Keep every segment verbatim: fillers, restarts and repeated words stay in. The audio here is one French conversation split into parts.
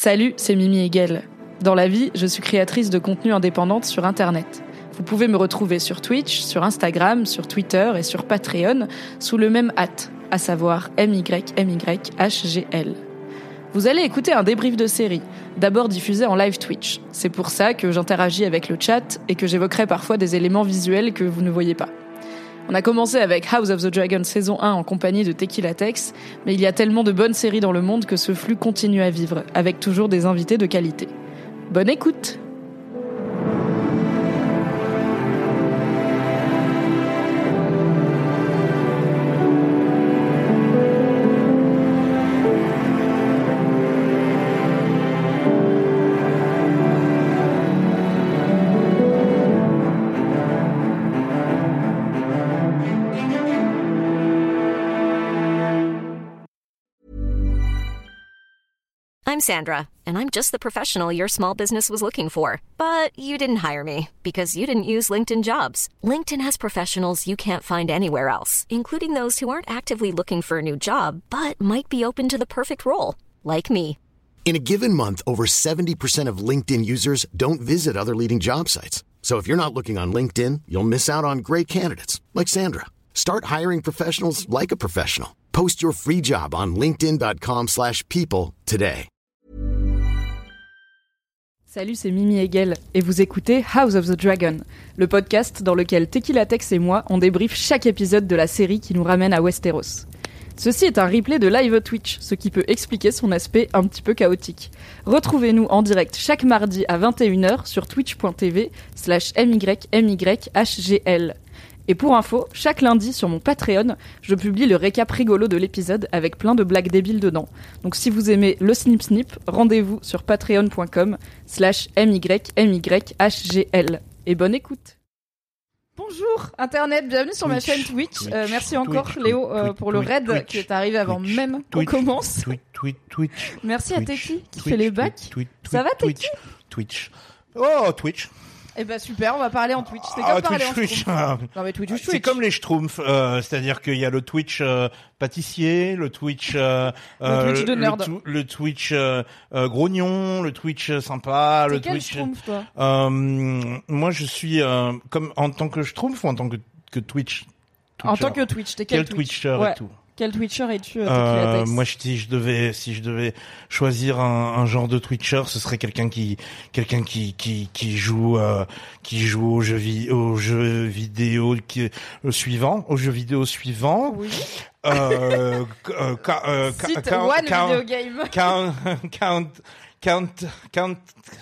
Salut, c'est Mimi Hegel. Dans la vie, je suis créatrice de contenu indépendante sur Internet. Vous pouvez me retrouver sur Twitch, sur Instagram, sur Twitter et sur Patreon sous le même hâte, à savoir M Y M Y H G L. Vous allez écouter un débrief de série, d'abord diffusé en live Twitch. C'est pour ça que j'interagis avec le chat et que j'évoquerai parfois des éléments visuels que vous ne voyez pas. On a commencé avec House of the Dragon saison un en compagnie de Tequila Tex, mais il y a tellement de bonnes séries dans le monde que ce flux continue à vivre, avec toujours des invités de qualité. Bonne écoute! I'm Sandra, and I'm just the professional your small business was looking for. But you didn't hire me because you didn't use LinkedIn Jobs. LinkedIn has professionals you can't find anywhere else, including those who aren't actively looking for a new job, but might be open to the perfect role, like me. In a given month, over seventy percent of LinkedIn users don't visit other leading job sites. So if you're not looking on LinkedIn, you'll miss out on great candidates, like Sandra. Start hiring professionals like a professional. Post your free job on linkedin.com slash people today. Salut, c'est Mimi Hegel et vous écoutez House of the Dragon, le podcast dans lequel Tequila Tex et moi on débriefe chaque épisode de la série qui nous ramène à Westeros. Ceci est un replay de live Twitch, ce qui peut expliquer son aspect un petit peu chaotique. Retrouvez-nous en direct chaque mardi à vingt et une heures sur twitch.tv slash mymyhgl. Et pour info, chaque lundi sur mon Patreon, je publie le récap rigolo de l'épisode avec plein de blagues débiles dedans. Donc si vous aimez le snip snip, rendez-vous sur patreon.com slash mymyhgl. Et bonne écoute. Bonjour Internet, bienvenue sur Twitch, ma chaîne Twitch. Twitch euh, merci encore Twitch, Léo euh, Twitch, pour le raid Twitch, qui est arrivé avant Twitch, même qu'on commence. Twitch, Twitch, Twitch, merci Twitch, à Teki qui Twitch, fait les bacs. Twitch, Ça va Teki? Twitch. Oh Twitch. Eh ben super, on va parler en Twitch. C'est comme ah, parler Twitch, en Twitch. Non mais Twitch, Twitch. C'est comme les Schtroumpfs, euh, c'est-à-dire qu'il y a le Twitch euh, pâtissier, le Twitch, euh, le Twitch de nerd, le, le Twitch euh, euh, grognon, le Twitch sympa, T'es le quel Twitch. Schtroumpf, toi euh, moi, je suis euh, comme en tant que Schtroumpf ou en tant que, que Twitch. Twitcher. En tant que Twitch, t'es quel, quel Twitcher ouais. et tout. Quel Twitcher es-tu euh, euh, Moi, si je devais, si je devais choisir un, un genre de Twitcher, ce serait quelqu'un qui, quelqu'un qui, qui, qui joue, euh, qui joue aux jeux, vi- aux jeux vidéo qui, au suivant, aux jeux vidéo suivants. Oui. Euh, euh, ca- euh, ca- Cite count, one count, video game. Count, count, count, count,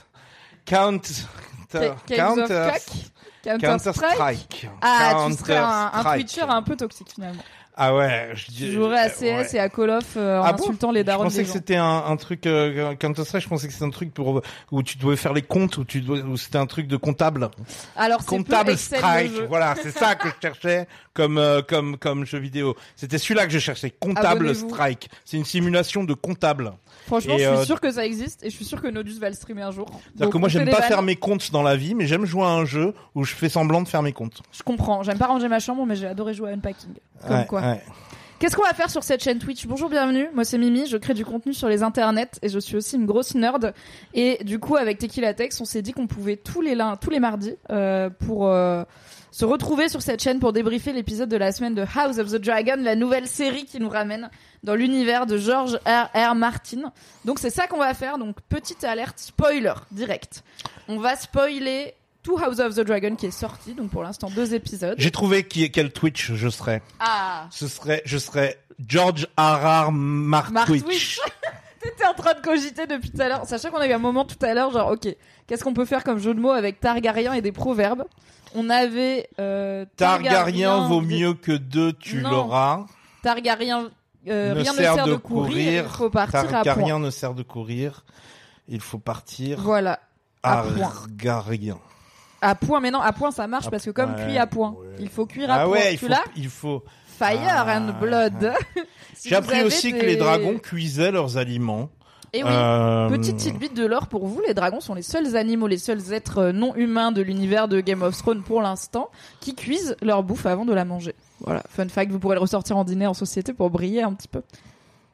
count, count, Counter Strike. Ah, Counter tu serais un, un Strike. Twitcher un peu toxique finalement. Ah ouais, je tu jouerais à C S ouais. et à Call of euh, en ah insultant bon les darons des gens. Je pensais que c'était un, un truc euh, Counter Strike. Je pensais que c'était un truc pour où tu devais faire les comptes, où tu dois, où c'était un truc de comptable. Alors c'est comptable Excel, Strike. Voilà, c'est ça que je cherchais comme euh, comme comme jeu vidéo. C'était celui-là que je cherchais. Comptable Abonnez-vous. Strike. C'est une simulation de comptable. Franchement, et je suis euh, sûr que ça existe et je suis sûr que Nodus va le streamer un jour. C'est-à-dire Donc, que moi, j'aime pas vannes. faire mes comptes dans la vie, mais j'aime jouer à un jeu où je fais semblant de faire mes comptes. Je comprends. J'aime pas ranger ma chambre, mais j'ai adoré jouer à Unpacking. Comme ouais, quoi. Ouais. Qu'est-ce qu'on va faire sur cette chaîne Twitch ? Bonjour, bienvenue. Moi, c'est Mimi. Je crée du contenu sur les internets et je suis aussi une grosse nerd. Et du coup, avec Tequila Tex, on s'est dit qu'on pouvait tous les lundis, tous les mardis, euh, pour euh, se retrouver sur cette chaîne pour débriefer l'épisode de la semaine de House of the Dragon, la nouvelle série qui nous ramène dans l'univers de George R R. Martin. Donc, c'est ça qu'on va faire. Donc, petite alerte spoiler direct. On va spoiler tout House of the Dragon qui est sorti, donc pour l'instant deux épisodes. J'ai trouvé qui, quel Twitch je serais. Ah. Ce serait, je serais George R R. Mark, Mark Twitch. Twitch. T'étais en train de cogiter depuis tout à l'heure. Sachez qu'on a eu un moment tout à l'heure, genre, ok, qu'est-ce qu'on peut faire comme jeu de mots avec Targaryen et des proverbes ? On avait euh, Targaryen, Targaryen vaut mieux que deux, tu non. l'auras. Targaryen, euh, ne rien sert ne sert de, de courir, courir. il faut partir Targaryen à point. ne sert de courir, il faut partir. Voilà, à point. Targaryen. À point, mais non, à point ça marche à parce que comme ouais, cuit à point, ouais. il faut cuire à ah point. Ouais, tu il faut, l'as ? il faut. Fire ah, and blood. Si J'ai appris aussi des... que les dragons cuisaient leurs aliments. Et oui, euh... petite tidbit de l'or pour vous, les dragons sont les seuls animaux, les seuls êtres non humains de l'univers de Game of Thrones pour l'instant, qui cuisent leur bouffe avant de la manger. Voilà, fun fact, vous pourrez le ressortir en dîner en société pour briller un petit peu.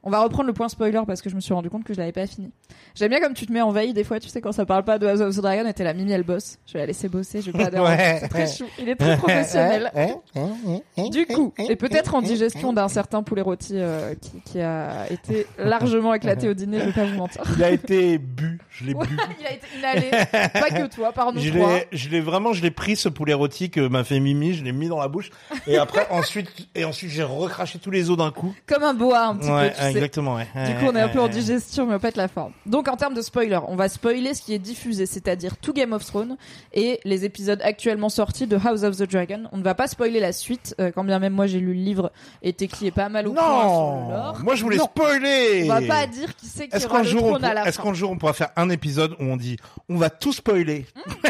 On va reprendre le point spoiler parce que je me suis rendu compte que je l'avais pas fini. J'aime bien comme tu te mets en veille des fois, tu sais, quand ça parle pas de House of the Dragon, et t'es la Mimi, elle bosse. Je vais la laisser bosser, je vais pas déranger. Ouais. C'est très chou. Il est très professionnel. Du coup, et peut-être en digestion d'un certain poulet rôti euh, qui, qui a été largement éclaté au dîner, je vais pas vous mentir. Il a été bu, je l'ai bu. Il a été inhalé, pas que toi, par nous Je trois. l'ai, je l'ai vraiment, je l'ai pris ce poulet rôti que m'a fait Mimi, je l'ai mis dans la bouche et après ensuite et ensuite j'ai recraché tous les os d'un coup. Comme un boa un petit Ouais, peu, tu sais. exactement. Ouais. Du coup, on est un peu en digestion, mais on pète la forme. Donc, en termes de spoiler, on va spoiler ce qui est diffusé, c'est-à-dire tout Game of Thrones et les épisodes actuellement sortis de House of the Dragon. On ne va pas spoiler la suite, euh, quand bien même moi j'ai lu le livre et Teki est pas mal au point sur le Non, lore. moi je voulais Non. spoiler. On va pas dire qui c'est qui Est-ce aura qu'un le jour, on trône pour- à la est-ce fin. qu'un jour on pourra faire un épisode où on dit on va tout spoiler?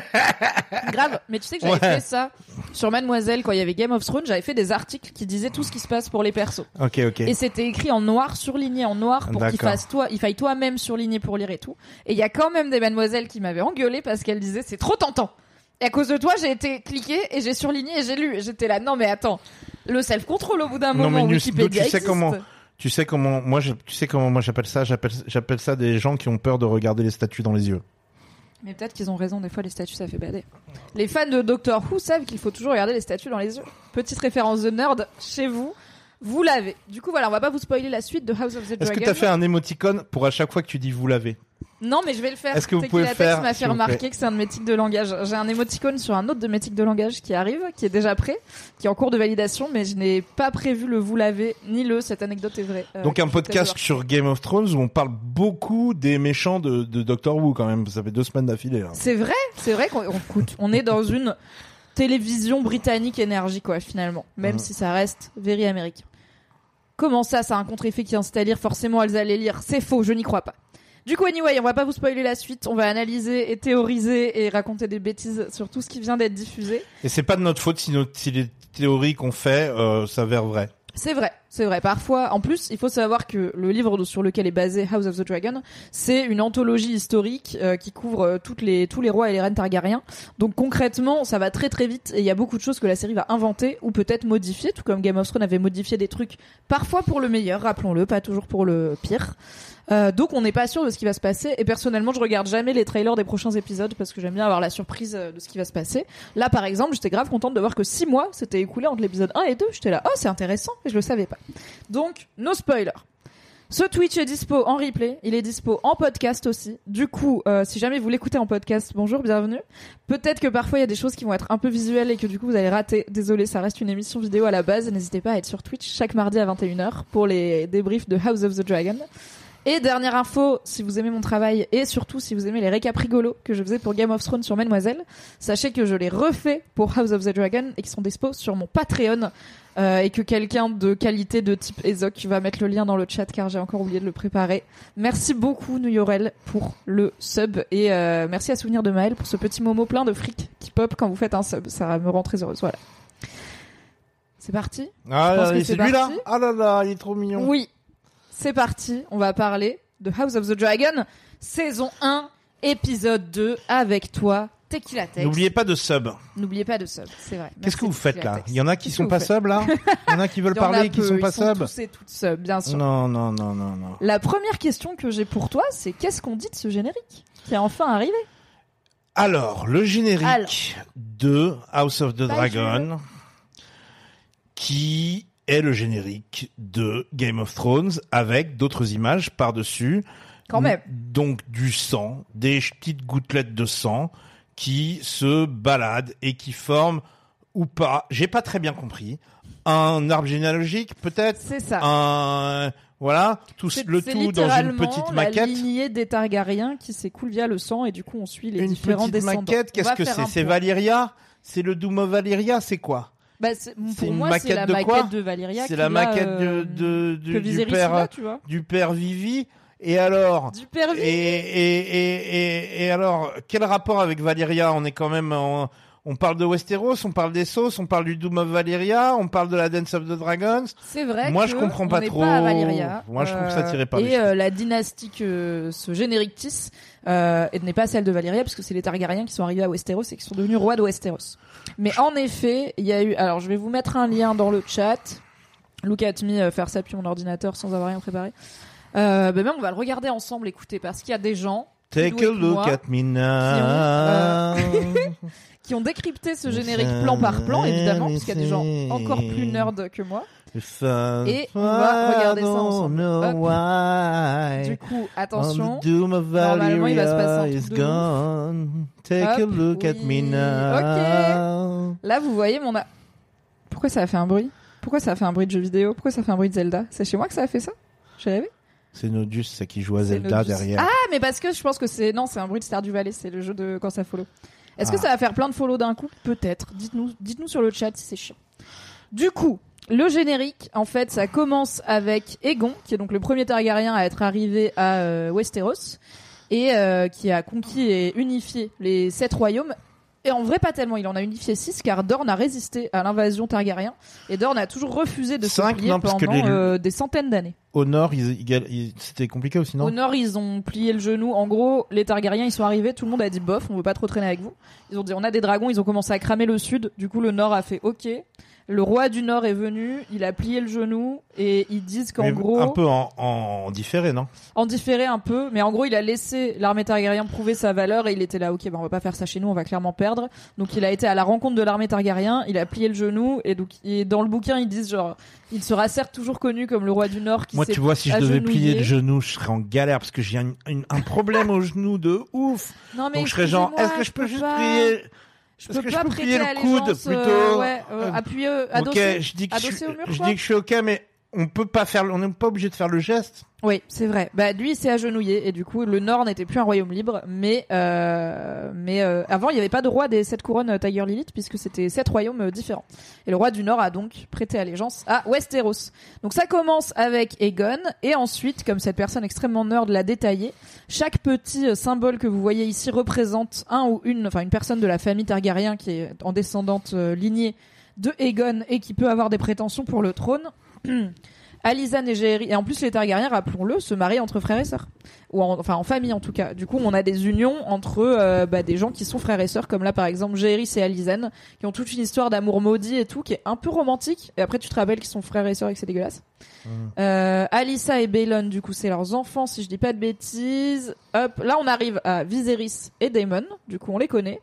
Grave, mais tu sais que j'avais Ouais. fait ça sur Mademoiselle quand il y avait Game of Thrones, j'avais fait des articles qui disaient tout ce qui se passe pour les persos. Ok, ok. Et c'était écrit en noir, surligné en noir pour qu'il D'accord. fasse toi, il faille toi-même surligner pour lire et tout. Et il y a quand même des mademoiselles qui m'avaient engueulé parce qu'elles disaient c'est trop tentant. Et à cause de toi, j'ai été cliqué et j'ai surligné et j'ai lu. Et j'étais là, non mais attends, le self-control au bout d'un Non, moment, mais Nus, Wikipédia tu sais existe. comment- Tu sais comment moi je, tu sais comment moi j'appelle ça? J'appelle j'appelle ça des gens qui ont peur de regarder les statues dans les yeux. Mais peut-être qu'ils ont raison, des fois les statues ça fait bader. Les fans de Doctor Who savent qu'il faut toujours regarder les statues dans les yeux. Petite référence de nerd chez vous. Vous l'avez. Du coup voilà, on va pas vous spoiler la suite de House of the Dragon. Est-ce que t'as fait un émoticône pour à chaque fois que tu dis vous l'avez? Non, mais je vais le faire. Est-ce que vous Tequila pouvez le Tex faire, m'a s'il fait vous remarquer plaît que c'est un de mes tics de langage. J'ai un émoticône sur un autre de mes tics de langage qui arrive, qui est déjà prêt, qui est en cours de validation, mais je n'ai pas prévu le vous l'avez, ni le cette anecdote est vraie. Euh, Donc un que je podcast vais sur Game of Thrones où on parle beaucoup des méchants de, de Doctor Who quand même. Ça fait deux semaines d'affilée. Là. C'est vrai, c'est vrai qu'on on, écoute, on est dans une télévision britannique énergie, quoi, finalement. Même Mhm. si ça reste very américain. Comment ça, ça a un contre-effet qui incite à lire? Forcément, elles allaient lire. C'est faux, je n'y crois pas. Du coup, anyway, on va pas vous spoiler la suite. On va analyser et théoriser et raconter des bêtises sur tout ce qui vient d'être diffusé. Et c'est pas de notre faute si, nos, si les théories qu'on fait euh, s'avèrent vraies. C'est vrai, c'est vrai. Parfois, en plus, il faut savoir que le livre sur lequel est basé House of the Dragon, c'est une anthologie historique euh, qui couvre euh, toutes les tous les rois et les reines Targaryens. Donc concrètement, ça va très très vite et il y a beaucoup de choses que la série va inventer ou peut-être modifier, tout comme Game of Thrones avait modifié des trucs parfois pour le meilleur, rappelons-le, pas toujours pour le pire. Euh, donc on n'est pas sûr de ce qui va se passer et personnellement je regarde jamais les trailers des prochains épisodes parce que j'aime bien avoir la surprise de ce qui va se passer. Là par exemple j'étais grave contente de voir que six mois s'étaient écoulés entre l'épisode un et deux. J'étais là, oh c'est intéressant et je le savais pas. Donc no spoiler. Ce Twitch est dispo en replay, il est dispo en podcast aussi. Du coup, euh, si jamais vous l'écoutez en podcast, bonjour, bienvenue. Peut-être que parfois il y a des choses qui vont être un peu visuelles et que du coup vous allez rater. Désolé, ça reste une émission vidéo à la base. N'hésitez pas à être sur Twitch chaque mardi à vingt et une heures pour les débriefs de House of the Dragon. Et dernière info, si vous aimez mon travail et surtout si vous aimez les récaps rigolos que je faisais pour Game of Thrones sur Mademoiselle, sachez que je les refais pour House of the Dragon et qui sont dispo sur mon Patreon euh, et que quelqu'un de qualité de type Ezoc va mettre le lien dans le chat car j'ai encore oublié de le préparer. Merci beaucoup Nuyorel pour le sub et euh, merci à Souvenir de Maël pour ce petit momo plein de fric qui pop quand vous faites un sub. Ça me rend très heureuse. Voilà. C'est parti. Ah Je pense là, que c'est c'est lui là. parti. Ah là là, il est trop mignon. Oui, c'est parti. On va parler de House of the Dragon, saison un, épisode deux, avec toi, Tequila Tex. N'oubliez pas de sub. N'oubliez pas de sub, c'est vrai. Qu'est-ce Merci, que vous faites Tequila là? Tex. Il y en a qui Qu'est-ce sont que pas vous faites sub là? Il y en a qui veulent Il y en a parler et qui peu, sont pas ils sont sub? tous et toutes sub, bien sûr. Non, non, non, non, non. La première question que j'ai pour toi, c'est qu'est-ce qu'on dit de ce générique qui est enfin arrivé? Alors, le générique Alors. de House of the Pas Dragon, qui est le générique de Game of Thrones avec d'autres images par-dessus. Quand même. Donc du sang, des petites gouttelettes de sang qui se baladent et qui forment ou pas, j'ai pas très bien compris, un arbre généalogique peut-être, C'est ça. un voilà, tout C'est- le c'est tout dans une littéralement petite la maquette. lignée des Targaryens qui s'écoule via le sang et du coup on suit les Une différents petite descendants. maquette, On qu'est-ce va que faire c'est? un C'est point. Valyria? C'est le Doom of Valyria, c'est quoi? Bah, c'est- C'est pour une moi, c'est maquette la de quoi? maquette de Valyria. C'est qui, la là, maquette euh, de, de, du, que du Viserys père, il a, tu vois. du père Vivi. Et alors? Du père Et, Vivi. et, et, et, et alors, quel rapport avec Valyria? On est quand même en, on parle de Westeros, on parle des sauces, on parle du Doom of Valyria, on parle de la Dance of the Dragons. C'est vrai. Moi, que je comprends on pas n'est trop. Pas à Valyria. Moi, je trouve que ça tirait par les Et cheveux. euh, la dynastie que ce générictis euh, n'est pas celle de Valyria parce que c'est les Targaryens qui sont arrivés à Westeros et qui sont devenus rois de Westeros. Mais en effet, il y a eu. Alors, je vais vous mettre un lien dans le chat. Look at me euh, faire ça depuis mon ordinateur sans avoir rien préparé. Euh, bah même on va le regarder ensemble, écoutez, parce qu'il y a des gens Take a look moi, at me now. Qui ont, euh, qui ont décrypté ce générique plan par plan, évidemment, parce qu'il y a des gens encore plus nerds que moi. Et on va regarder ça ensemble. Hop. Du coup, attention. Normalement, il va se passer un truc de ouf. Take Hop, a look oui. at me now. Ok. Là, vous voyez mon... A... Pourquoi ça a fait un bruit ? Pourquoi ça a fait un bruit de jeu vidéo ? Pourquoi ça a fait un bruit de Zelda ? C'est chez moi que ça a fait ça ? J'ai rêvé ? C'est Nodus, c'est qui joue à C'est Zelda Nodus. derrière. Ah, mais parce que je pense que c'est... Non, c'est un bruit de Stardew Valley, c'est le jeu de quand ça follow. Est-ce Ah. que ça va faire plein de follow d'un coup ? Peut-être. Dites-nous, dites-nous sur le chat si c'est chiant. Du coup, le générique, en fait, ça commence avec Aegon, qui est donc le premier Targaryen à être arrivé à euh, Westeros, et euh, qui a conquis et unifié les sept royaumes. Et en vrai, pas tellement. Il en a unifié six, car Dorne a résisté à l'invasion Targaryen. Et Dorne a toujours refusé de se Cinq, plier non, parce que pendant les- euh, des centaines d'années. Au nord, ils, ils- ils- c'était compliqué aussi, non? Au nord, ils ont plié le genou. En gros, les Targaryens, ils sont arrivés. Tout le monde a dit bof, on veut pas trop traîner avec vous. Ils ont dit on a des dragons. Ils ont commencé à cramer le sud. Du coup, le nord a fait ok. Le roi du nord est venu. Il a plié le genou et ils disent qu'en Mais gros, un peu en, en différé, non? en différé un peu, mais en gros, il a laissé l'armée Targaryen prouver sa valeur et il était là, ok, bah on va pas faire ça chez nous, on va clairement perdre. Donc il a été à la rencontre de l'armée Targaryen, il a plié le genou et donc et dans le bouquin ils disent genre, il sera certes toujours connu comme le roi du Nord qui Moi, s'est tu vois, si je devais plier agenouillé. le genou, je serais en galère parce que j'ai un, une- un problème au genou de ouf. Non mais Donc je serais genre, excusez-moi, est-ce que je peux juste pas- plier? Je est-ce peux que je pas peux prêter plier le coude allégeance, plutôt euh, ouais, euh, Euh, appuyer, euh, adosser, Ok, je dis que je, adosser suis- au mur, je quoi. dis que je suis ok, mais on peut pas faire, on n'est pas obligé de faire le geste. Oui, c'est vrai. Bah lui, il s'est agenouillé et du coup, le Nord n'était plus un royaume libre, mais euh, mais euh, avant, il n'y avait pas de roi des sept couronnes euh, Tiger Lilith puisque c'était sept royaumes euh, différents. Et le roi du Nord a donc prêté allégeance à Westeros. Donc ça commence avec Aegon et ensuite, comme cette personne extrêmement nerd l'a détaillé, chaque petit euh, symbole que vous voyez ici représente un ou une, enfin une personne de la famille Targaryen qui est en descendante euh, lignée de Aegon et qui peut avoir des prétentions pour le trône. Alysanne et Jaehaerys, et en plus les Targaryens, rappelons-le, se marient entre frères et sœurs, ou en, enfin en famille en tout cas. Du coup, on a des unions entre euh, bah, des gens qui sont frères et sœurs, comme là par exemple Jaehaerys et Alysanne, qui ont toute une histoire d'amour maudit et tout, qui est un peu romantique. Et après, tu te rappelles qu'ils sont frères et sœurs et que c'est dégueulasse. Mmh. Euh, Alyssa et Balon, du coup, c'est leurs enfants, si je dis pas de bêtises. Hop, là on arrive à Viserys et Daemon. Du coup, on les connaît.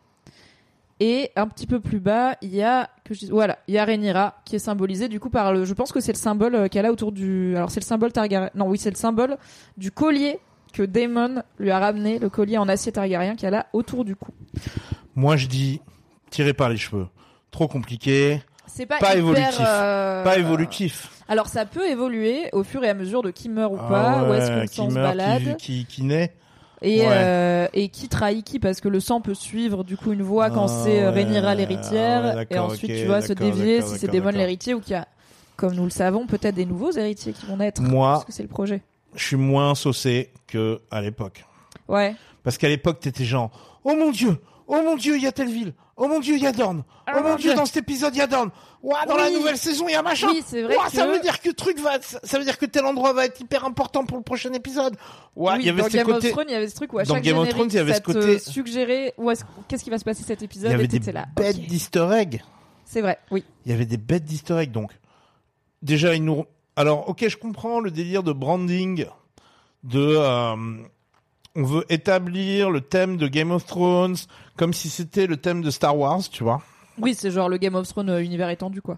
Et un petit peu plus bas, il y a que je dis, voilà, il y a Rhaenyra qui est symbolisée du coup par le, je pense que c'est le symbole qu'elle a autour du, alors c'est le symbole Targaryen, non oui c'est le symbole du collier que Daemon lui a ramené, le collier en acier Targaryen qu'elle a autour du cou. Moi, je dis, tirez par les cheveux. Trop compliqué. C'est pas, Pas hyper, évolutif. euh... Pas évolutif. Alors ça peut évoluer au fur et à mesure de qui meurt ou Ah pas, ouais, où est-ce que le qui sang se meurt, balade. Qui, qui, qui naît. Et, Ouais. euh, et qui trahit qui, parce que le sang peut suivre du coup une voie quand Ah c'est euh, ouais. Rhaenyra l'héritière, Ah ouais, et d'accord, ensuite ok, tu vois se d'accord, dévier d'accord, si c'est d'accord, Daemon d'accord. l'héritier ou qu'il y a, comme nous le savons, peut-être des nouveaux héritiers qui vont naître. Moi- parce que c'est le projet. Je suis moins saucé que à l'époque. Ouais. Parce qu'à l'époque, t'étais genre, oh mon dieu, oh mon dieu, il y a telle ville. Oh mon dieu, il y a Dorne. Oh Oh mon mon dieu, Dieu. dans cet épisode, il y a Dorne. Ouah, dans Oui. la nouvelle saison, il y a machin. Oui, c'est vrai Ouah, que- ça veut dire que truc va, ça veut dire que tel endroit va être hyper important pour le prochain épisode. Ouah, oui, il y avait dans ce Game côté. of Thrones, il y avait ce truc où à Dans chaque Game of générique, Thrones, il y avait ça ce côté- te suggérait où est-ce- qu'est-ce qui va se passer cet Il épisode y avait et des t'étais là. bêtes ok. d'easter eggs. C'est vrai, oui. Il y avait des bêtes d'easter eggs, donc. Déjà, ils nous, alors, ok, je comprends le délire de branding, de, euh, on veut établir le thème de Game of Thrones comme si c'était le thème de Star Wars, tu vois. Oui, c'est genre le Game of Thrones euh, univers étendu, quoi.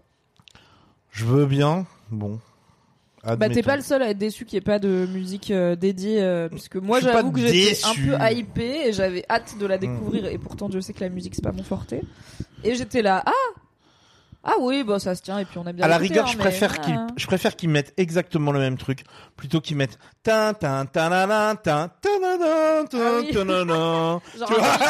Je veux bien, bon. Bah t'es admettons. pas le seul à être déçu qu'il n'y ait pas de musique euh, dédiée, euh, puisque moi Je suis pas j'avoue que j'étais un déçu. peu hypée et j'avais hâte de la découvrir, et pourtant je sais que la musique c'est pas mon forté. Et j'étais là, ah ah oui, bah ça se tient, et puis on a bien À la écouté, rigueur, hein, je mais- préfère qu'ils, ah. je préfère qu'ils mettent exactement le même truc, plutôt qu'ils mettent tin tin tin tin tin tin tin tin Ah oui. tin tin tin. Genre, Tu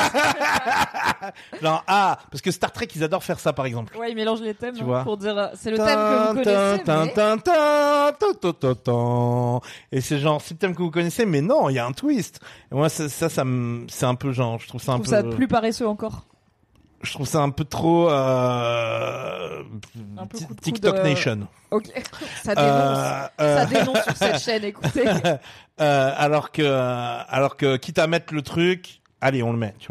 vois Genre, ah, parce que Star Trek, ils adorent faire ça, par exemple. ouais, ils mélangent les thèmes Tu hein, vois. pour dire euh, c'est le thème que vous connaissez, Tin, mais... tin, tin, tin, tin, tin, tin. Et c'est genre, c'est le thème que vous connaissez, mais non, il y a un twist. Et moi, ça, ça, ça me, c'est un peu genre, je trouve ça je un trouve peu, ça plus paresseux encore. je trouve ça un peu trop, euh, Un peu coup de TikTok coude, euh, Nation. Ok, ça dénonce. Euh, euh, Ça dénonce sur cette chaîne, écoutez. euh, alors que, alors que, quitte à mettre le truc, allez, on le met, tu vois.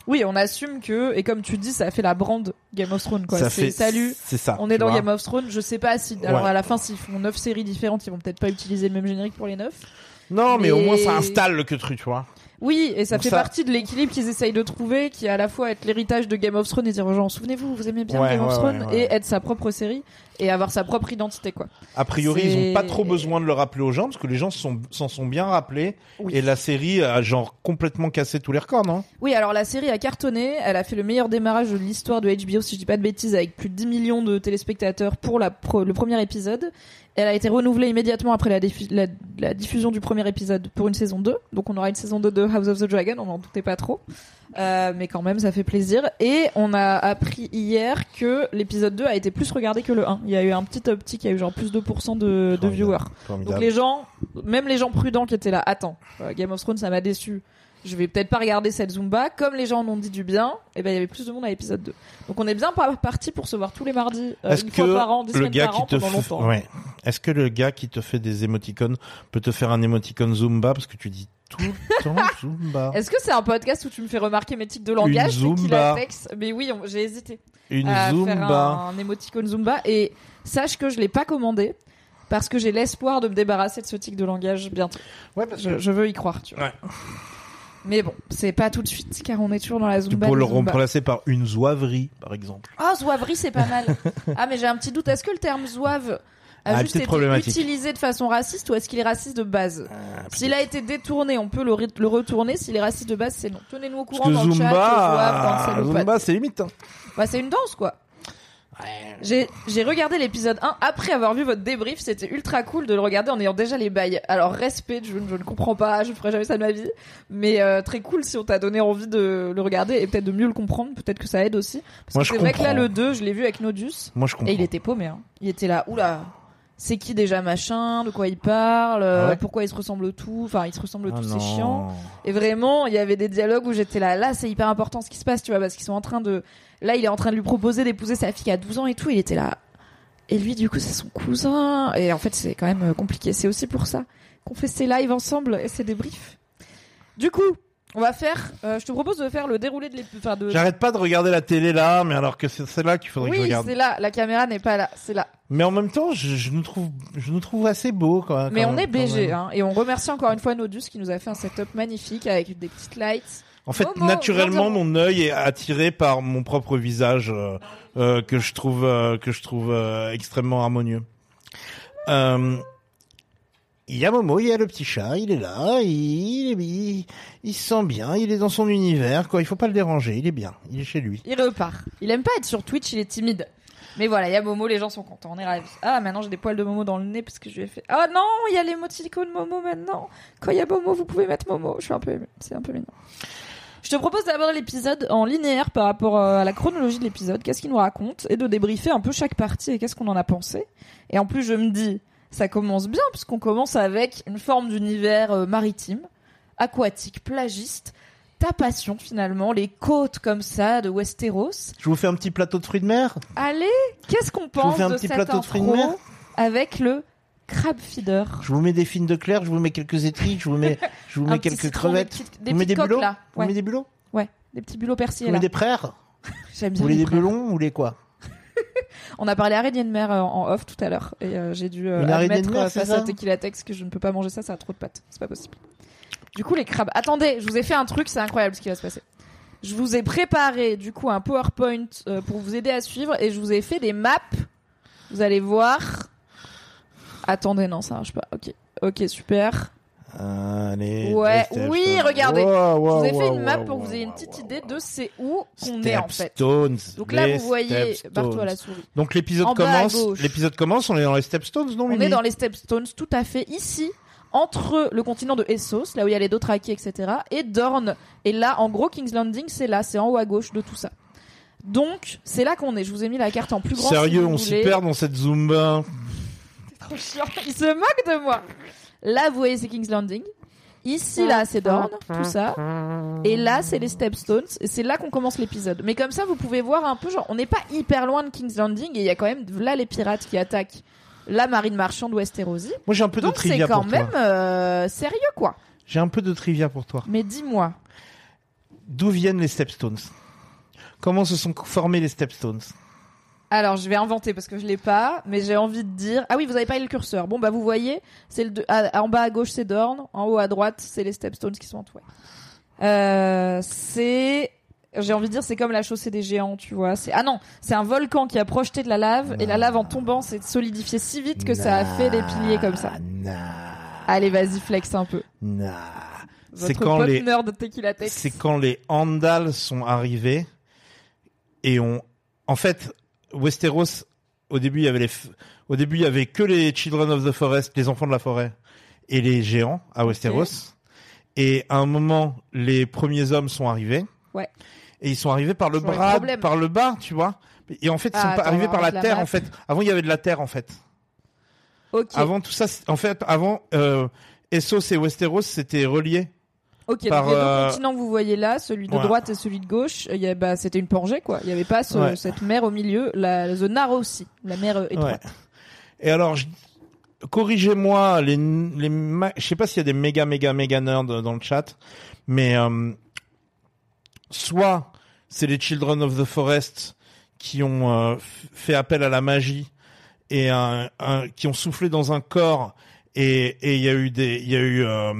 Oui, on assume que, et comme tu dis, ça a fait la brand Game of Thrones, quoi. Ça c'est fait, salut. C'est ça. On est dans vois. Game of Thrones. Je sais pas si, alors Ouais. à la fin, s'ils font neuf séries différentes, ils vont peut-être pas utiliser le même générique pour les neuf. Non, mais... mais au moins ça installe le que truc, tu vois. Oui, et ça Donc fait ça- partie de l'équilibre qu'ils essayent de trouver, qui est à la fois être l'héritage de Game of Thrones et dire aux gens, souvenez-vous, vous aimez bien Ouais, Game of ouais, Thrones, ouais, ouais. et être sa propre série, et avoir sa propre identité, quoi. A priori, C'est- ils ont pas trop besoin de le rappeler aux gens parce que les gens s'en sont, sont bien rappelés Oui. et la série a genre complètement cassé tous les records, non? Oui, alors la série a cartonné, elle a fait le meilleur démarrage de l'histoire de H B O, si je dis pas de bêtises, avec plus de dix millions de téléspectateurs pour la pro- le premier épisode. Elle a été renouvelée immédiatement après la, diffu- la, la diffusion du premier épisode pour une saison deux. Donc on aura une saison deux de House of the Dragon, on n'en doutait pas trop. Euh, mais quand même, ça fait plaisir. Et on a appris hier que l'épisode deux a été plus regardé que le un. Il y a eu un petit uptick, il y a eu genre plus deux pour cent de, de viewers. Formidable. Donc les gens, même les gens prudents qui étaient là, attends, euh, Game of Thrones ça m'a déçu, je vais peut-être pas regarder cette Zumba, comme les gens en ont dit du bien, et ben il y avait plus de monde à l'épisode deux. Donc on est bien par- parti pour se voir tous les mardis, euh, Est-ce une que fois par an, des le semaines gars par qui an te pendant fait, longtemps. ouais. Est-ce que le gars qui te fait des émoticônes peut te faire un émoticône Zumba parce que tu dis tout le temps Zumba. Est-ce que c'est un podcast où tu me fais remarquer mes tics de langage, Une mais qui Zumba. latex Mais oui, on- j'ai hésité Une à Zumba. faire un, un émoticône Zumba, et sache que je l'ai pas commandé, parce que j'ai l'espoir de me débarrasser de ce tic de langage bientôt. Ouais, parce Je, je veux y croire, tu vois. Ouais. Mais bon, c'est pas tout de suite, car on est toujours dans la Tu Zumba. peux de le Zumba. remplacer par une zouaverie, par exemple. Ah, zouaverie, c'est pas mal. Ah, mais j'ai un petit doute. Est-ce que le terme zouave a Ah, juste peut-être été problématique. utilisé de façon raciste, ou est-ce qu'il est raciste de base? S'il a été détourné, on peut le, ri- le retourner. S'il est raciste de base, c'est non. Tenez-nous au Parce courant que dans le chat. Zumba, Zouave dans le salopade. Zumba, c'est limite. Hein. Bah, c'est une danse, quoi. J'ai, j'ai regardé l'épisode un après avoir vu votre débrief. C'était ultra cool de le regarder en ayant déjà les bails. Alors, respect, je, je ne comprends pas, je ne ferai jamais ça de ma vie. Mais euh, très cool si on t'a donné envie de le regarder et peut-être de mieux le comprendre. Peut-être que ça aide aussi. Parce Moi, que je c'est vrai que là, comprends. le deux, je l'ai vu avec Nodus. Moi, je comprends. Et il était paumé, hein. Il était là, oula, c'est qui déjà machin, de quoi il parle, euh, Ah ouais pourquoi ils se ressemblent tous, enfin ils se ressemblent Ah tous, c'est non. chiant. Et vraiment, il y avait des dialogues où j'étais là, là c'est hyper important ce qui se passe, tu vois, parce qu'ils sont en train de, là il est en train de lui proposer d'épouser sa fille qui a douze ans et tout, il était là. Et lui du coup c'est son cousin, et en fait c'est quand même compliqué, c'est aussi pour ça qu'on fait ces lives ensemble et ces débriefs. Du coup, on va faire, euh, je te propose de faire le déroulé de l'épisode, enfin de... J'arrête pas de regarder la télé là, mais alors que c'est c'est là qu'il faudrait que je Oui, regarde. c'est là, la caméra n'est pas là, c'est là. Mais en même temps, je, je nous trouve, je nous trouve assez beaux, quoi. Mais quand on même, est B G, quand même. hein, et on remercie encore une fois Nodus qui nous a fait un setup magnifique avec des petites lights. En fait, Momo, naturellement, viens dire- mon œil est attiré par mon propre visage euh, euh, que je trouve euh, que je trouve euh, extrêmement harmonieux. Euh, il y a Momo, il y a le petit chat, il est là, il, il, il se sent bien, il est dans son univers, quoi. Il faut pas le déranger, il est bien, il est chez lui. Il repart. Il aime pas être sur Twitch, il est timide. Mais voilà, il y a Momo, les gens sont contents, on est ravis. Ah, maintenant j'ai des poils de Momo dans le nez parce que je lui ai fait. Ah non, il y a l'émoticône Momo maintenant. Quand il y a Momo, vous pouvez mettre Momo. Je suis un peu émue, c'est un peu mignon. Je te propose d'aborder l'épisode en linéaire par rapport euh, à la chronologie de l'épisode, qu'est-ce qu'il nous raconte, et de débriefer un peu chaque partie et qu'est-ce qu'on en a pensé. Et en plus, je me dis, ça commence bien puisqu'on commence avec une forme d'univers euh, maritime, aquatique, plagiste, ta passion finalement, les côtes comme ça de Westeros. Je vous fais un petit plateau de fruits de mer. Allez, qu'est-ce qu'on vous pense fais un de petit cette plateau de fruits de intro mer avec le crab feeder? Je vous mets des fines de clair, je vous mets quelques étriques, je vous mets, je vous Un mets petit quelques citron, crevettes. des petites, des vous mettez des petites coques bulots là. Vous Ouais. mettez des bulots ouais, des petits bulots Vous persillés là. mettez des prères J'aime Vous bien voulez les des prères. belons ou les quoi? On a parlé araignée de mer euh, en off tout à l'heure et euh, j'ai dû euh, Une araignée admettre de mer, euh, c'est face ça à Tequila Tex que je ne peux pas manger ça, ça a trop de pâtes. C'est pas possible. Du coup, les crabes. Attendez, je vous ai fait un truc, c'est incroyable ce qui va se passer. Je vous ai préparé du coup un PowerPoint euh, pour vous aider à suivre et je vous ai fait des maps. Vous allez voir. Attendez, non, ça marche pas. Ok, ok, super. Allez. Ouais, des oui, Stepstones. regardez. Wow, Je wow, vous ai fait wow, une map wow, pour que wow, vous ayez une wow, petite wow, idée wow. de c'est où qu'on est en fait. Stepstones, Donc là, les vous voyez, Stepstones. barre-toi la souris. Donc l'épisode En bas à commence. gauche. L'épisode commence. On est dans les Stepstones, non On Mimi est dans les Stepstones, tout à fait ici, entre le continent de Essos, là où il y a les Dothraki, et cetera, et Dorne. Et là, en gros, King's Landing, c'est là, c'est en haut à gauche de tout ça. Donc, c'est là qu'on est. Je vous ai mis la carte en plus grand. Sérieux, si vous on s'y voulez. perd dans cette Zumba. C'est trop chiant. Il se moque de moi. Là, vous voyez, c'est King's Landing. Ici, là, c'est Dorne, tout ça. Et là, c'est les Stepstones. Et c'est là qu'on commence l'épisode. Mais comme ça, vous pouvez voir un peu, genre, on n'est pas hyper loin de King's Landing et il y a quand même là les pirates qui attaquent la marine marchande Westerosi. Moi, j'ai un peu Donc, de c'est trivia quand pour même toi. euh, sérieux, quoi. J'ai un peu de trivia pour toi. Mais dis-moi. d'où viennent les Stepstones? Comment se sont formés les Stepstones? Alors, je vais inventer parce que je l'ai pas, mais j'ai envie de dire... Ah oui, vous avez pas eu le curseur. Bon, bah vous voyez, c'est le de... ah, en bas à gauche, c'est Dorne. En haut à droite, c'est les Stepstones qui sont entourés. Euh, c'est... J'ai envie de dire, c'est comme la chaussée des géants, tu vois. C'est... Ah non, c'est un volcan qui a projeté de la lave, non. Et la lave en tombant s'est solidifiée si vite que non. Ça a fait des piliers comme ça. Non. Allez, vas-y, flex un peu. Non. Votre c'est quand les... nerd Tequila Tex. C'est quand les Andals sont arrivés et on... En fait... Westeros, au début, il y avait les, f... au début, il y avait que les Children of the Forest, les enfants de la forêt, et les géants à Westeros. Okay. Et à un moment, les premiers hommes sont arrivés. Ouais. Et ils sont arrivés par le bras, par le bas, tu vois. Et en fait, ils ah, sont pas arrivés par la, la terre, map. En fait. Avant, il y avait de la terre, en fait. Ok. Avant tout ça, en fait, avant, euh, Essos et Westeros, c'était relié. Ok, par, donc les deux euh... continents que vous voyez là, celui de ouais. droite et celui de gauche, il y a, bah, c'était une Pangée, quoi. Il n'y avait pas ce, ouais. cette mer au milieu, la The Narrow Sea, la mer étroite. Ouais. Et alors, je... corrigez-moi, les, les, ma... je sais pas s'il y a des méga, méga, méga nerds dans le chat, mais euh... soit c'est les Children of the Forest qui ont euh, fait appel à la magie et un, un... qui ont soufflé dans un corps et il y a eu des, il y a eu euh...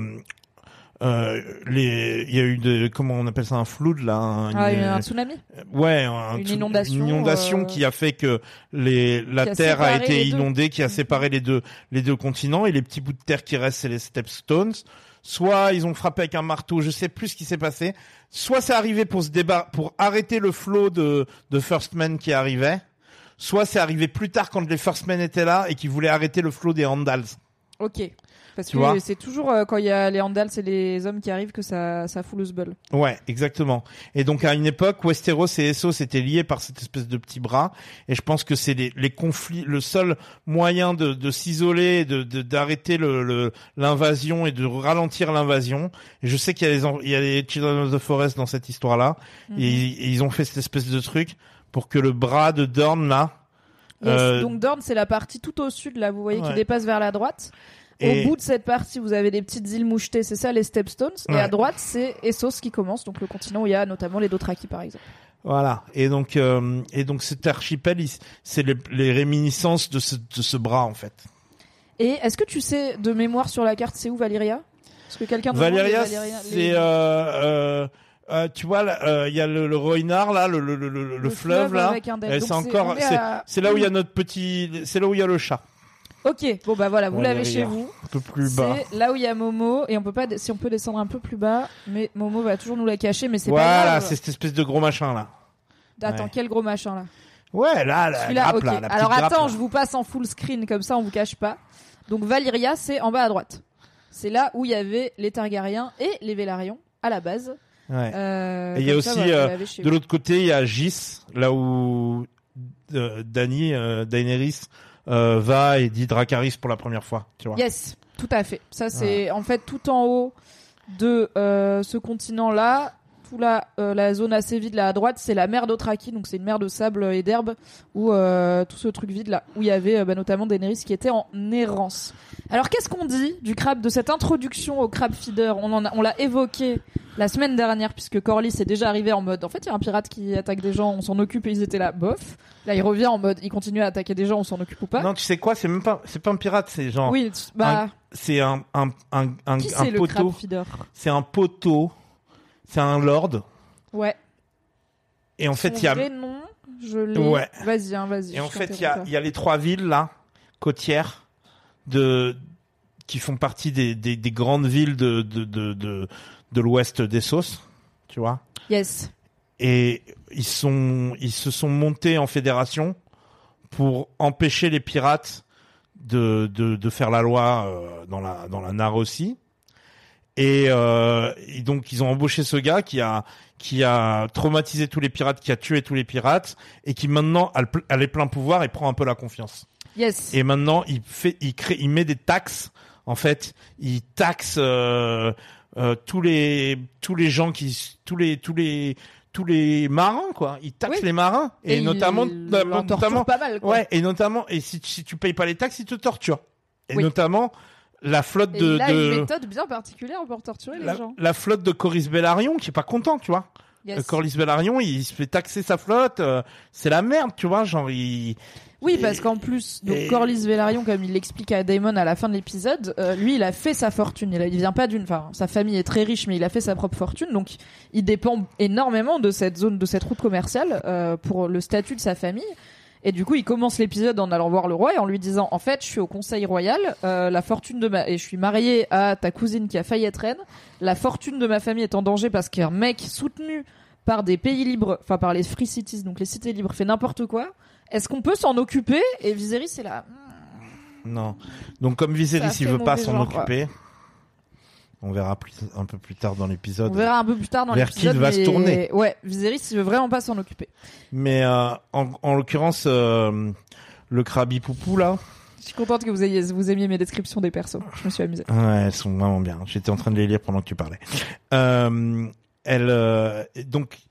Euh, les, il y a eu de, comment on appelle ça, un flood là, un, ah, une, un tsunami. Ouais, un, une inondation, une inondation euh... qui a fait que les, la qui terre a, a été deux. inondée, qui a séparé les deux, les deux continents et les petits bouts de terre qui restent, c'est les Stepstones. Soit ils ont frappé avec un marteau, je sais plus ce qui s'est passé. Soit c'est arrivé pour se débar, pour arrêter le flot de, de First Men qui arrivait. Soit c'est arrivé plus tard quand les First Men étaient là et qui voulaient arrêter le flot des Andals. Ok. Parce tu que vois c'est toujours euh, quand il y a les Andals et les hommes qui arrivent que ça, ça fout le sbul. Ouais, exactement. Et donc à une époque, Westeros et Essos étaient liés par cette espèce de petit bras. Et je pense que c'est les, les conflits, le seul moyen de, de s'isoler, de, de d'arrêter le, le l'invasion et de ralentir l'invasion. Et je sais qu'il y a les il y a les Children of the Forest dans cette histoire-là. Mm-hmm. Et, et ils ont fait cette espèce de truc pour que le bras de Dorne là. Yes, euh... donc Dorne c'est la partie tout au sud là, vous voyez, ouais. qui dépasse vers la droite. Et... Au bout de cette partie, vous avez des petites îles mouchetées, c'est ça les Stepstones. Ouais. Et à droite, c'est Essos qui commence, donc le continent où il y a notamment les Dothraki par exemple. Voilà. Et donc, euh, et donc cet archipel, il, c'est les, les réminiscences de ce, de ce bras en fait. Et est-ce que tu sais de mémoire sur la carte, c'est où Valyria? Est-ce que quelqu'un Valyria, Valyria c'est les... euh, euh, euh, tu vois, il euh, y a le, le Roynard là, le, le, le, le, le fleuve, fleuve là. Avec un deck. Et c'est encore, c'est, à... c'est là où il y a notre petit, c'est là où il y a le chat. Ok, bon bah voilà, vous ouais, l'avez chez vous. Un peu plus bas. C'est là où il y a Momo et on peut pas, si on peut descendre un peu plus bas, mais Momo va toujours nous la cacher, mais c'est voilà, pas grave. Voilà, c'est cette espèce de gros machin là. Attends, ouais. Quel gros machin là? Ouais, là, la Celui-là, grappe okay. là, la Alors petite attends, grappe, je vous passe en full screen comme ça, on vous cache pas. Donc Valyria, c'est en bas à droite. C'est là où il y avait les Targaryens et les Vélarions à la base. Ouais. Euh, et il y a aussi ça, voilà, euh, de l'autre côté, il y a Gis, là où euh, Dany, euh, Daenerys. Euh, va et dit Dracarys pour la première fois, tu vois. Yes, tout à fait. Ça c'est ouais. En fait tout en haut de euh, ce continent-là, tout là, euh, la zone assez vide là à droite, c'est la mer d'Othraki, donc c'est une mer de sable et d'herbe où euh, tout ce truc vide là, où il y avait euh, bah, notamment Daenerys qui était en errance. Alors qu'est-ce qu'on dit du crabe, de cette introduction au crabe feeder? On en a, on l'a évoqué la semaine dernière puisque Corlys est déjà arrivé en mode en fait il y a un pirate qui attaque des gens, on s'en occupe et ils étaient là, bof. Là il revient en mode il continue à attaquer des gens, on s'en occupe ou pas. Non, tu sais quoi, c'est même pas c'est pas un pirate, c'est genre oui, bah un, c'est un un un un, qui un c'est poteau. Le crabe feeder c'est un poteau. C'est un lord. Ouais. Et en Son fait il y a vrai nom, je l'ai. Ouais. Vas-y hein, vas-y. Et en fait il y a il y a les trois villes là côtières de qui font partie des des des grandes villes de de de de, de l'ouest d'Essos, tu vois. Yes. Et ils sont, ils se sont montés en fédération pour empêcher les pirates de de, de faire la loi euh, dans la dans la Narrow Sea. Et, euh, et donc ils ont embauché ce gars qui a qui a traumatisé tous les pirates, qui a tué tous les pirates et qui maintenant a, le, a les pleins pouvoirs et prend un peu la confiance. Yes. Et maintenant il fait, il crée, il met des taxes. En fait, il taxe euh, euh, tous les tous les gens qui tous les tous les tous les marins quoi, ils taxent oui. les marins et, et notamment il notamment pas mal quoi. Ouais, et notamment et si si tu payes pas les taxes, ils te torturent. Et oui. notamment la flotte Et de, il a de... une méthode bien particulière pour torturer la, les gens. La flotte de Coris Bellarion qui est pas content, tu vois. Yes. Euh, Coris Bellarion, il se fait taxer sa flotte, euh, c'est la merde, tu vois, genre il... Oui, et... parce qu'en plus, donc et... Corlys Velaryon, comme il l'explique à Daemon à la fin de l'épisode, euh, lui, il a fait sa fortune. Il, a, il vient pas d'une, enfin, sa famille est très riche, mais il a fait sa propre fortune, donc il dépend énormément de cette zone, de cette route commerciale euh, pour le statut de sa famille. Et du coup, il commence l'épisode en allant voir le roi et en lui disant, en fait, je suis au conseil royal, euh, la fortune de ma, et je suis marié à ta cousine qui a failli être reine. La fortune de ma famille est en danger parce qu'un mec soutenu par des pays libres, enfin par les free cities, donc les cités libres, fait n'importe quoi. Est-ce qu'on peut s'en occuper? Et Viserys est là. Non. Donc comme Viserys, il veut pas s'en genre, occuper. Quoi. On verra plus, un peu plus tard dans l'épisode. On verra un peu plus tard dans vers l'épisode. Vers qui il va mais... se tourner. Ouais, Viserys, il veut vraiment pas s'en occuper. Mais euh, en, en l'occurrence, euh, le Krabi Poupou là. Je suis contente que vous ayez, vous aimiez mes descriptions des persos. Je me suis amusée. Ouais, elles sont vraiment bien. J'étais en train de les lire pendant que tu parlais. Euh, elle, euh, donc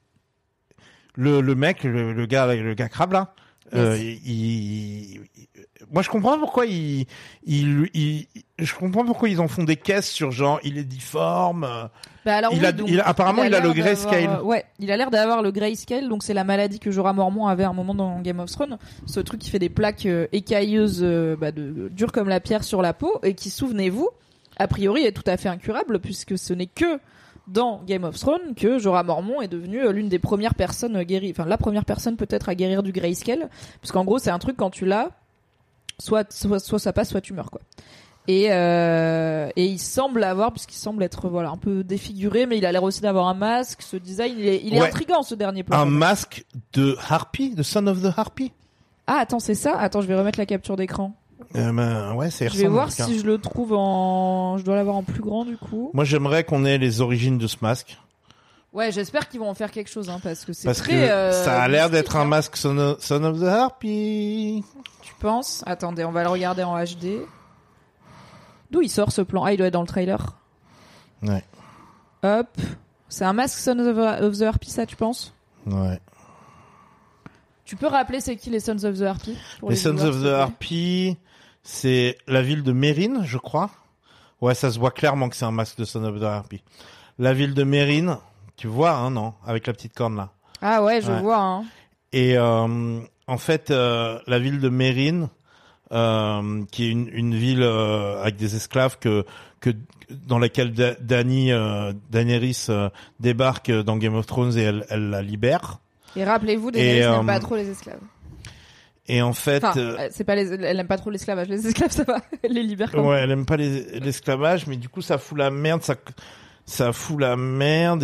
le, le mec, le, le gars, le gars crabe là. Yes. Euh, il, il, moi je comprends pourquoi il, il, il, je comprends pourquoi ils en font des caisses sur genre il est difforme. Bah alors il oui, a, donc, il a, apparemment il a, il a le grayscale. Ouais, il a l'air d'avoir le grayscale, donc c'est la maladie que Jorah Mormont avait à un moment dans Game of Thrones. Ce truc qui fait des plaques euh, écailleuses, euh, bah, de, de, dures comme la pierre sur la peau et qui, souvenez-vous, a priori est tout à fait incurable puisque ce n'est que dans Game of Thrones que Jorah Mormont est devenu l'une des premières personnes guéries, enfin la première personne peut-être à guérir du grayscale, parce qu'en gros c'est un truc quand tu l'as, soit soit, soit ça passe, soit tu meurs quoi. Et euh, et il semble avoir, puisqu'il semble être voilà un peu défiguré, mais il a l'air aussi d'avoir un masque. Ce design, il est il est ouais. intriguant ce dernier plan. Un masque de Harpy, de Son of the Harpy. Ah attends c'est ça. Attends je vais remettre la capture d'écran. Euh, ben, ouais, c'est je vais voir si je le trouve en... Je dois l'avoir en plus grand, du coup. Moi, j'aimerais qu'on ait les origines de ce masque. Ouais, j'espère qu'ils vont en faire quelque chose, hein, parce que c'est parce très... que euh, ça a l'air d'être hein. un masque son of, son of the Harpy. Tu penses? Attendez, on va le regarder en H D. D'où il sort, ce plan? Ah, il doit être dans le trailer. Ouais. Hop. C'est un masque Sons of, of the Harpy, ça, tu penses? Ouais. Tu peux rappeler c'est qui les Sons of the Harpy? Les, les Sons of the Harpy... C'est la ville de Meereen, je crois. Ouais, ça se voit clairement que c'est un masque de Son of the Harpy. La ville de Meereen, tu vois, hein, non, avec la petite corne là. Ah ouais, je ouais. vois. Hein. Et euh, en fait, euh, la ville de Meereen, euh, qui est une, une ville euh, avec des esclaves que que dans laquelle da- Dany, euh, Daenerys euh, débarque dans Game of Thrones et elle, elle la libère. Et rappelez-vous, Daenerys euh, n'aime pas trop les esclaves. Et en fait, enfin, euh, c'est pas les, elle aime pas trop l'esclavage. Les esclaves, ça va, elle les libère quand même. Ouais, elle aime pas les, l'esclavage, mais du coup, ça fout la merde, ça, ça fout la merde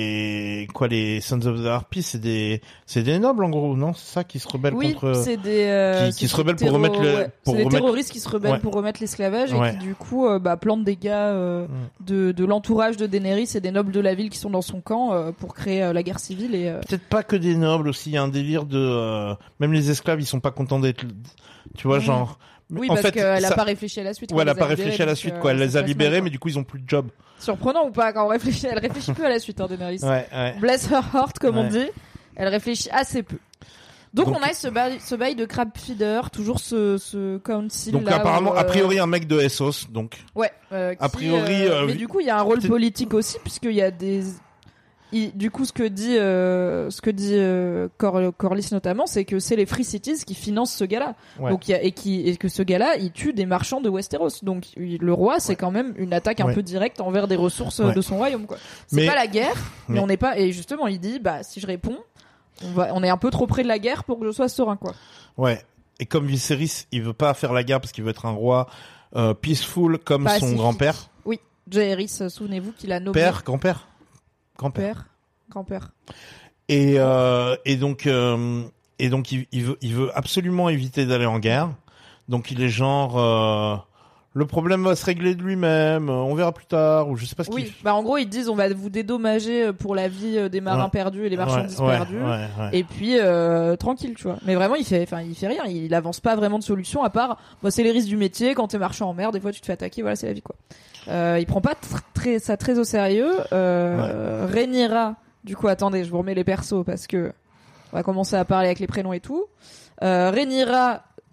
et quoi, les Sons of the Harpy, c'est des, c'est des nobles en gros, non? C'est ça qui se rebellent oui, contre. Oui, c'est des, euh, qui, qui se rebellent pour terro... remettre le, ouais. pour c'est remettre... des terroristes qui se rebellent ouais. pour remettre l'esclavage ouais. et qui du coup, euh, bah, plantent des gars euh, mm. de, de l'entourage de Daenerys et des nobles de la ville qui sont dans son camp euh, pour créer euh, la guerre civile et. Euh... Peut-être pas que des nobles aussi, il y a un délire de, euh, même les esclaves, ils sont pas contents d'être, tu vois, mmh. genre. Oui, en parce fait, qu'elle ça... a pas réfléchi à la suite. Ouais, elle a pas réfléchi à la suite, quoi. Elle les a libérés, mais du coup, ils ont plus de job. Surprenant ou pas, quand on réfléchit, elle réfléchit peu à la suite, hein, Daenerys. Ouais, ouais. Bless her heart, comme ouais. on dit. Elle réfléchit assez peu. Donc, donc on a ce bail, ce bail de crab feeder, toujours ce, ce council donc là. Donc apparemment, où, euh... a priori, un mec de Essos, donc. Ouais. Euh, qui, a priori. Euh, euh, mais du coup, il y a un rôle politique aussi, puisqu'il y a des. Il, du coup, ce que dit, euh, ce que dit euh, Cor- Corlys notamment, c'est que c'est les Free Cities qui financent ce gars-là. Ouais. Donc, il y a, et qui, et que ce gars-là, il tue des marchands de Westeros. Donc, il, le roi, c'est ouais. quand même une attaque un ouais. peu directe envers des ressources ouais. de son royaume, quoi. C'est mais... pas la guerre, mais, mais on n'est pas. Et justement, il dit, bah, si je réponds, on va, on est un peu trop près de la guerre pour que je sois serein, quoi. Ouais. Et comme Viserys, il veut pas faire la guerre parce qu'il veut être un roi euh, peaceful comme Pacifique. Son grand-père. Oui. Jaehaerys, souvenez-vous qu'il a nommé. Père, grand-père. Grand-père. Père. Grand-père. Et euh, et donc euh, et donc il, il veut il veut absolument éviter d'aller en guerre. Donc il est genre euh, le problème va se régler de lui-même, on verra plus tard ou je sais pas ce oui, qu'il bah en gros ils disent on va vous dédommager pour la vie des marins ouais. perdus et les marchandises ouais, perdues ouais, ouais, ouais. et puis euh, tranquille tu vois. Mais vraiment il fait enfin il fait rien, il avance pas vraiment de solution à part moi c'est les risques du métier, quand t'es marchand en mer des fois tu te fais attaquer, voilà c'est la vie quoi. Euh, il prend pas tr- très ça très au sérieux. Euh, ouais. Rhaenyra du coup attendez je vous remets les persos parce que on va commencer à parler avec les prénoms et tout. Euh, Rhaenyra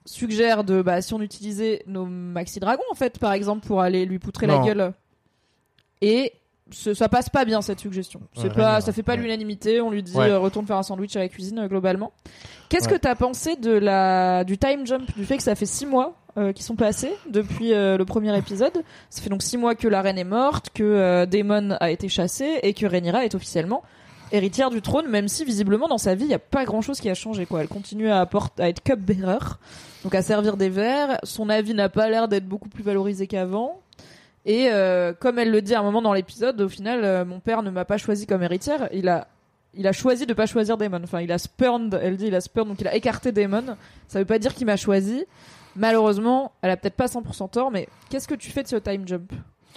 suggère de, bah, si on utilisait nos maxi dragons, en fait, par exemple, pour aller lui poutrer non. la gueule. Et ce, ça passe pas bien, cette suggestion. C'est ouais, pas, ça fait pas ouais. l'unanimité. On lui dit, ouais. euh, retourne faire un sandwich à la cuisine, euh, globalement. Qu'est-ce ouais. que t'as pensé de la, du time jump, du fait que ça fait six mois, euh, qui sont passés depuis euh, le premier épisode? Ça fait donc six mois que la reine est morte, que euh, Daemon a été chassé et que Rhaenyra est officiellement héritière du trône, même si visiblement dans sa vie il y a pas grand chose qui a changé, quoi. Elle continue à, apport- à être cupbearer, donc à servir des verres. Son avis n'a pas l'air d'être beaucoup plus valorisé qu'avant. Et euh, comme elle le dit à un moment dans l'épisode, au final, euh, mon père ne m'a pas choisi comme héritière. Il a, il a choisi de pas choisir Daemon. Enfin, il a spurned. Elle dit, il a spurned, donc il a écarté Daemon. Ça veut pas dire qu'il m'a choisi. Malheureusement, elle a peut-être pas cent pour cent tort. Mais qu'est-ce que tu fais de ce time jump?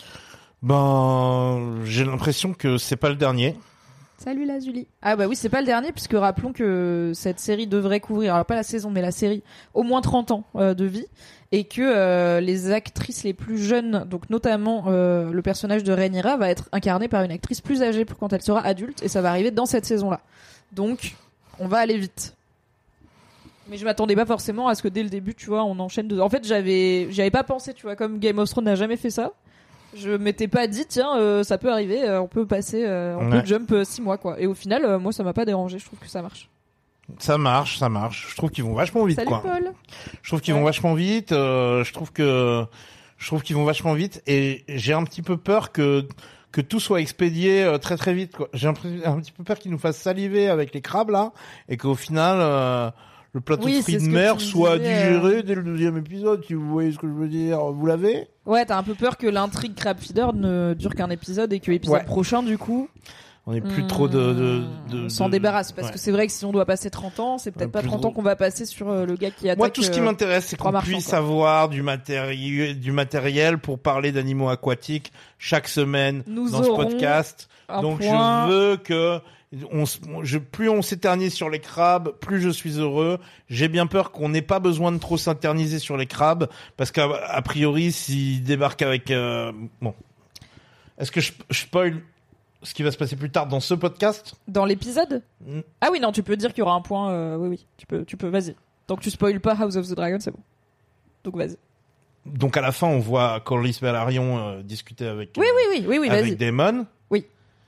Ben, j'ai l'impression que c'est pas le dernier. Salut la Julie. Ah bah oui, c'est pas le dernier, puisque rappelons que cette série devrait couvrir, alors pas la saison, mais la série, au moins trente ans euh, de vie, et que euh, les actrices les plus jeunes, donc notamment euh, le personnage de Rhaenyra, va être incarné par une actrice plus âgée pour quand elle sera adulte, et ça va arriver dans cette saison-là. Donc, on va aller vite. Mais je m'attendais pas forcément à ce que dès le début, tu vois, on enchaîne de... En fait, j'avais, j'avais pas pensé, tu vois, comme Game of Thrones n'a jamais fait ça. Je m'étais pas dit tiens euh, ça peut arriver, euh, on peut passer euh, on ouais. peut jump euh, six mois, quoi. Et au final euh, moi ça m'a pas dérangé, je trouve que ça marche. Ça marche, ça marche. Je trouve qu'ils vont vachement vite. Salut quoi. Paul. Je trouve qu'ils ouais. vont vachement vite, euh, je trouve que je trouve qu'ils vont vachement vite et j'ai un petit peu peur que que tout soit expédié euh, très très vite, quoi. J'ai un, un petit peu peur qu'ils nous fassent saliver avec les crabes là et qu'au final euh, le plateau oui, de fruits de mer soit disais, digéré euh... dès le deuxième épisode, si vous voyez ce que je veux dire. Vous l'avez? Ouais, t'as un peu peur que l'intrigue Crab Feeder ne dure qu'un épisode et que l'épisode ouais. prochain, du coup... On n'est plus mmh, trop de... de, de on s'en de... débarrasse, parce ouais. que c'est vrai que si on doit passer trente ans, c'est peut-être ouais, pas trente ans qu'on va passer sur euh, le gars qui attaque... Moi, tout ce qui m'intéresse, c'est qu'on puisse quoi. avoir du matériel, du matériel pour parler d'animaux aquatiques chaque semaine Nous dans ce podcast. Donc point. je veux que... On, je, plus on s'éternise sur les crabes, plus je suis heureux. J'ai bien peur qu'on n'ait pas besoin de trop s'éterniser sur les crabes, parce qu'a a priori, s'ils débarquent avec... Euh, bon. Est-ce que je, je spoil ce qui va se passer plus tard dans ce podcast? Dans l'épisode? mm. Ah oui, non, tu peux dire qu'il y aura un point... Euh, oui, oui, tu peux, tu peux, vas-y. Tant que tu spoil pas House of the Dragon, c'est bon. Donc vas-y. Donc à la fin, on voit Corlys Velaryon euh, discuter avec... Oui, euh, oui, oui, oui, oui, avec vas-y. Daemon. Oui.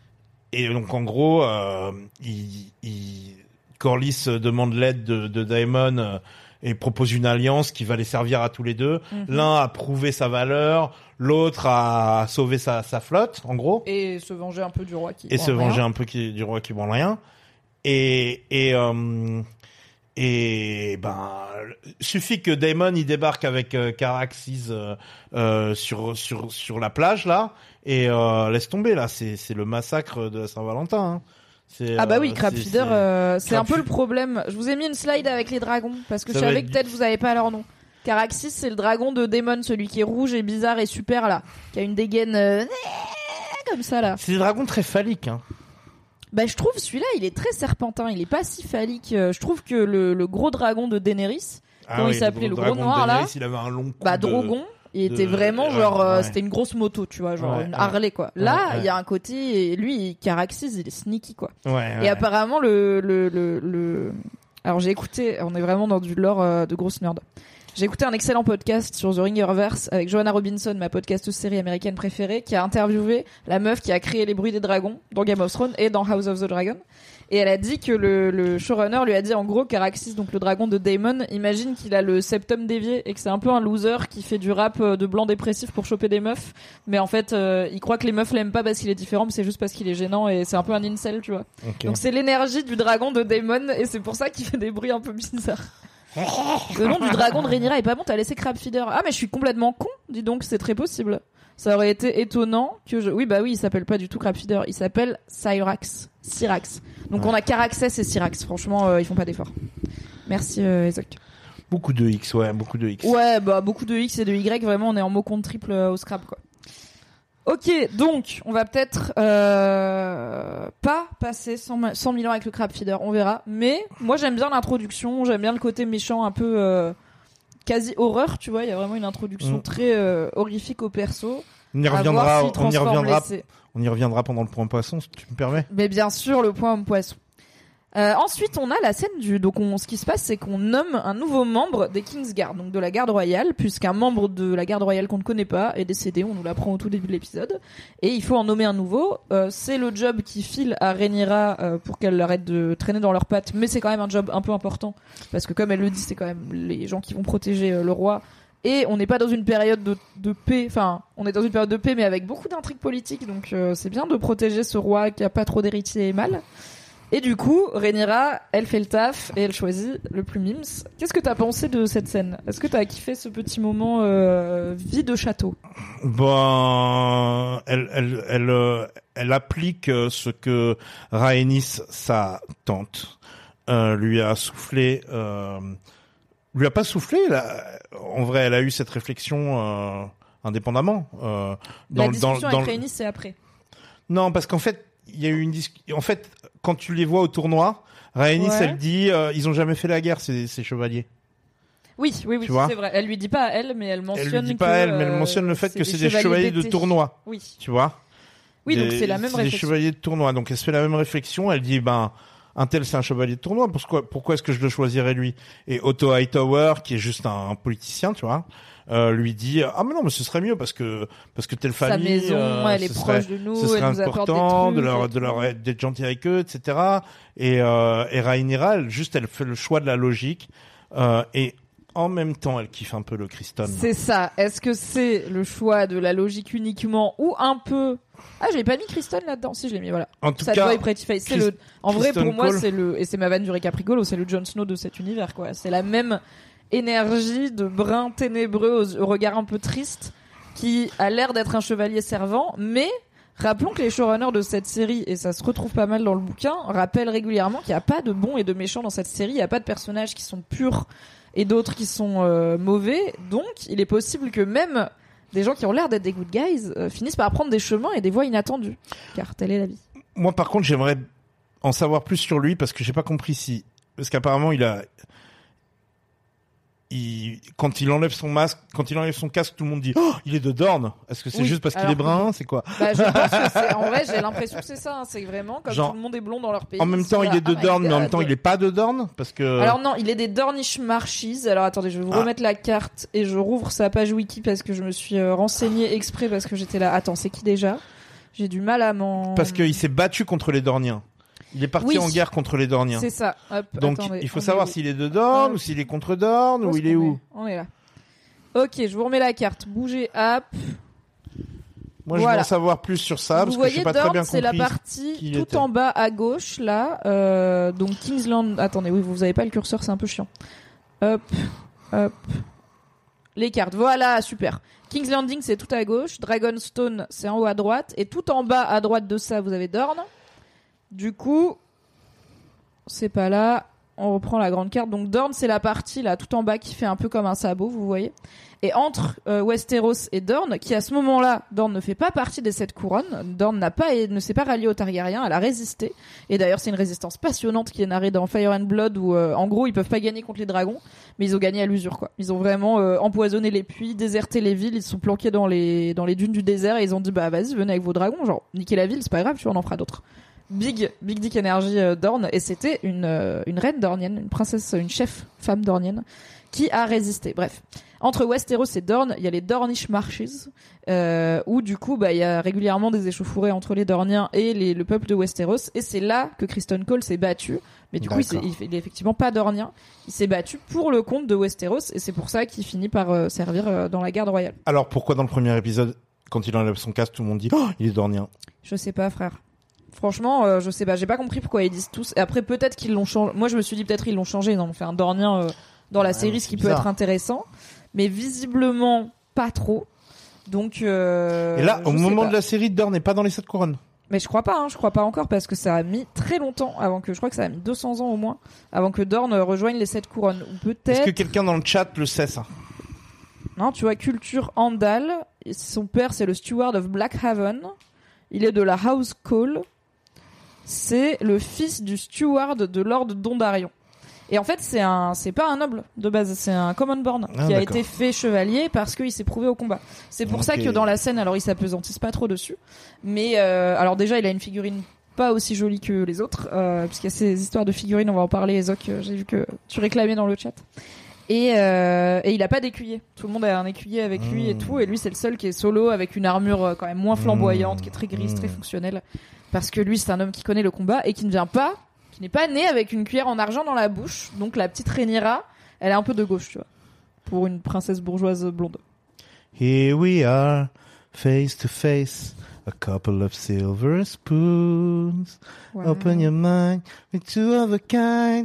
Et donc en gros, euh, il, il, Corlys demande l'aide de, de Daemon euh, et propose une alliance qui va les servir à tous les deux. Mm-hmm. L'un a prouvé sa valeur, l'autre a sauvé sa, sa flotte, en gros. Et se venger un peu du roi qui. Et se venger rien. un peu qui, du roi qui branle rien. Et et euh, et ben suffit que Daemon il débarque avec euh, Caraxes euh, euh, sur sur sur la plage là. Et euh, laisse tomber là, c'est c'est le massacre de la Saint-Valentin. Hein. C'est, ah bah oui, Crab c'est, Feeder, c'est, euh, c'est Crab un peu le problème. Je vous ai mis une slide avec les dragons parce que ça je savais être... que peut-être vous avez pas leur nom. Caraxes, c'est le dragon de Daemon, celui qui est rouge et bizarre et super là, qui a une dégaine euh, comme ça là. C'est des dragons très phalliques. Hein. Bah je trouve celui-là, il est très serpentin, il est pas si phallique. Je trouve que le, le gros dragon de Daenerys, ah comment oui, il s'appelait, le gros, le gros noir Daenerys, là, il avait un long cou bah de... Drogon. Il était de... vraiment genre, euh, ouais. c'était une grosse moto, tu vois, genre ouais, une ouais. Harley quoi. Là, il ouais, ouais. y a un côté, et lui, Caraxes, il est sneaky quoi. Ouais, ouais. Et apparemment le le le, le... alors j'ai écouté, on est vraiment dans du lore euh, de grosse nerd. J'ai écouté un excellent podcast sur The Ringerverse avec Joanna Robinson, ma podcasteuse série américaine préférée, qui a interviewé la meuf qui a créé les bruits des dragons dans Game of Thrones et dans House of the Dragon. Et elle a dit que le, le showrunner lui a dit en gros Caraxes, donc le dragon de Daemon, imagine qu'il a le septum dévié et que c'est un peu un loser qui fait du rap de blanc dépressif pour choper des meufs. Mais en fait, euh, il croit que les meufs l'aiment pas parce qu'il est différent, mais c'est juste parce qu'il est gênant et c'est un peu un incel, tu vois. Okay. Donc c'est l'énergie du dragon de Daemon et c'est pour ça qu'il fait des bruits un peu bizarres. Le nom du dragon de Rhaenyra est pas bon, t'as laissé Crab Feeder. Ah mais je suis complètement con, dis donc, c'est très possible. Ça aurait été étonnant que je... Oui bah oui, il s'appelle pas du tout Crab Feeder, il s'appelle Syrax. Syrax. Donc ouais. On a Caraxes et Syrax, franchement euh, ils font pas d'efforts. Merci euh, Ezok. Beaucoup de X, ouais, beaucoup de X. Ouais, bah beaucoup de X et de Y, vraiment on est en mot compte triple euh, au Scrabble quoi. Ok, donc on va peut-être euh, pas passer cent mille ans avec le Crab Feeder, on verra. Mais moi j'aime bien l'introduction, j'aime bien le côté méchant un peu euh, quasi horreur, tu vois. Il y a vraiment une introduction mmh. très euh, horrifique au perso. On y reviendra, on y reviendra, on y reviendra pendant le point poisson, si tu me permets. Mais bien sûr, le point poisson. Euh, ensuite, on a la scène du. Donc, on, ce qui se passe, c'est qu'on nomme un nouveau membre des Kingsguard, donc de la garde royale, puisqu'un membre de la garde royale qu'on ne connaît pas est décédé. On nous l'apprend au tout début de l'épisode, et il faut en nommer un nouveau. Euh, c'est le job qui file à Rhaenyra euh, pour qu'elle arrête de traîner dans leurs pattes, mais c'est quand même un job un peu important parce que, comme elle le dit, c'est quand même les gens qui vont protéger euh, le roi. Et on n'est pas dans une période de, de paix, enfin, on est dans une période de paix, mais avec beaucoup d'intrigues politiques, donc euh, c'est bien de protéger ce roi qui a pas trop d'héritiers et mal. Et du coup, Rhaenyra, elle fait le taf et elle choisit le plus mims. Qu'est-ce que t'as pensé de cette scène ? Est-ce que t'as kiffé ce petit moment euh, vie de château ? Bon, elle, elle, elle, euh, elle applique ce que Rhaenys, sa tante, euh, lui a soufflé. Euh, lui a pas soufflé. Là. En vrai, elle a eu cette réflexion euh, indépendamment. Euh, dans, La discussion dans, avec dans Rhaenys, c'est après. Non, parce qu'en fait, il y a eu une discussion. En fait, quand tu les vois au tournoi, Rhaenys, Ouais. elle dit, euh, ils ont jamais fait la guerre, ces, ces chevaliers. Oui, oui, oui, Tu vois ? c'est vrai. Elle lui dit pas à elle, mais elle mentionne Elle lui dit que, pas à elle, mais elle euh, mentionne le fait que c'est des chevaliers chevaliers de d'été. tournoi. Oui. Tu vois ? Oui, donc Des- c'est la même c'est des réflexion. chevaliers de tournoi. Donc elle se fait la même réflexion. Elle dit, ben, un tel c'est un chevalier de tournoi. Pourquoi, pourquoi est-ce que je le choisirais lui ? Et Otto Hightower, qui est juste un, un politicien, tu vois, euh, lui dit, ah mais non, mais ce serait mieux parce que parce que telle Sa famille, maison, euh, elle est ce proche serait, de nous, ce serait elle nous apporte des important trucs. de leur et de tout. leur d'être gentil avec eux, et cetera. Et euh, et Rhaenyra, elle, juste, elle fait le choix de la logique euh, et en même temps, elle kiffe un peu le Criston. C'est ça. Est-ce que c'est le choix de la logique uniquement ou un peu... Ah, j'ai pas mis Kristen là-dedans. Si, je l'ai mis, voilà. En tout Ça cas, doit être Pretty Face. C'est Chris- le... En vrai, Kristen pour moi, Cole. c'est le... Et c'est ma vanne du Récapricolo, c'est le Jon Snow de cet univers, quoi. C'est la même énergie de brun ténébreux au, au regard un peu triste qui a l'air d'être un chevalier servant, mais... Rappelons que les showrunners de cette série, et ça se retrouve pas mal dans le bouquin, rappellent régulièrement qu'il n'y a pas de bons et de méchants dans cette série, il n'y a pas de personnages qui sont purs et d'autres qui sont euh, mauvais, donc il est possible que même des gens qui ont l'air d'être des good guys euh, finissent par prendre des chemins et des voies inattendues, car telle est la vie. Moi, par contre, j'aimerais en savoir plus sur lui parce que j'ai pas compris si, parce qu'apparemment, il a, il, quand il enlève son masque, quand il enlève son casque, tout le monde dit, oh, il est de Dorne. Est-ce que c'est Oui, juste parce qu'il alors est brun? C'est quoi? Bah, je pense que c'est, en vrai, j'ai l'impression que c'est ça, hein, c'est vraiment comme Genre, tout le monde est blond dans leur pays. En même temps, il est de Oh my Dorne, mais en God. même temps, il est pas de Dorne parce que. Alors non, il est des Dornish Marshes. Alors attendez, je vais vous Ah. remettre la carte et je rouvre sa page wiki parce que je me suis euh, renseignée exprès parce que j'étais là. Attends, c'est qui déjà? J'ai du mal à m'en... Parce qu'il s'est battu contre les Dorniens. Il est parti Oui. en guerre contre les Dorniens. C'est ça. Hop, Donc, attendez, il faut on savoir est où s'il est de Dorne Euh, ou s'il est contre Dorne ou est-ce il est qu'on où. On est là. Ok, je vous remets la carte. Bougez, hop. Moi, je Voilà. veux en savoir plus sur ça vous parce que voyez, je sais pas très Dorne, bien c'est la compris. partie qui il tout était. en bas à gauche, là. Euh, donc Kingsland... Attendez, oui, vous avez pas le curseur, c'est un peu chiant. Hop, hop. Les cartes, voilà, super. King's Landing, c'est tout à gauche. Dragonstone, c'est en haut à droite. Et tout en bas à droite de ça, vous avez Dorne. Du coup, c'est pas là. On reprend la grande carte. Donc Dorne, c'est la partie là tout en bas qui fait un peu comme un sabot, vous voyez. Et entre euh, Westeros et Dorne, qui à ce moment-là, Dorne ne fait pas partie des sept couronnes. Dorne n'a pas, ne s'est pas ralliée aux Targaryens. Elle a résisté. Et d'ailleurs, c'est une résistance passionnante qui est narrée dans Fire and Blood où, euh, en gros, ils peuvent pas gagner contre les dragons, mais ils ont gagné à l'usure, quoi. Ils ont vraiment euh, empoisonné les puits, déserté les villes. Ils se sont planqués dans les dans les dunes du désert et ils ont dit bah vas-y, venez avec vos dragons, genre niquez la ville, c'est pas grave, tu vois, on en fera d'autres. Big, Big Dick Energy euh, Dorne, et c'était une, euh, une reine dornienne, une princesse, une chef femme dornienne, qui a résisté. Bref. Entre Westeros et Dorne, il y a les Dornish Marshes, euh, où du coup, bah, il y a régulièrement des échauffourées entre les Dorniens et les, le peuple de Westeros, et c'est là que Kristen Cole s'est battu. Mais du coup, il, s'est- il, il est effectivement pas Dornien. Il s'est battu pour le compte de Westeros, et c'est pour ça qu'il finit par euh, servir euh, dans la garde royale. Alors pourquoi dans le premier épisode, quand il enlève son casque, tout le monde dit, oh, il est Dornien. Je sais pas, frère. Franchement, euh, je sais pas. J'ai pas compris pourquoi ils disent tous. Et après, peut-être qu'ils l'ont changé. Moi, je me suis dit peut-être ils l'ont changé. Ils en ont fait un Dornien euh, dans la Ouais, série, mais ce c'est qui peut bizarre. être intéressant. Mais visiblement, pas trop. Donc. Euh, Et là, je au sais moment pas. de la série, Dorne n'est pas dans les sept couronnes. Mais je crois pas. Hein, je crois pas encore parce que ça a mis très longtemps avant que. Je crois que ça a mis deux cents ans au moins avant que Dorne euh, rejoigne les sept couronnes. Ou Est-ce peut-être. que quelqu'un dans le chat le sait, ça? Non, tu vois, culture Andal. Et son père, c'est le steward of Blackhaven. Il est de la House Cole. C'est le fils du steward de Lord Dondarion. Et en fait, c'est un, c'est pas un noble de base, c'est un commonborn Ah, qui a d'accord. été fait chevalier parce qu'il s'est prouvé au combat. C'est pour ça Ok. que dans la scène, alors ils s'apesantissent pas trop dessus, mais euh, alors déjà, il a une figurine pas aussi joli que les autres, euh, puisqu'il y a ces histoires de figurines, on va en parler, Ezoc, euh, j'ai vu que tu réclamais dans le chat. Et, euh, et il a pas d'écuyer. Tout le monde a un écuyer avec lui mmh. et tout, et lui c'est le seul qui est solo avec une armure quand même moins flamboyante, mmh. qui est très grise, mmh. très fonctionnelle, parce que lui c'est un homme qui connaît le combat et qui ne vient pas, qui n'est pas né avec une cuillère en argent dans la bouche. Donc la petite Rhaenyra, elle est un peu de gauche, tu vois, pour une princesse bourgeoise blonde. Here we are, face to face, a couple of silver spoons. Wow. Open your mind, with two of a kind.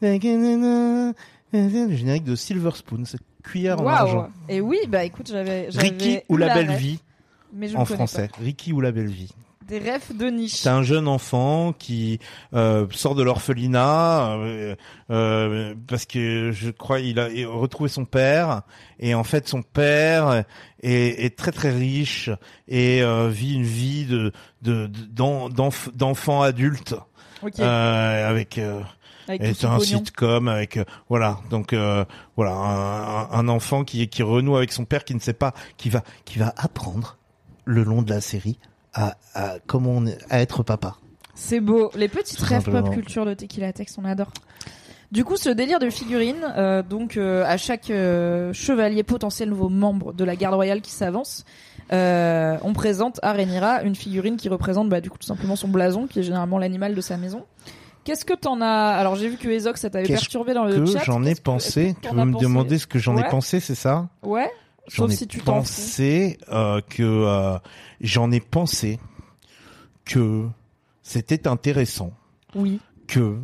Le générique de Silver Spoon, cette cuillère wow. en argent. Et oui, bah écoute, j'avais, j'avais Ricky ou la, la belle ref, vie mais je en français. Pas. Ricky ou la belle vie. Des refs de niche. C'est un jeune enfant qui euh, sort de l'orphelinat euh, euh, parce que je crois il a retrouvé son père et en fait son père est, est très très riche et euh, vit une vie de de, de d'en, d'enf, d'enfant adulte okay. euh, avec euh, c'est un sitcom avec euh, voilà donc euh, voilà un, un enfant qui qui renoue avec son père qui ne sait pas qui va qui va apprendre le long de la série à, à comment on est, à être papa. C'est beau, les petites rêves pop culture de Tequila Tex, on adore. Du coup, ce délire de figurines, euh, donc euh, à chaque euh, chevalier potentiel nouveau membre de la garde royale qui s'avance, euh, on présente à Rhaenyra une figurine qui représente bah du coup tout simplement son blason, qui est généralement l'animal de sa maison. Qu'est-ce que t'en as? Alors j'ai vu que Ezoc ça t'avait Qu'est-ce perturbé dans le que chat. J'en ai pensé. Tu veux me pensé demander ce que j'en ouais. ai pensé, c'est ça? Ouais. J'en Sauf ai si tu t'en pensé euh, que euh, j'en ai pensé que c'était intéressant. Oui. Que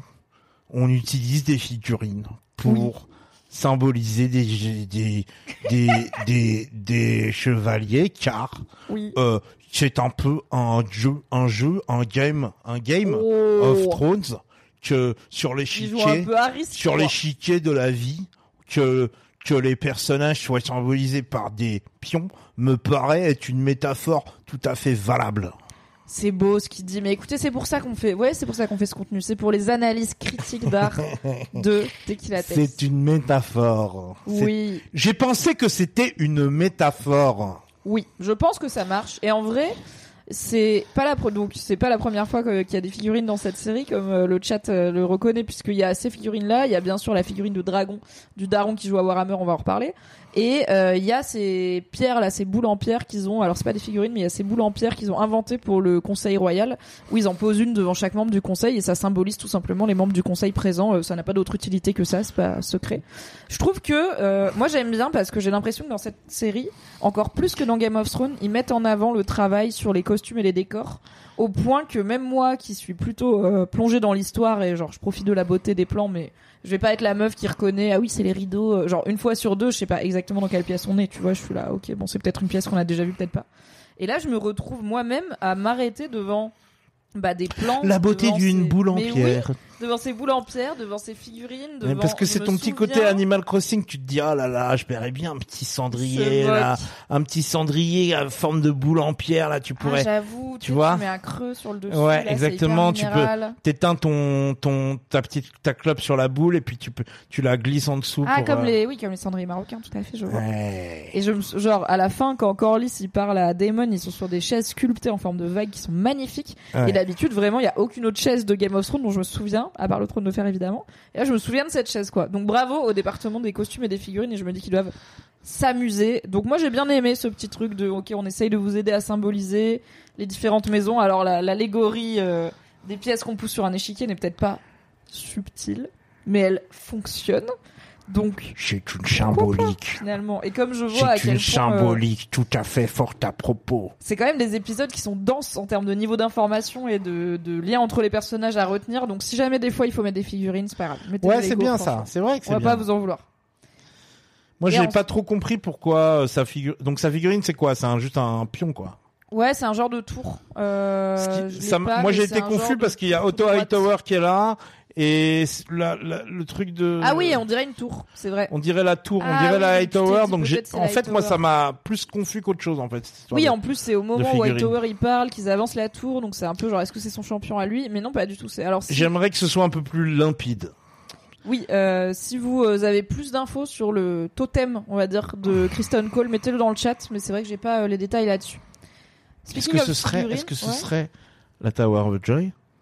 on utilise des figurines pour oui. symboliser des des des des, des chevaliers, car oui. euh, c'est un peu un jeu, un jeu, un game, un game oh. of Thrones que sur l'échiquier, sur l'échiquier de la vie que que les personnages soient symbolisés par des pions me paraît être une métaphore tout à fait valable. C'est beau ce qu'il dit, mais écoutez, c'est pour ça qu'on fait, ouais, c'est pour ça qu'on fait ce contenu, c'est pour les analyses critiques d'art de Tequila Tex. C'est une métaphore. Oui. C'est... J'ai pensé que c'était une métaphore. Oui, je pense que ça marche. Et en vrai, c'est pas la pro- donc c'est pas la première fois que, qu'il y a des figurines dans cette série, comme euh, le chat euh, le reconnaît, puisqu'il y a ces figurines là. Il y a bien sûr la figurine de dragon du daron qui joue à Warhammer, on va en reparler. Et euh, il y a ces pierres là, ces boules en pierre qu'ils ont. Alors c'est pas des figurines, mais il y a ces boules en pierre qu'ils ont inventées pour le Conseil royal, où ils en posent une devant chaque membre du Conseil et ça symbolise tout simplement les membres du Conseil présents. Euh, ça n'a pas d'autre utilité que ça, c'est pas secret. Je trouve que euh, moi j'aime bien parce que j'ai l'impression que dans cette série, encore plus que dans Game of Thrones, ils mettent en avant le travail sur les costumes et les décors, au point que même moi qui suis plutôt euh, plongée dans l'histoire et genre je profite de la beauté des plans, mais je vais pas être la meuf qui reconnaît, ah oui, c'est les rideaux, genre une fois sur deux, je sais pas exactement dans quelle pièce on est, tu vois, je suis là, ok, bon, c'est peut-être une pièce qu'on a déjà vue, peut-être pas. Et là, je me retrouve moi-même à m'arrêter devant, bah, des plans. La beauté d'une ces... boule en Mais pierre. Oui, devant ces boules en pierre, devant ces figurines, devant... Mais parce que c'est ton petit souviens... côté Animal Crossing, tu te dis, ah là là, je verrais bien un petit cendrier, là, un petit cendrier à forme de boule en pierre, là, tu pourrais. Ah, j'avoue, tu, tu vois. Tu mets un creux sur le dessus. Ouais, là, exactement, tu peux, t'éteins ton, ton, ta petite, ta clope sur la boule et puis tu peux, tu la glisses en dessous. Ah, pour, comme euh... les, oui, comme les cendriers marocains, tout à fait, je vois. Ouais. Et je me, genre, à la fin, quand Corlys, il parle à Daemon, ils sont sur des chaises sculptées en forme de vagues qui sont magnifiques. Ouais. Et d'habitude, vraiment, il y a aucune autre chaise de Game of Thrones dont je me souviens, à part le Trône de Fer évidemment. Et là, je me souviens de cette chaise, quoi. Donc bravo au département des costumes et des figurines, et je me dis qu'ils doivent s'amuser. Donc moi, j'ai bien aimé ce petit truc de, ok, on essaye de vous aider à symboliser les différentes maisons. Alors la, l'allégorie euh, des pièces qu'on pousse sur un échiquier n'est peut-être pas subtile, mais elle fonctionne. Donc, c'est une symbolique. Finalement. Et comme je vois à quel point... C'est une symbolique euh, tout à fait forte à propos. C'est quand même des épisodes qui sont denses en termes de niveau d'information et de, de lien entre les personnages à retenir. Donc si jamais des fois il faut mettre des figurines, c'est pas grave. Mettez ouais, c'est bien ça. C'est vrai que c'est bien. On va pas vous en vouloir. Moi, et j'ai en... pas trop compris pourquoi sa figure... Donc sa figurine, c'est quoi? C'est un, juste un pion, quoi. Ouais, c'est un genre de tour. Euh, qui, ça, pas, moi, j'ai été confus parce qu'il y a Otto Hightower qui est là. Et la, la, le truc de... Ah oui, on dirait une tour, c'est vrai. On dirait la tour, ah, on dirait oui, la Hightower. Donc j'ai, en fait, Hightower. moi, ça m'a plus confus qu'autre chose, en fait. Oui, de, en plus, c'est au moment où Hightower il parle, qu'ils avancent la tour, donc c'est un peu genre, est-ce que c'est son champion à lui? Mais non, pas du tout. C'est alors. Si... J'aimerais que ce soit un peu plus limpide. Oui, euh, si vous avez plus d'infos sur le totem, on va dire, de Kristen Cole, mettez-le dans le chat. Mais c'est vrai que j'ai pas euh, les détails là-dessus. Est-ce que ce serait, est-ce que ce ouais. serait la Tower of Joy?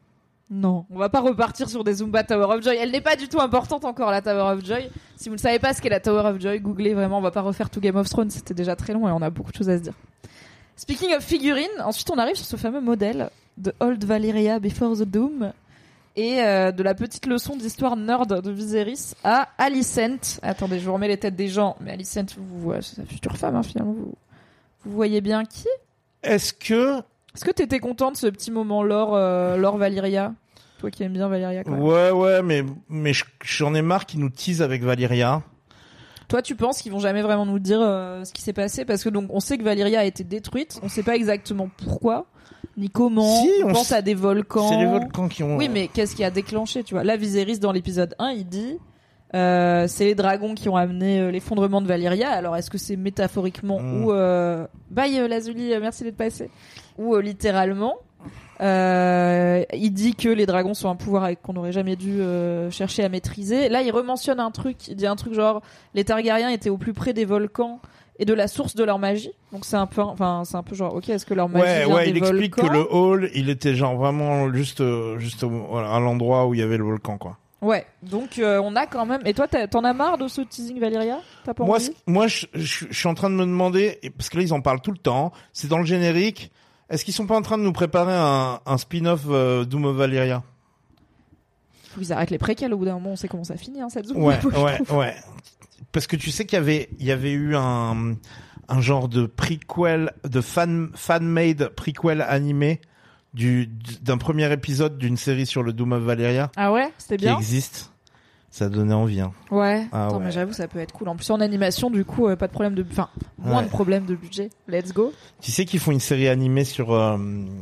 Non, on va pas repartir sur des Zumba Tower of Joy. Elle n'est pas du tout importante encore, la Tower of Joy. Si vous ne savez pas ce qu'est la Tower of Joy, googlez vraiment. On va pas refaire tout Game of Thrones, c'était déjà très long et on a beaucoup de choses à se dire. Speaking of figurines, ensuite on arrive sur ce fameux modèle de Old Valyria Before the Doom et euh, de la petite leçon d'histoire nerd de Viserys à Alicent. Attendez, je vous remets les têtes des gens. Mais Alicent, vous voyez, c'est sa future femme, hein, finalement. Vous, vous voyez bien qui ? Est-ce que... Est-ce que t'étais content de ce petit moment lore, euh, lore Valyria ? Toi qui aimes bien Valyria, quand même. Ouais, ouais, mais, mais j'en ai marre qu'ils nous teasent avec Valyria. Toi, tu penses qu'ils vont jamais vraiment nous dire euh, ce qui s'est passé ? Parce que donc, on sait que Valyria a été détruite. On sait pas exactement pourquoi, ni comment. Si, on, on pense s... à des volcans. C'est les volcans qui ont... Oui, mais qu'est-ce qui a déclenché, tu vois ? Là, Viserys, dans l'épisode un, il dit... Euh, c'est les dragons qui ont amené euh, l'effondrement de Valyria. Alors, est-ce que c'est métaphoriquement mmh. ou... Euh... Bye, euh, Lazuli, euh, merci d'être passé. Ou euh, littéralement. Euh, il dit que les dragons sont un pouvoir qu'on n'aurait jamais dû euh, chercher à maîtriser. Là, il rementionne un truc. Il dit un truc genre les Targaryens étaient au plus près des volcans et de la source de leur magie. Donc c'est un peu, enfin c'est un peu genre ok, est-ce que leur magie ouais, vient ouais, des il volcans ? explique que le hall, il était genre vraiment juste, euh, juste au, voilà, à l'endroit où il y avait le volcan, quoi. Ouais, donc euh, on a quand même. Et toi, t'en as marre de ce teasing Valyria ? T'as pas moi, envie ? moi, je, je, je suis en train de me demander, parce que là ils en parlent tout le temps. C'est dans le générique. Est-ce qu'ils sont pas en train de nous préparer un, un spin-off euh, Doom of Valyria ? Faut qu'ils arrêtent les préquels au bout d'un moment, on sait comment ça finit, hein, cette zone. Ouais, ouais, ouais. Parce que tu sais qu'il y avait, il y avait eu un, un genre de prequel, de fan, fan-made prequel animé du, d'un premier épisode d'une série sur le Doom of Valyria. Ah ouais, c'était bien. Qui existe. Ça donnait envie, hein. Ouais. Ah Attends, ouais. mais j'avoue, ça peut être cool. En plus, en animation, du coup, euh, pas de problème de, enfin, moins ouais. de problème de budget. Let's go. Tu sais qu'ils font une série animée sur, euh,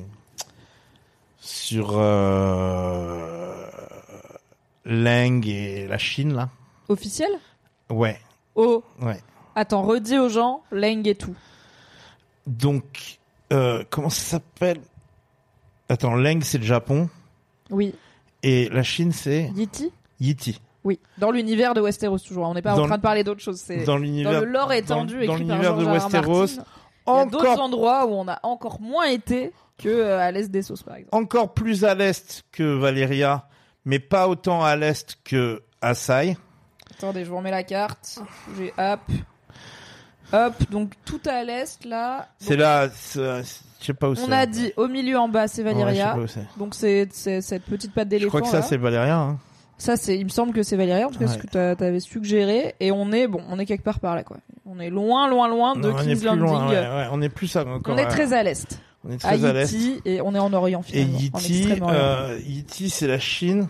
sur, euh, Leng et la Chine, là. Officiel ? Ouais. Oh. Ouais. Attends, redis aux gens, Leng et tout. Donc, euh, comment ça s'appelle ? Attends, Leng, c'est le Japon. Oui. Et la Chine, c'est Yiti ? Yiti. Oui. Dans l'univers de Westeros, toujours. On n'est pas dans en train de parler d'autre chose. C'est dans l'univers, dans le lore étendu dans, écrit dans par l'univers George de R. R. Westeros. Martin. Il y a d'autres Encore, endroits où on a encore moins été que euh, à l'est d'Essos, par exemple. encore plus à l'est que Valyria, mais pas autant à l'est que Asai. Attendez, je vous remets la carte. J'ai hop. Hop, donc tout à l'est, là. C'est donc, là, c'est, je sais pas où c'est. On a dit au milieu en bas, c'est Valyria. Ouais, c'est. Donc c'est, c'est cette petite patte d'éléphant. Je crois que ça, là. c'est Valyria. Hein. Ça, c'est, il me semble que c'est Valyria, en tout cas, ouais. ce que t'a, t'avais suggéré. Et on est, bon, on est quelque part par là, quoi. On est loin, loin, loin de non, King's Landing. Loin, ouais, ouais, on est plus à, encore. On est à... très à l'est. On est très à, à l'est. Yiti, et on est en Orient, Et finalement. Yiti, euh, Yiti, c'est la Chine.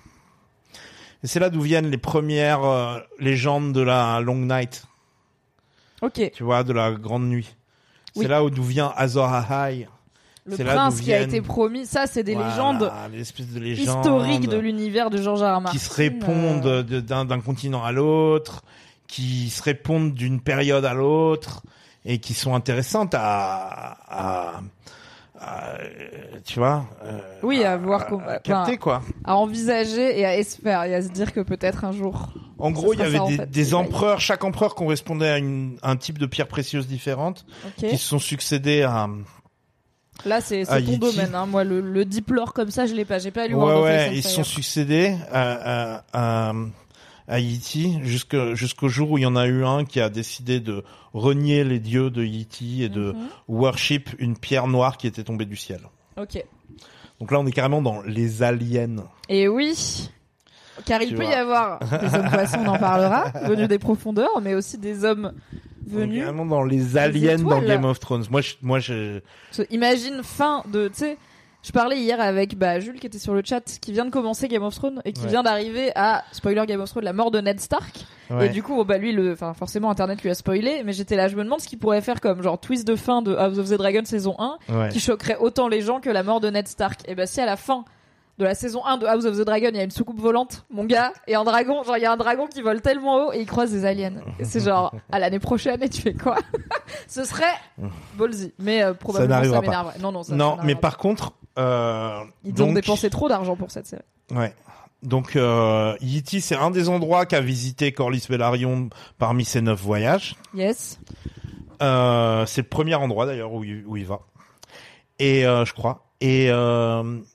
Et c'est là d'où viennent les premières euh, légendes de la Long Night. Ok. Tu vois, de la Grande Nuit. Oui. C'est là où d'où vient Azor Ahai. Le c'est prince là qui a viennent... été promis, ça c'est des voilà, légendes de légendes historiques de l'univers de George R. R. Martin. Qui se répondent euh... de, d'un, d'un continent à l'autre, qui se répondent d'une période à l'autre, et qui sont intéressantes à, à, à tu vois, euh, oui, à, à voir comment, à capter, quoi. À envisager et à espérer, et à se dire que peut-être un jour. En gros, il y avait ça, des, fait, des empereurs, chaque empereur correspondait à une, un type de pierre précieuse différente, okay. qui se sont succédés à... Là, c'est, c'est ton Yiti. Domaine, hein. Moi, le, le deep lore comme ça, je l'ai pas. J'ai pas lu ouais, World of ouais, ils se sont succédés à, à, à, à Yiti jusqu'au, jusqu'au jour où il y en a eu un qui a décidé de renier les dieux de Yiti et de mm-hmm. worship une pierre noire qui était tombée du ciel. Ok. Donc là, on est carrément dans les aliens. Et oui. Car il tu peut vois. y avoir des hommes poissons, on en parlera, venus des profondeurs, mais aussi des hommes venus. Vraiment dans les aliens dans Game of Thrones. Moi, je, moi, je. Imagine fin de, tu sais, je parlais hier avec bah Jules qui était sur le chat, qui vient de commencer Game of Thrones et qui ouais. vient d'arriver à spoiler Game of Thrones, la mort de Ned Stark. Ouais. Et du coup, bah lui, le, enfin forcément Internet lui a spoilé, mais j'étais là, je me demande ce qu'il pourrait faire comme genre twist de fin de House of the Dragon saison un, ouais. qui choquerait autant les gens que la mort de Ned Stark. Et bah si à la fin de la saison un de House of the Dragon, il y a une soucoupe volante, mon gars, et un dragon, genre il y a un dragon qui vole tellement haut et il croise des aliens. Et c'est genre, à l'année prochaine, et tu fais quoi? Ce serait ballsy, mais euh, probablement ça, ça m'énerverait. Non, non, ça, non, ça mais par contre, euh, ils donc... ont dépensé trop d'argent pour cette série. Ouais. Donc, euh, Yiti, c'est un des endroits qu'a visité Corlys Velaryon parmi ses neuf voyages. Yes. Euh, c'est le premier endroit d'ailleurs où il, où il va. Et euh, je crois. Et euh,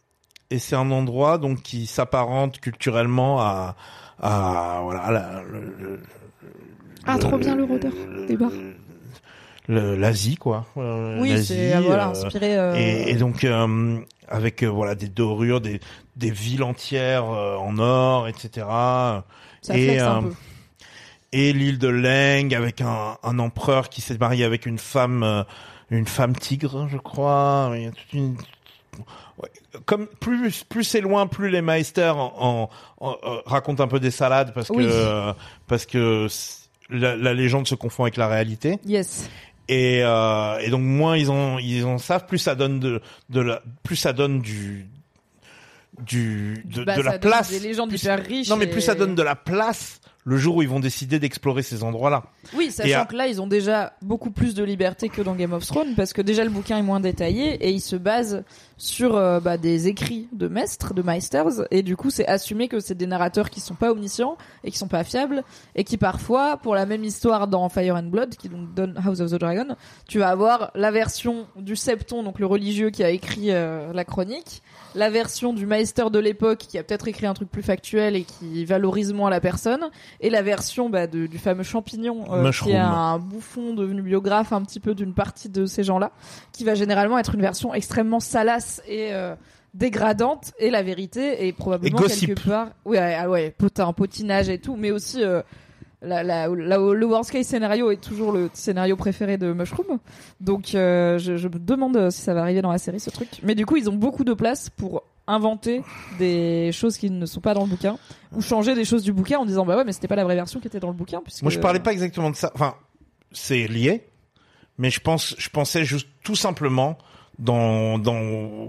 et c'est un endroit donc qui s'apparente culturellement à à voilà à la, le, le, ah le, trop bien le rôdeur des bars. Le, l'Asie quoi. Euh, oui, l'Asie, c'est voilà euh, inspiré. Euh... Et, et donc euh, avec euh, voilà des dorures, des des villes entières euh, en or, et cetera. Ça et flex euh, un peu. Et l'île de Leng avec un un empereur qui s'est marié avec une femme euh, une femme tigre, je crois. Il y a toute une ouais. Comme plus plus c'est loin, plus les Meisters en, en, en, en racontent un peu des salades parce que oui. euh, parce que la, la légende se confond avec la réalité. Yes. Et, euh, et donc moins ils en ils en savent, plus ça donne de de la plus ça donne du du de, bah, de la place. Des légendes plus, hyper riches. Non mais et... plus ça donne de la place le jour où ils vont décider d'explorer ces endroits-là. Oui, sachant et à... que là ils ont déjà beaucoup plus de liberté que dans Game of Thrones parce que déjà le bouquin est moins détaillé et il se base sur euh, bah, des écrits de maîtres, de Meisters, et du coup c'est assumé que c'est des narrateurs qui sont pas omniscients et qui sont pas fiables et qui parfois, pour la même histoire dans Fire and Blood, qui donc donne House of the Dragon, tu vas avoir la version du Septon, donc le religieux qui a écrit euh, la chronique, la version du Meister de l'époque qui a peut-être écrit un truc plus factuel et qui valorise moins la personne, et la version bah, de, du fameux champignon euh, qui est un bouffon devenu biographe un petit peu d'une partie de ces gens-là, qui va généralement être une version extrêmement salace et euh, dégradante, et la vérité est probablement quelque part ouais ouais, ouais potin, potinage et tout, mais aussi euh, la, la, la, le worst case scénario est toujours le scénario préféré de Mushroom, donc euh, je, je me demande si ça va arriver dans la série ce truc, mais du coup ils ont beaucoup de place pour inventer des choses qui ne sont pas dans le bouquin ou changer des choses du bouquin en disant bah ouais mais c'était pas la vraie version qui était dans le bouquin, puisque... Moi je parlais pas exactement de ça, enfin c'est lié, mais je pense je pensais juste tout simplement dans dans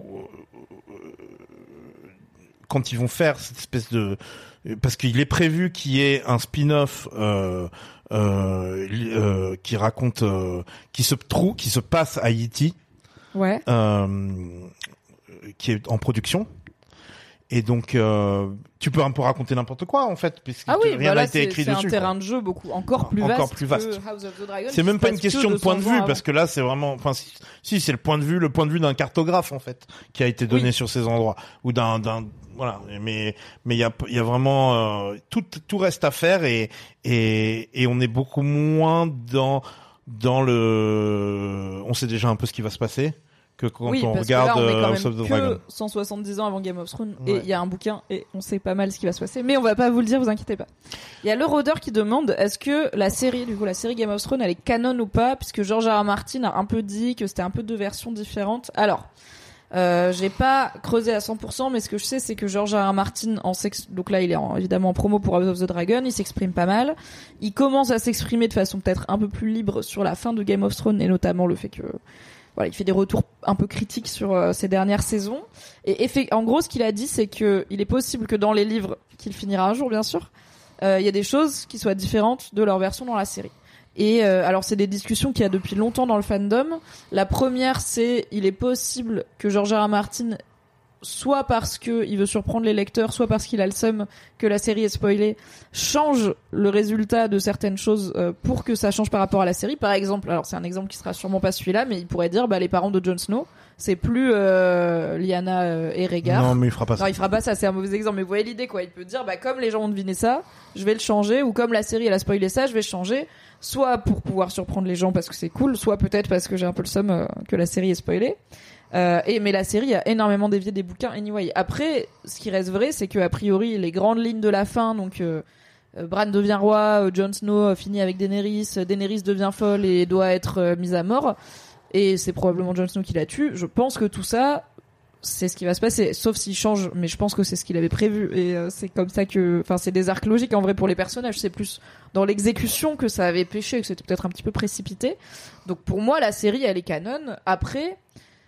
quand ils vont faire cette espèce de, parce qu'il est prévu qu'il y ait un spin-off euh, euh, euh, qui raconte euh, qui se trouve qui se passe à E T ouais euh, qui est en production. Et donc, euh, tu peux un peu raconter n'importe quoi, en fait, puisque ah oui, rien bah n'a été écrit c'est dessus. C'est un terrain quoi. De jeu beaucoup, encore plus encore vaste, plus vaste que House of the Dragon. C'est même pas une question de point de vue, parce que là, c'est vraiment, enfin, si, si c'est le point de vue, le point de vue d'un cartographe, en fait, qui a été donné oui. sur ces endroits, ou d'un, d'un, voilà. Mais, mais il y a, il y a vraiment, euh, tout, tout reste à faire, et, et, et on est beaucoup moins dans, dans le, on sait déjà un peu ce qui va se passer. Que quand oui, on parce regarde que là, on est quand House même of the que Dragon. cent soixante-dix ans avant Game of Thrones, ouais. et il y a un bouquin et on sait pas mal ce qui va se passer, mais on va pas vous le dire, vous inquiétez pas. Il y a le rôdeur qui demande est-ce que la série, du coup la série Game of Thrones, elle est canon ou pas, puisque George R. R. Martin a un peu dit que c'était un peu deux versions différentes. Alors, euh, j'ai pas creusé à cent pour cent, mais ce que je sais, c'est que George R. R. Martin, en sex... donc là il est en, évidemment en promo pour House of the Dragon, il s'exprime pas mal, il commence à s'exprimer de façon peut-être un peu plus libre sur la fin de Game of Thrones, et notamment le fait que voilà, il fait des retours un peu critiques sur euh, ces dernières saisons. Et effe- en gros, ce qu'il a dit, c'est que il est possible que dans les livres, qu'il finira un jour, bien sûr, euh, il y a des choses qui soient différentes de leur version dans la série. Et euh, alors, c'est des discussions qu'il y a depuis longtemps dans le fandom. La première, c'est il est possible que George R. R. Martin, soit parce que il veut surprendre les lecteurs, soit parce qu'il a le seum que la série est spoilée, change le résultat de certaines choses euh, pour que ça change par rapport à la série. Par exemple, alors c'est un exemple qui sera sûrement pas celui-là, mais il pourrait dire bah les parents de Jon Snow, c'est plus euh, Lyanna euh, et Rhaegar. Non, mais il fera pas ça. Non, il fera pas ça, c'est un mauvais exemple, mais vous voyez l'idée quoi. Il peut dire bah comme les gens ont deviné ça, je vais le changer, ou comme la série elle a spoilé ça, je vais le changer, soit pour pouvoir surprendre les gens parce que c'est cool, soit peut-être parce que j'ai un peu le seum euh, que la série est spoilée. Euh, et mais la série a énormément dévié des bouquins anyway. Après, ce qui reste vrai, c'est que a priori les grandes lignes de la fin, donc euh, Bran devient roi, euh, Jon Snow euh, finit avec Daenerys, euh, Daenerys devient folle et doit être euh, mise à mort, et c'est probablement Jon Snow qui la tue. Je pense que tout ça, c'est ce qui va se passer, sauf s'il change, mais je pense que c'est ce qu'il avait prévu, et euh, c'est comme ça que, enfin, c'est des arcs logiques en vrai pour les personnages. C'est plus dans l'exécution que ça avait péché, que c'était peut-être un petit peu précipité. Donc pour moi, la série, elle est canon. Après,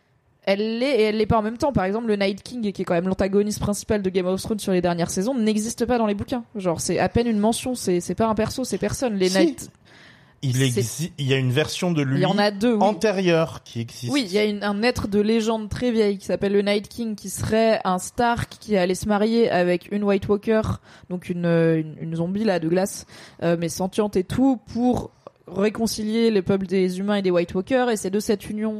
elle l'est et elle l'est pas en même temps. Par exemple, le Night King, qui est quand même l'antagoniste principal de Game of Thrones sur les dernières saisons, n'existe pas dans les bouquins. Genre, c'est à peine une mention, c'est, c'est pas un perso, c'est personne. Les si. Night... Il existe, il y a une version de lui il y en a deux, oui. antérieure qui existe. Oui, il y a une, un être de légende très vieille qui s'appelle le Night King, qui serait un Stark qui allait se marier avec une White Walker, donc une, une, une zombie là de glace, euh, mais sentiente et tout, pour réconcilier les peuples des humains et des White Walkers. Et c'est de cette union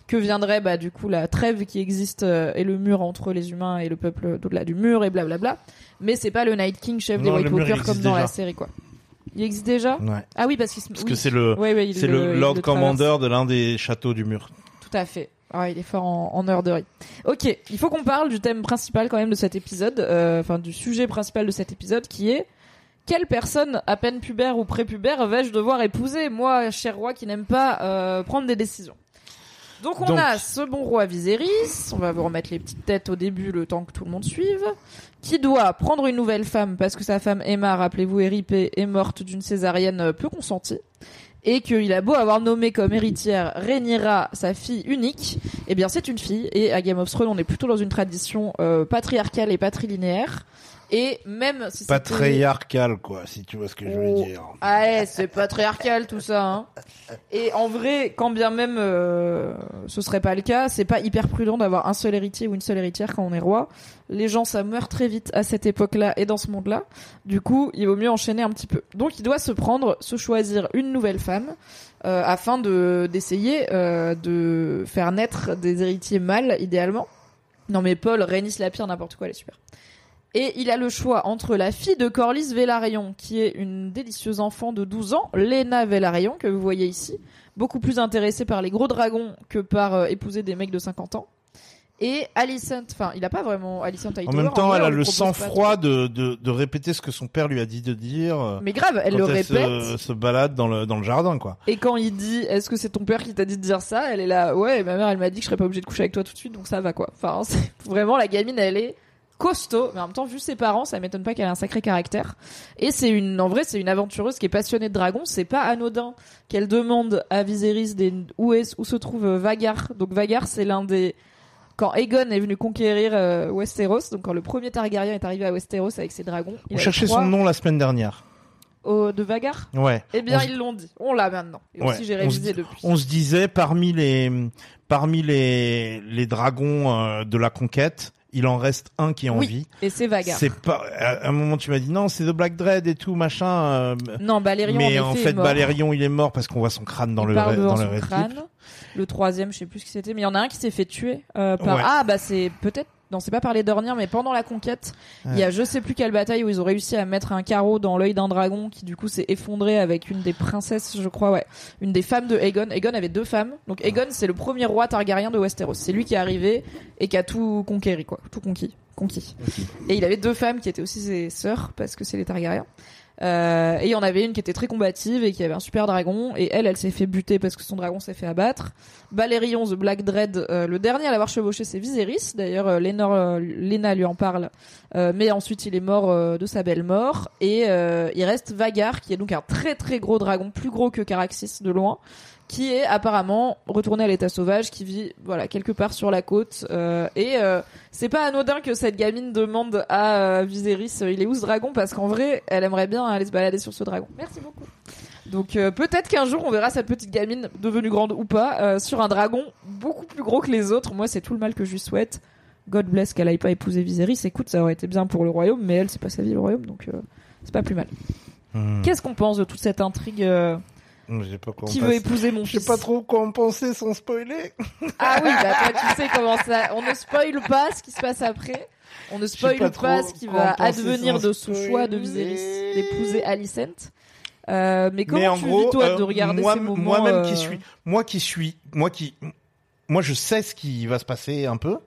que viendrait bah du coup la trêve qui existe euh, et le mur entre les humains et le peuple d'au-delà du mur et blablabla. Mais c'est pas le Night King chef Non, des le White mur, il Walkers comme existe dans déjà. la série quoi. Il existe déjà ? Ouais. Ah oui parce qu'il se... Parce oui. que c'est le Ouais, ouais, il c'est le, il Lord le Commander traverse. de l'un des châteaux du mur. Tout à fait. Ah, il est fort en, en nerderie. Ok, il faut qu'on parle du thème principal quand même de cet épisode, euh, enfin du sujet principal de cet épisode qui est quelle personne à peine pubère ou prépubère vais-je devoir épouser, moi, cher roi qui n'aime pas euh, prendre des décisions. Donc on Donc... a ce bon roi Viserys, on va vous remettre les petites têtes au début le temps que tout le monde suive, qui doit prendre une nouvelle femme parce que sa femme Aemma, rappelez-vous, Éripée, est morte d'une césarienne peu consentie. Et qu'il a beau avoir nommé comme héritière Rhaenyra, sa fille unique, eh bien c'est une fille. Et à Game of Thrones, on est plutôt dans une tradition euh, patriarcale et patrilinéaire. Et même si c'était... Patriarcal, quoi, si tu vois ce que je veux Oh. dire. Ah ouais, c'est patriarcal tout ça. Hein. Et en vrai, quand bien même euh, ce serait pas le cas, c'est pas hyper prudent d'avoir un seul héritier ou une seule héritière quand on est roi. Les gens, ça meurt très vite à cette époque-là et dans ce monde-là. Du coup, il vaut mieux enchaîner un petit peu. Donc, il doit se prendre, se choisir une nouvelle femme euh, afin de d'essayer euh, de faire naître des héritiers mâles, idéalement. Non mais Paul, Rhaenys la pire, n'importe quoi, elle est super. Et il a le choix entre la fille de Corlys Velaryon, qui est une délicieuse enfant de douze ans, Lena Velaryon, que vous voyez ici, beaucoup plus intéressée par les gros dragons que par euh, épouser des mecs de cinquante ans. Et Alicent, enfin, il a pas vraiment Alicent Hightower. En même temps, en vrai, elle a on lui le propose sang-froid pas de, de, de répéter ce que son père lui a dit de dire. trop. Mais grave, elle quand le elle répète. Se, se balade dans le, dans le jardin, quoi. Et quand il dit, est-ce que c'est ton père qui t'a dit de dire ça? Elle est là, ouais, ma mère, elle m'a dit que je serais pas obligée de coucher avec toi tout de suite, donc ça va, quoi. Enfin, c'est vraiment, la gamine, elle est costaud, mais en même temps, vu ses parents, ça m'étonne pas qu'elle ait un sacré caractère. Et c'est une, en vrai, c'est une aventureuse qui est passionnée de dragons. C'est pas anodin qu'elle demande à Viserys des, où est, où se trouve Vagar. Donc Vagar, c'est l'un des, quand Aegon est venu conquérir euh, Westeros, donc quand le premier Targaryen est arrivé à Westeros avec ses dragons. On cherchait son nom la semaine dernière. Au, de Vagar? Ouais. Eh bien, on ils l'ont dit. On l'a maintenant. Et Ouais. aussi, j'ai On révisé se- depuis. On se disait, parmi les, parmi les, les dragons euh, de la conquête, il en reste un qui est en Oui. vie. Et c'est Vagar. C'est pas, à un moment tu m'as dit non, c'est The Black Dread et tout, machin. euh, Non, Balerion, mais en, en effet, fait, est mort. Balerion, il est mort parce qu'on voit son crâne dans il le, parle ré- devant dans le son Red crâne. Keep. Le troisième, je sais plus ce qui c'était, mais il y en a un qui s'est fait tuer euh, par. Ouais. Ah bah c'est peut-être. Non, c'est pas par les Dorniens, mais pendant la conquête, il Ouais. y a je sais plus quelle bataille où ils ont réussi à mettre un carreau dans l'œil d'un dragon qui du coup s'est effondré avec une des princesses, je crois, ouais, une des femmes de Aegon. Aegon avait deux femmes, donc Aegon c'est le premier roi Targaryen de Westeros. C'est lui qui est arrivé et qui a tout conquéri, quoi, tout conquis, conquis. Ok. Et il avait deux femmes qui étaient aussi ses sœurs parce que c'est les Targaryens. Euh, et il y en avait une qui était très combative et qui avait un super dragon, et elle, elle s'est fait buter parce que son dragon s'est fait abattre. Balerion, The Black Dread, euh, le dernier à l'avoir chevauché, c'est Viserys. D'ailleurs, euh, Lena, euh, Lena lui en parle, euh, mais ensuite il est mort euh, de sa belle mort. Et euh, il reste Vagar, qui est donc un très très gros dragon, plus gros que Caraxes de loin, qui est apparemment retourné à l'état sauvage, qui vit voilà quelque part sur la côte. Euh, et euh, c'est pas anodin que cette gamine demande à euh, Viserys, euh, il est où ce dragon? Parce qu'en vrai, elle aimerait bien aller se balader sur ce dragon. Merci beaucoup. Donc euh, peut-être qu'un jour on verra cette petite gamine, devenue grande ou pas, euh, sur un dragon beaucoup plus gros que les autres. Moi, c'est tout le mal que je lui souhaite. God bless qu'elle aille pas épouser Viserys. Écoute, ça aurait été bien pour le royaume, mais elle, c'est pas sa vie le royaume, donc euh, c'est pas plus mal. Hmm. Qu'est-ce qu'on pense de toute cette intrigue euh, J'ai pas quoi en Qui passer. veut épouser mon Je sais fils? pas trop quoi en penser sans spoiler. Ah oui, bah toi tu sais comment ça. On ne spoile pas ce qui se passe après. On ne spoile pas pas, trop ce qui quoi va en penser advenir sans de ce choix de spoiler. Viserys d'épouser Alicent. Euh, mais comment Mais en tu gros, vis toi euh, de regarder moi, ces moments moi-même euh, qui suis, moi qui suis, moi qui, moi je sais ce qui va se passer un peu,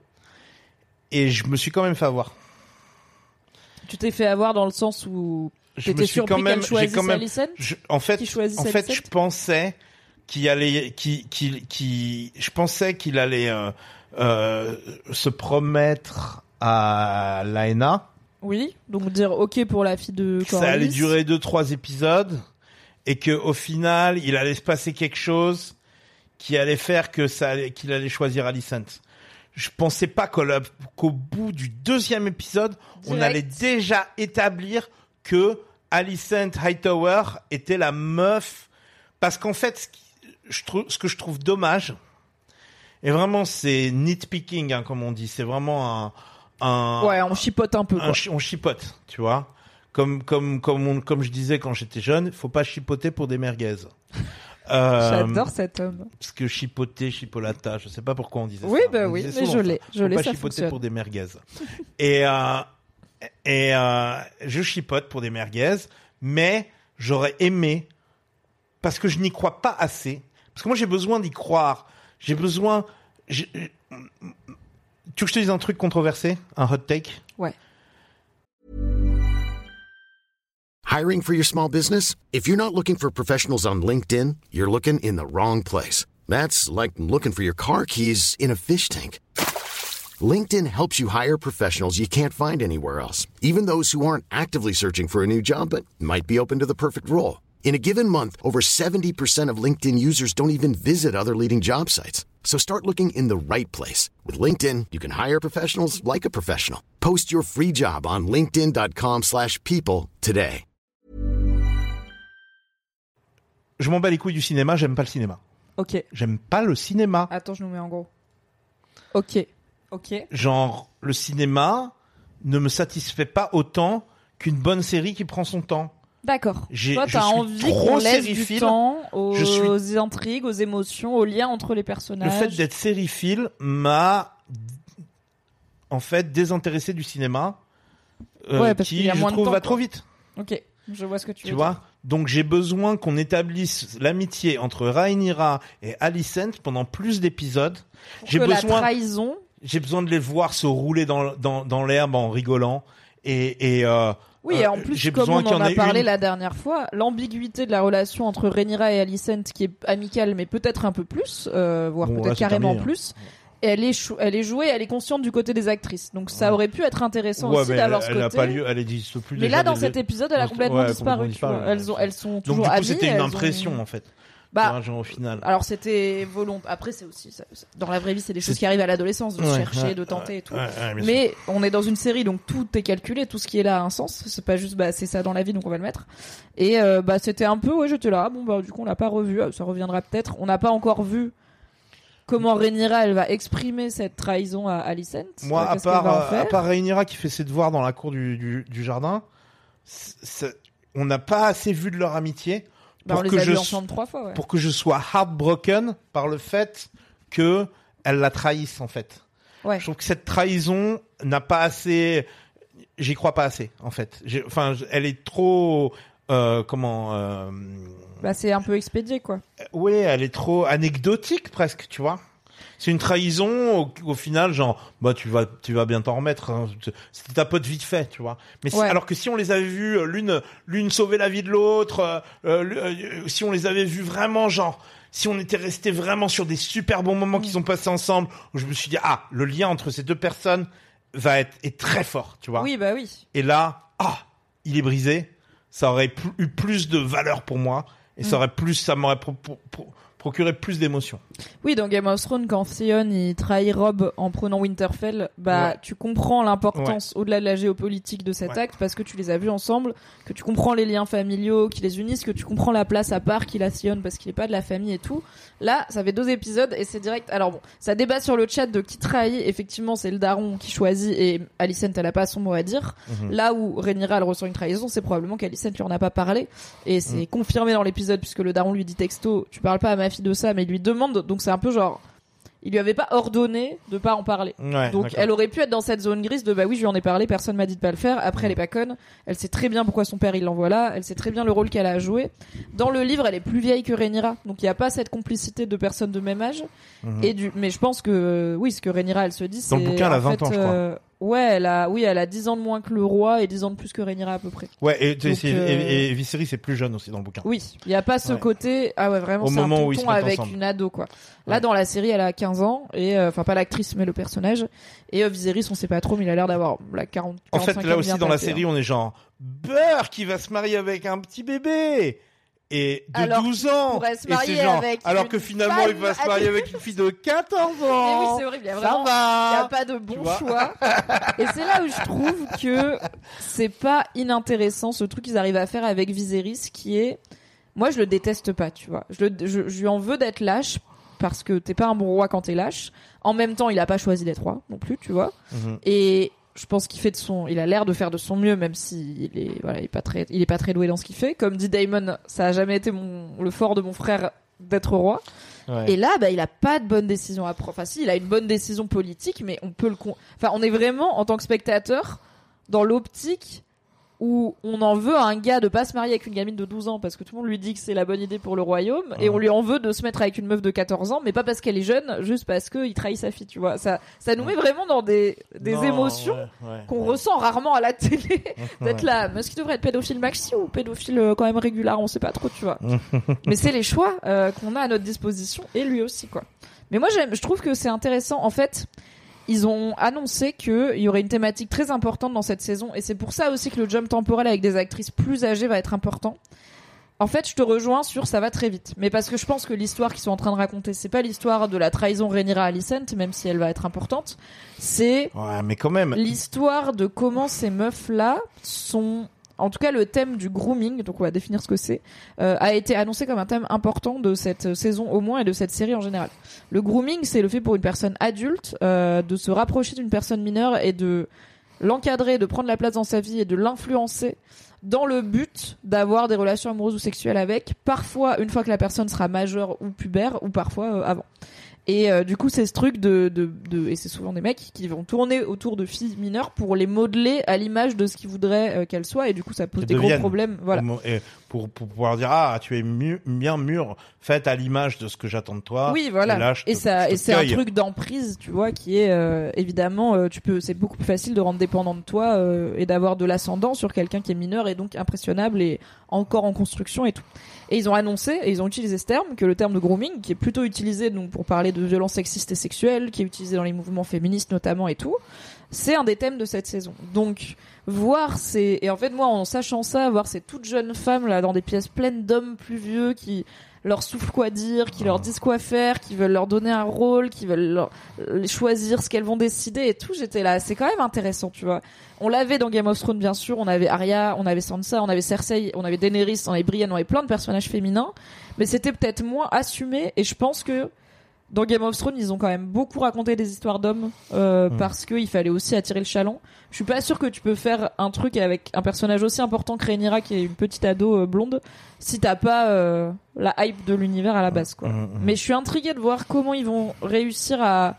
et je me suis quand même fait avoir. Tu t'es fait avoir dans le sens où Je t'étais me suis surpris quand même, qu'elle j'ai choisisse quand même, Alicent. je- en fait, Qui choisit en sa fait, Alicent je pensais qu'il allait, qu'il, qu'il, qu'il, je pensais qu'il allait euh, euh, se promettre à Laena. Oui, donc dire ok pour la fille de Que ça allait Corlys. durer deux, trois épisodes, et que au final, il allait se passer quelque chose qui allait faire que ça allait, qu'il allait choisir Alicent. Je pensais pas qu'au, qu'au bout du deuxième épisode, on Direct. allait déjà établir que Alicent Hightower était la meuf, parce qu'en fait, ce, qui, je trouve, ce que je trouve dommage, et vraiment c'est nitpicking, hein, comme on dit, c'est vraiment un, un Ouais, on chipote un peu. Quoi. un chi- on chipote, tu vois. Comme comme comme on, comme je disais quand j'étais jeune, faut pas chipoter pour des merguez. Euh, J'adore cet homme. Parce que chipoter, chipolata, je sais pas pourquoi on disait oui, ça. bah On oui, disait mais souvent je l'ai, ça. je Faut l'ai, pas ça chipoter fonctionne. pour des merguez. et euh, et euh, je chipote pour des merguez, mais j'aurais aimé, parce que je n'y crois pas assez, parce que moi j'ai besoin d'y croire, j'ai besoin... j'ai- Tu veux que je te dise un truc controversé, un hot take? Ouais. Hiring for your small business? If you're not looking for professionals on LinkedIn, you're looking in the wrong place. That's like looking for your car keys in a fish tank. LinkedIn helps you hire professionals you can't find anywhere else, even those who aren't actively searching for a new job but might be open to the perfect role. In a given month, over seventy percent of LinkedIn users don't even visit other leading job sites. So start looking in the right place. With LinkedIn, you can hire professionals like a professional. Post your free job on linkedin.com slash people today. Je m'en bats les couilles du cinéma, j'aime pas le cinéma. Ok. J'aime pas le cinéma. Attends, je nous mets en gros. Ok. Ok. Genre, le cinéma ne me satisfait pas autant qu'une bonne série qui prend son temps. D'accord. J'ai- Toi, je t'as suis envie trop qu'on laisse du sériephile. temps aux Je suis- intrigues, aux émotions, aux liens entre les Le personnages. fait d'être sériephile m'a, en fait, désintéressé du cinéma, euh, Ouais, parce qui, qu'il y a je moins de trouve, temps, va quoi. trop vite. Ok. Je vois ce que tu, Tu veux vois? Donc, j'ai besoin qu'on établisse l'amitié entre Rhaenyra et Alicent pendant plus d'épisodes. dire. Pour J'ai que la besoin, trahison. j'ai besoin de les voir se rouler dans, dans, dans l'herbe en rigolant. Et, et, euh, Oui, euh, et en plus, j'ai comme besoin on qu'il y en en a ait parlé une. la dernière fois, l'ambiguïté de la relation entre Rhaenyra et Alicent, qui est amicale, mais peut-être un peu plus, euh, voire Bon, là, peut-être c'est carrément terminé, hein. plus. Et elle est, chou- elle est jouée, elle est consciente du côté des actrices. Donc ça aurait pu être intéressant Ouais, aussi mais d'avoir elle, ce elle côté. a pas lieu, elle existe plus. Mais déjà là, dans dès cet le- épisode, elle a dans- complètement ouais, disparu. complètement Tu vois. disparu, Elles, ont, ouais. elles sont Donc toujours du coup, amies. c'était une elles impression ont- en fait. Bah, Tu vois, genre, au final. alors c'était volontaire. Après, c'est aussi ça- ça- dans la vraie vie, c'est des choses C'est- qui arrivent à l'adolescence, de Ouais, chercher, ouais, de tenter et tout. ouais, ouais, bien sûr. Mais on est dans une série, donc tout est calculé, tout ce qui est là a un sens. C'est pas juste, bah c'est ça dans la vie, donc on va le mettre. Et euh, bah c'était un peu, ouais, j'étais là. Bon bah du coup on l'a pas revu, ça reviendra peut-être. On n'a pas encore vu comment Rhaenyra elle va exprimer cette trahison à Alicent. Moi, Euh, à qu'est-ce qu'elle va en part, faire à part Rhaenyra qui fait ses devoirs dans la cour du, du, du jardin, c'est- c'est- on n'a pas assez vu de leur amitié Bah, pour on les que a je vus so- ensemble trois fois, ouais. pour que je sois heartbroken par le fait que elle la trahisse en fait. Ouais. Je trouve que cette trahison n'a pas assez, j'y crois pas assez en fait. J'ai- Enfin, je- elle est trop, euh, comment, euh, Bah c'est un peu expédié quoi. ouais, elle est trop anecdotique presque, tu vois. C'est une trahison au, au final, genre, bah tu vas, tu vas bien t'en remettre. Hein. C'était ta pote vite fait, tu vois. Mais si- Ouais. alors que si on les avait vus euh, l'une, l'une sauver la vie de l'autre, euh, euh, le- euh, si on les avait vus vraiment, genre, si on était resté vraiment sur des super bons moments Mm. qu'ils ont passés ensemble, où je me suis dit ah, le lien entre ces deux personnes va être est très fort, tu vois. Oui bah oui. Et là, ah, il est brisé. Ça aurait pl- eu plus de valeur pour moi et ça Mm. aurait plus, ça m'aurait pro- pro- pro- procuré plus d'émotions. Oui, dans Game of Thrones, quand Theon il trahit Robb en prenant Winterfell, bah Ouais. tu comprends l'importance au-delà de la géopolitique de cet Ouais. acte parce que tu les as vus ensemble, que tu comprends les liens familiaux qui les unissent, que tu comprends la place à part qu'il a Theon parce qu'il est pas de la famille et tout. Là, ça fait deux épisodes et c'est direct. Alors bon, ça débat sur le chat de qui trahit. Effectivement, c'est le daron qui choisit et Alicent elle a pas son mot à dire. Mhm. Là où Rhaenyra elle ressent une trahison, c'est probablement qu'Alicent lui en a pas parlé et c'est Mm. confirmé dans l'épisode puisque le daron lui dit texto, tu parles pas à ma fille de ça, mais il lui demande. Donc c'est un peu genre, il lui avait pas ordonné de pas en parler. Ouais, Donc d'accord. elle aurait pu être dans cette zone grise de bah oui je lui en ai parlé, personne m'a dit de pas le faire. Après elle est pas conne, elle sait très bien pourquoi son père il l'envoie là, elle sait très bien le rôle qu'elle a à jouer. Dans le livre elle est plus vieille que Rhaenyra, donc il y a pas cette complicité de personnes de même âge. Mhm. Et du, mais je pense que oui ce que Rhaenyra elle se dit c'est Dans le bouquin, elle a en vingt fait, ans, je crois. euh, ouais elle a oui elle a dix ans de moins que le roi et dix ans de plus que Rhaenyra à peu près. Ouais, et, Donc, c'est- euh, et, et Viserys c'est plus jeune aussi dans le bouquin. Oui, il y a pas ce Ouais. côté ah ouais vraiment Au c'est un moment où ils se tonton mettent avec ensemble. une ado quoi. Là Ouais. dans la série elle a quinze ans et euh, enfin pas l'actrice mais le personnage et euh, Viserys on sait pas trop mais il a l'air d'avoir la quarante En fait, quarante-cinquième là aussi bien dans la passée, série, hein. on est genre Beurre qui va se marier avec un petit bébé et de Alors douze qu'il ans. pourrait se Et marier c'est genre, avec alors une que finalement il va femme se marier avec une fille de quatorze Mais oui, ans. c'est horrible, il y a Ça vraiment il y a va. pas de Tu bon vois choix. Et c'est là où je trouve que c'est pas inintéressant ce truc qu'ils arrivent à faire avec Viserys qui est moi je le déteste pas, tu vois. Je, le, je, je lui en veux d'être lâche parce que t'es pas un bon roi quand t'es lâche. En même temps, il a pas choisi d'être roi non plus, tu vois. Mhm. Et je pense qu'il fait de son, il a l'air de faire de son mieux, même si il est, voilà, il est pas très, il est pas très doué dans ce qu'il fait. Comme dit Daemon, ça a jamais été mon, le fort de mon frère d'être roi. Ouais. Et là, bah, il a pas de bonne décision à prendre. Enfin, si, il a une bonne décision politique, mais on peut le con... Enfin, on est vraiment, en tant que spectateur, dans l'optique où on en veut à un gars de pas se marier avec une gamine de douze ans parce que tout le monde lui dit que c'est la bonne idée pour le royaume, mmh. et on lui en veut de se mettre avec une meuf de quatorze ans, mais pas parce qu'elle est jeune, juste parce qu'il trahit sa fille, tu vois. Ça, ça nous met vraiment dans des, des non, émotions ouais, ouais, qu'on ouais. ressent rarement à la télé. D'être là, mais est-ce qu'il devrait être pédophile maxi ou pédophile euh, quand même régulier, on sait pas trop, tu vois. Mais c'est les choix euh, qu'on a à notre disposition, et lui aussi, quoi. Mais moi, j'aime, je trouve que c'est intéressant, en fait. Ils ont annoncé qu'il y aurait une thématique très importante dans cette saison, et c'est pour ça aussi que le jump temporel avec des actrices plus âgées va être important. En fait, je te rejoins sur ça va très vite, mais parce que je pense que l'histoire qu'ils sont en train de raconter, c'est pas l'histoire de la trahison Rhaenyra Alicent, même si elle va être importante, c'est ouais, mais quand même l'histoire de comment ces meufs-là sont... En tout cas, le thème du grooming, donc on va définir ce que c'est, euh, a été annoncé comme un thème important de cette saison au moins et de cette série en général. Le grooming, c'est le fait pour une personne adulte euh, de se rapprocher d'une personne mineure et de l'encadrer, de prendre la place dans sa vie et de l'influencer dans le but d'avoir des relations amoureuses ou sexuelles avec, parfois une fois que la personne sera majeure ou pubère, ou parfois euh, avant. Et euh, du coup, c'est ce truc de, de, de, et c'est souvent des mecs qui vont tourner autour de filles mineures pour les modeler à l'image de ce qu'ils voudraient euh, qu'elles soient, et du coup, ça pose des gros problèmes. Voilà. Et pour, pour pouvoir dire, ah, tu es mu- bien mûr, faite à l'image de ce que j'attends de toi. Oui, voilà. Et, là, je te, et ça, je te et c'est cueille. un truc d'emprise, tu vois, qui est euh, évidemment, euh, tu peux, c'est beaucoup plus facile de rendre dépendant de toi euh, et d'avoir de l'ascendant sur quelqu'un qui est mineur et donc impressionnable et encore en construction et tout. Et ils ont annoncé, et ils ont utilisé ce terme, que le terme de grooming, qui est plutôt utilisé donc pour parler de violences sexistes et sexuelles, qui est utilisé dans les mouvements féministes notamment et tout, c'est un des thèmes de cette saison. Donc, voir ces... Et en fait, moi, en sachant ça, voir ces toutes jeunes femmes là dans des pièces pleines d'hommes plus vieux qui leur soufflent quoi dire, qui leur disent quoi faire, qui veulent leur donner un rôle, qui veulent leur... choisir ce qu'elles vont décider et tout, j'étais là. C'est quand même intéressant, tu vois. On l'avait dans Game of Thrones, bien sûr. On avait Arya, on avait Sansa, on avait Cersei, on avait Daenerys, on avait Brienne, on avait plein de personnages féminins. Mais c'était peut-être moins assumé. Et je pense que dans Game of Thrones, ils ont quand même beaucoup raconté des histoires d'hommes euh, mmh. parce qu'il fallait aussi attirer le chaland. Je suis pas sûre que tu peux faire un truc avec un personnage aussi important que Rhaenyra, qui est une petite ado euh, blonde, si t'as pas euh, la hype de l'univers à la base, quoi. Mmh. Mais je suis intriguée de voir comment ils vont réussir à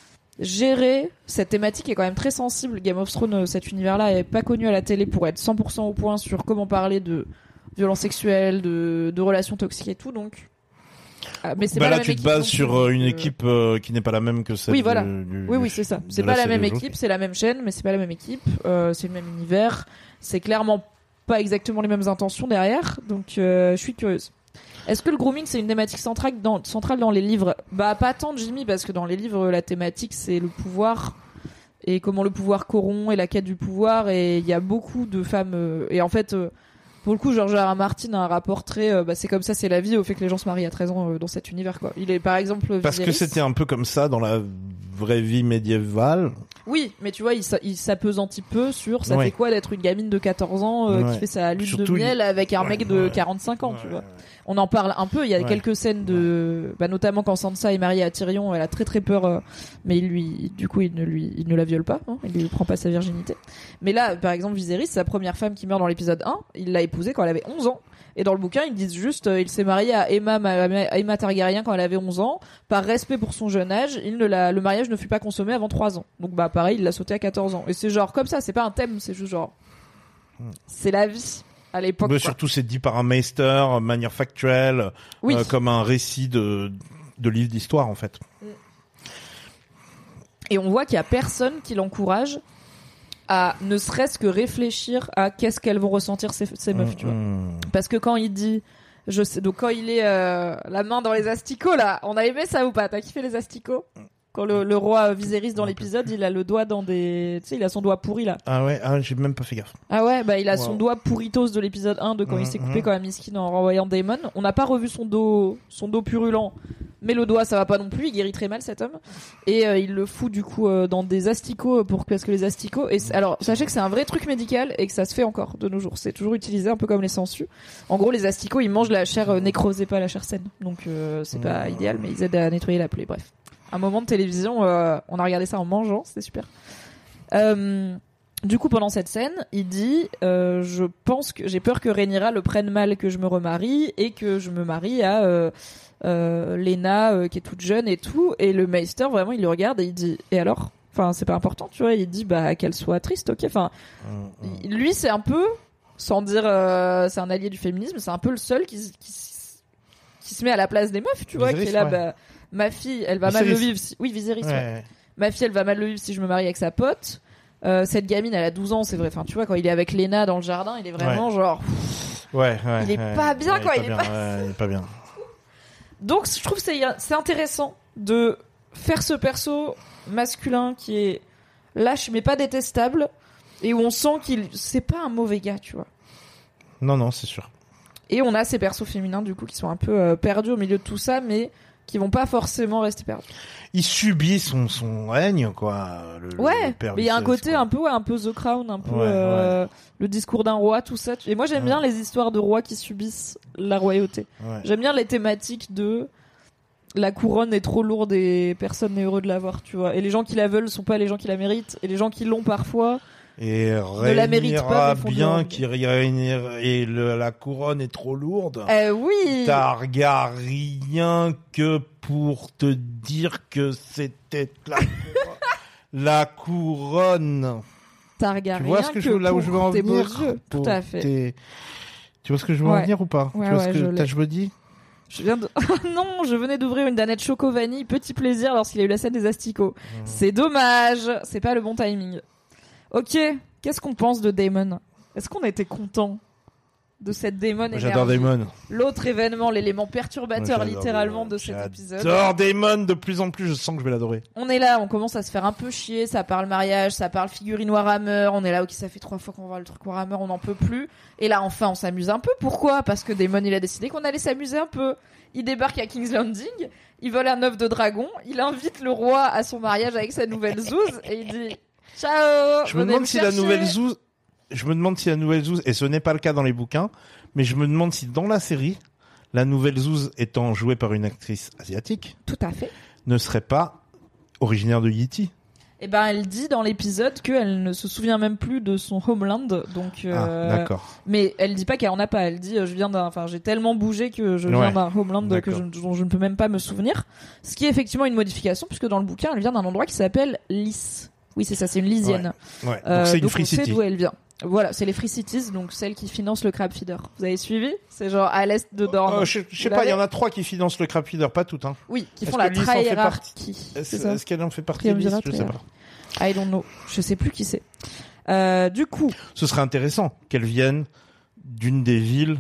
gérer cette thématique qui est quand même très sensible. Game of Thrones, cet univers-là est pas connu à la télé pour être cent pour cent au point sur comment parler de violences sexuelles, de, de relations toxiques et tout, donc... Ah, mais c'est bah pas là, la tu même te équipe, bases sur donc, une euh... équipe euh, qui n'est pas la même que celle oui, voilà. du, du, oui, oui, c'est ça. C'est pas la, la même équipe, c'est la même chaîne, mais c'est pas la même équipe. Euh, c'est le même univers. C'est clairement pas exactement les mêmes intentions derrière. Donc, euh, je suis curieuse. Est-ce que le grooming, c'est une thématique centrale dans, centrale dans les livres ? Bah, pas tant, Jimmy, parce que dans les livres, la thématique, c'est le pouvoir et comment le pouvoir corrompt et la quête du pouvoir. Et il y a beaucoup de femmes... Euh, et en fait... Euh, Pour le coup, George R. R. Martin a un rapport très, euh, bah, c'est comme ça, c'est la vie, au fait que les gens se marient à treize ans euh, dans cet univers, quoi. Il est, par exemple, parce Viserys. que c'était un peu comme ça dans la vraie vie médiévale. Oui, mais tu vois, il, il s'apesantit peu sur ça ouais. fait quoi d'être une gamine de quatorze ans euh, ouais. qui fait sa lune Surtout, de miel il... avec un ouais, mec de ouais. quarante-cinq ans, ouais, tu vois. Ouais. On en parle un peu, il y a ouais. quelques scènes de, bah, notamment quand Sansa est mariée à Tyrion, elle a très très peur, euh, mais il lui, du coup, il ne lui, il ne la viole pas, hein, il lui prend pas sa virginité. Mais là, par exemple, Viserys, c'est la première femme qui meurt dans l'épisode un, il l'a épousée quand elle avait onze ans. Et dans le bouquin, ils disent juste, euh, il s'est marié à Aemma, à Aemma Targaryen quand elle avait onze ans. Par respect pour son jeune âge, il ne l'a, le mariage ne fut pas consommé avant trois ans. Donc, bah, pareil, il l'a sauté à quatorze ans. Et c'est genre, comme ça, c'est pas un thème, c'est juste genre, c'est la vie. À l'époque. Mais surtout, c'est dit par un maester, manière factuelle, oui. euh, comme un récit de, de livre d'histoire, en fait. Et on voit qu'il y a personne qui l'encourage à ne serait-ce que réfléchir à qu'est-ce qu'elles vont ressentir ces, ces meufs, mmh, tu vois. Mmh. Parce que quand il dit, je sais, donc quand il est euh, la main dans les asticots là, on a aimé ça ou pas ? T'as kiffé les asticots ? Quand le, le roi Viserys dans l'épisode, il a le doigt dans des, tu sais, il a son doigt pourri là. Ah ouais, ah, j'ai même pas fait gaffe. Ah ouais, bah il a wow. son doigt pourritos de l'épisode un de quand mmh, il s'est coupé mmh. quand même Miskin en renvoyant Daemon. On n'a pas revu son dos, son dos purulent. Mais le doigt, ça va pas non plus, il guérit très mal cet homme. Et euh, il le fout du coup euh, dans des asticots pour parce que les asticots. Et alors sachez que c'est un vrai truc médical et que ça se fait encore de nos jours. C'est toujours utilisé un peu comme les sangsues. En gros, les asticots, ils mangent la chair euh, nécrosée, pas la chair saine. Donc euh, c'est mmh. pas idéal, mais ils aident à nettoyer la plaie. Bref, un moment de télévision, euh, on a regardé ça en mangeant, c'était super. Euh, Du coup, pendant cette scène, il dit euh, je pense que j'ai peur que Rhaenyra le prenne mal que je me remarie et que je me marie à euh, euh, Lena euh, qui est toute jeune et tout. Et le Maester vraiment il le regarde et il dit et alors, enfin c'est pas important, tu vois. Il dit bah qu'elle soit triste, ok. Enfin mmh, mmh. lui c'est un peu, sans dire euh, c'est un allié du féminisme, c'est un peu le seul qui qui, qui se met à la place des meufs, tu vois, Viserys, qui est là. Ouais. Bah ma fille elle va Viserys. mal le vivre. Si... Oui Viserys. Ouais. Ouais. Ma fille elle va mal le vivre si je me marie avec sa pote. Euh, cette gamine, elle a douze ans, c'est vrai. Enfin, tu vois, quand il est avec Lena dans le jardin, il est vraiment ouais. genre. Ouais, ouais. Il est ouais, pas bien, ouais, quoi. Il, il, est est pas... pas... Ouais, il est pas bien. Donc, je trouve que c'est, c'est intéressant de faire ce perso masculin qui est lâche, mais pas détestable, et où on sent qu'il, c'est pas un mauvais gars, tu vois. Non, non, c'est sûr. Et on a ces persos féminins, du coup, qui sont un peu euh, perdus au milieu de tout ça, mais qui vont pas forcément rester perdus. Il subit son son règne, quoi. Le, ouais, le père mais il y a un côté quoi. un peu ouais, un peu The Crown, un peu ouais, euh, ouais. le discours d'un roi, tout ça. Et moi j'aime ouais. bien les histoires de rois qui subissent la royauté. Ouais. J'aime bien les thématiques de la couronne est trop lourde et personne n'est heureux de l'avoir, tu vois. Et les gens qui la veulent sont pas les gens qui la méritent, et les gens qui l'ont parfois et ne la méritent pas. Bien qui et le, la couronne est trop lourde. Euh, oui. Targaryen que pour te dire que c'était la couronne. La couronne. Targaryen. Tu vois ce que, que je là où je veux en venir. Tout à fait. Tes... Tu vois ce que je veux ouais. en venir ou pas? Ouais, tu vois ouais, ce que je t'as je me dis? Je viens de... non, je venais d'ouvrir une danette choco vanille, petit plaisir lorsqu'il a eu la scène des asticots. Mmh. C'est dommage, c'est pas le bon timing. Ok, qu'est-ce qu'on pense de Daemon? Est-ce qu'on était content de cette Daemon énergie? J'adore Daemon. L'autre événement, l'élément perturbateur Moi, littéralement de cet épisode. J'adore Daemon, de plus en plus, je sens que je vais l'adorer. On est là, on commence à se faire un peu chier, ça parle mariage, ça parle figurine Warhammer, on est là, ok, ça fait trois fois qu'on voit le truc Warhammer, on n'en peut plus. Et là, enfin, on s'amuse un peu. Pourquoi? Parce que Daemon, il a décidé qu'on allait s'amuser un peu. Il débarque à King's Landing, il vole un œuf de dragon, il invite le roi à son mariage avec sa nouvelle zouze, et il dit ciao. Je me demande si la nouvelle zouze, je me demande si la nouvelle zouze, et ce n'est pas le cas dans les bouquins, mais je me demande si dans la série, la nouvelle zouze étant jouée par une actrice asiatique, tout à fait, ne serait pas originaire de Yiti. Eh ben, elle dit dans l'épisode qu'elle ne se souvient même plus de son homeland, donc. Euh... Ah, d'accord. Mais elle dit pas qu'elle en a pas. Elle dit, euh, je viens d'un, enfin, j'ai tellement bougé que je viens ouais. d'un homeland que je, dont je ne peux même pas me souvenir. Ce qui est effectivement une modification, puisque dans le bouquin, elle vient d'un endroit qui s'appelle Lys. Oui, c'est ça, c'est une Lysienne. Ouais. ouais. Donc euh, c'est une donc Free on City. sait d'où elle vient. Voilà, c'est les Free Cities, donc celles qui financent le crab feeder. Vous avez suivi? C'est genre à l'est de Dorne. Euh, je, je sais pas, il y en a trois qui financent le crab feeder, pas toutes, hein. Oui, qui font est-ce la triarchie. Est-ce, est est-ce qu'elle en fait partie? Lys, je sais pas. I don't know. Je sais plus qui c'est. Euh, du coup. Ce serait intéressant qu'elle vienne d'une des villes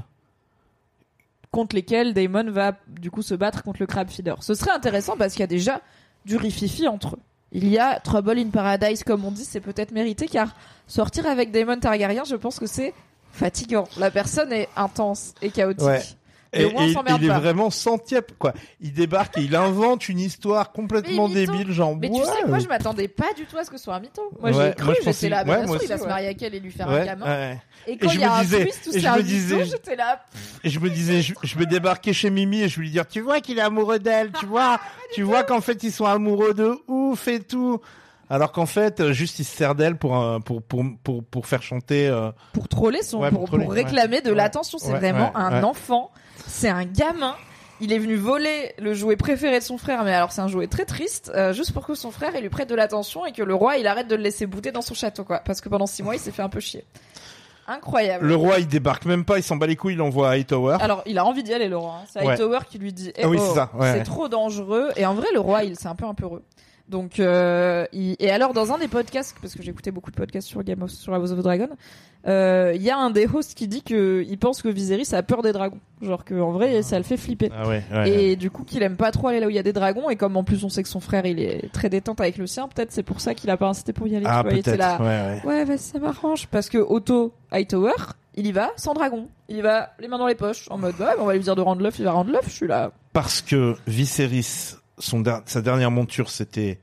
contre lesquelles Daemon va, du coup, se battre contre le crab feeder. Ce serait intéressant parce qu'il y a déjà du rififi entre eux. Il y a Trouble in Paradise, comme on dit, c'est peut-être mérité, car sortir avec Daemon Targaryen, je pense que c'est fatigant. La personne est intense et chaotique. Ouais. Et, et, au moins, et on s'emmerde il pas. est vraiment centième, quoi. Il débarque et il invente une histoire complètement débile, genre. Mais ouais. tu sais que moi, je m'attendais pas du tout à ce que ce soit un mytho. Moi, ouais, j'ai cru, moi, je j'étais pensais... là, ouais, bien sûr, aussi, il va ouais. se marier avec elle et lui faire ouais, un gamin. Ouais. Et quand il y a un twist, tout c'est un mytho, j'étais là. Et je me disais, je, je me débarquais chez Mimi et je lui dire, tu vois qu'il est amoureux d'elle, tu vois, tu vois qu'en fait ils sont amoureux de ouf et tout. Alors qu'en fait, juste il se sert d'elle pour pour pour pour pour faire chanter. Euh... Pour troller son, ouais, pour, pour, troller, pour réclamer ouais. de l'attention. C'est ouais, vraiment ouais, un ouais. enfant. C'est un gamin. Il est venu voler le jouet préféré de son frère, mais alors c'est un jouet très triste, euh, juste pour que son frère il lui prête de l'attention et que le roi il arrête de le laisser bouter dans son château, quoi. Parce que pendant six mois il s'est fait un peu chier. Incroyable. Le roi il débarque même pas, il s'en bat les couilles, il envoie à Hightower. Alors il a envie d'y aller, le roi. Hein. C'est ouais. Hightower qui lui dit, eh, ah oui, oh, c'est, ça. Ouais, c'est ouais. trop dangereux. Et en vrai le roi il c'est un peu un peu heureux. Donc euh, il... et alors dans un des podcasts, parce que j'ai écouté beaucoup de podcasts sur Game of sur House of the Dragon, il euh, y a un des hosts qui dit que il pense que Viserys a peur des dragons, genre que en vrai ça le fait flipper. Ah ouais, ouais, et ouais. du coup qu'il aime pas trop aller là où il y a des dragons, et comme en plus on sait que son frère il est très détente avec le sien, peut-être c'est pour ça qu'il a pas incité pour y aller. Ah tu vois, peut-être. Là, ouais ouais. Ouais vas-y ça m'arrange, parce que Otto Hightower il y va sans dragon, il y va les mains dans les poches en mode bah on va lui dire de rendre l'œuf, il va rendre l'œuf, je suis là. Parce que Viserys son der- sa dernière monture c'était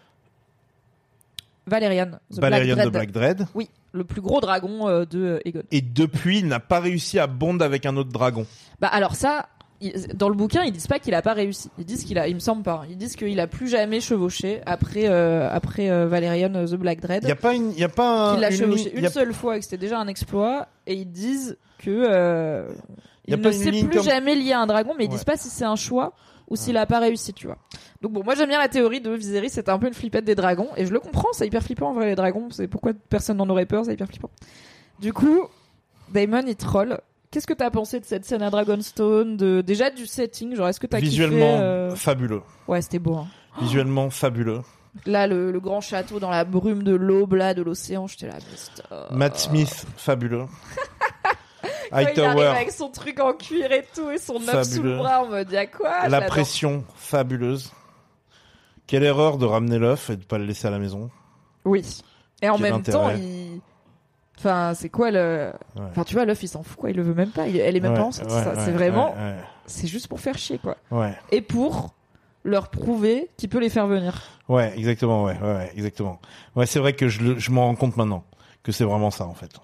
Valerian, the Valerian Black de Black Dread. Oui, le plus gros dragon euh, de Aegon. Et depuis, il n'a pas réussi à bond avec un autre dragon. Bah alors ça, ils, dans le bouquin, ils disent pas qu'il a pas réussi. Ils disent qu'il a, il me semble pas. Ils disent qu'il a plus jamais chevauché après euh, après euh, Valerian euh, the Black Dread. Il y a pas une, il y a pas un, qu'il l'a une chevauché ligne- une y a- seule fois et que c'était déjà un exploit. Et ils disent que euh, Y a il pas ne une s'est ligne plus comme- jamais lié à un dragon, mais ils Ouais. disent pas si c'est un choix ou s'il a pas réussi, tu vois. Donc bon, moi j'aime bien la théorie de Viserys, c'est un peu une flippette des dragons, et je le comprends, c'est hyper flippant en vrai les dragons, c'est pourquoi personne n'en aurait peur, c'est hyper flippant. Du coup, Daemon il troll. Qu'est-ce que t'as pensé de cette scène à Dragonstone, de déjà du setting, genre est-ce que t'as Visuellement kiffé euh... fabuleux. Ouais, c'était beau. Hein. Visuellement fabuleux. Là, le, le grand château dans la brume de l'aube, là, de l'océan, j'étais là. Mais stop. Matt Smith fabuleux. Quand il arrive Hightower avec son truc en cuir et tout et son œuf sous le Fabuleux. bras, on me dit à quoi? la J'adore. pression fabuleuse. Quelle erreur de ramener l'œuf et de pas le laisser à la maison. Oui. Et en Quel même intérêt. temps, il. Enfin, c'est quoi le. Ouais. Enfin, tu vois, l'œuf, il s'en fout, quoi. Il le veut même pas. Il- Elle est même Ouais, pas enceinte. ouais, ça. ouais, c'est vraiment. ouais, C'est juste pour faire chier, quoi. ouais, ouais. Et pour leur prouver qu'il peut les faire venir. Ouais, exactement, ouais, ouais, ouais, exactement. Ouais, c'est vrai que je, le- je m'en rends compte maintenant que c'est vraiment ça en fait.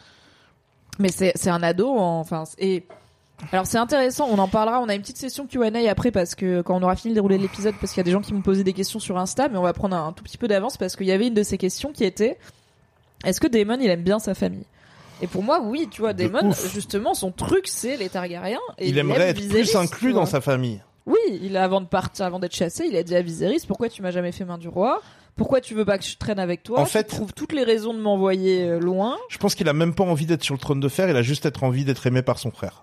Mais c'est, c'est un ado, en- enfin, et. Alors c'est intéressant, on en parlera, on a une petite session Q and A après parce que quand on aura fini de dérouler l'épisode, parce qu'il y a des gens qui m'ont posé des questions sur Insta, mais on va prendre un, un tout petit peu d'avance parce qu'il y avait une de ces questions qui était est-ce que Daemon il aime bien sa famille? Et pour moi oui, tu vois, De Daemon ouf. justement son truc c'est les Targaryens et Il, aime aimerait être Viserys, plus inclus tu dans vois. sa famille. Oui, il a avant de partir, avant d'être chassé, il a dit à Viserys pourquoi tu m'as jamais fait main du roi? Pourquoi tu veux pas que je traîne avec toi? En Tu fait- trouves toutes les raisons de m'envoyer euh, loin. Je pense qu'il a même pas envie d'être sur le trône de fer, il a juste être envie d'être aimé par son frère.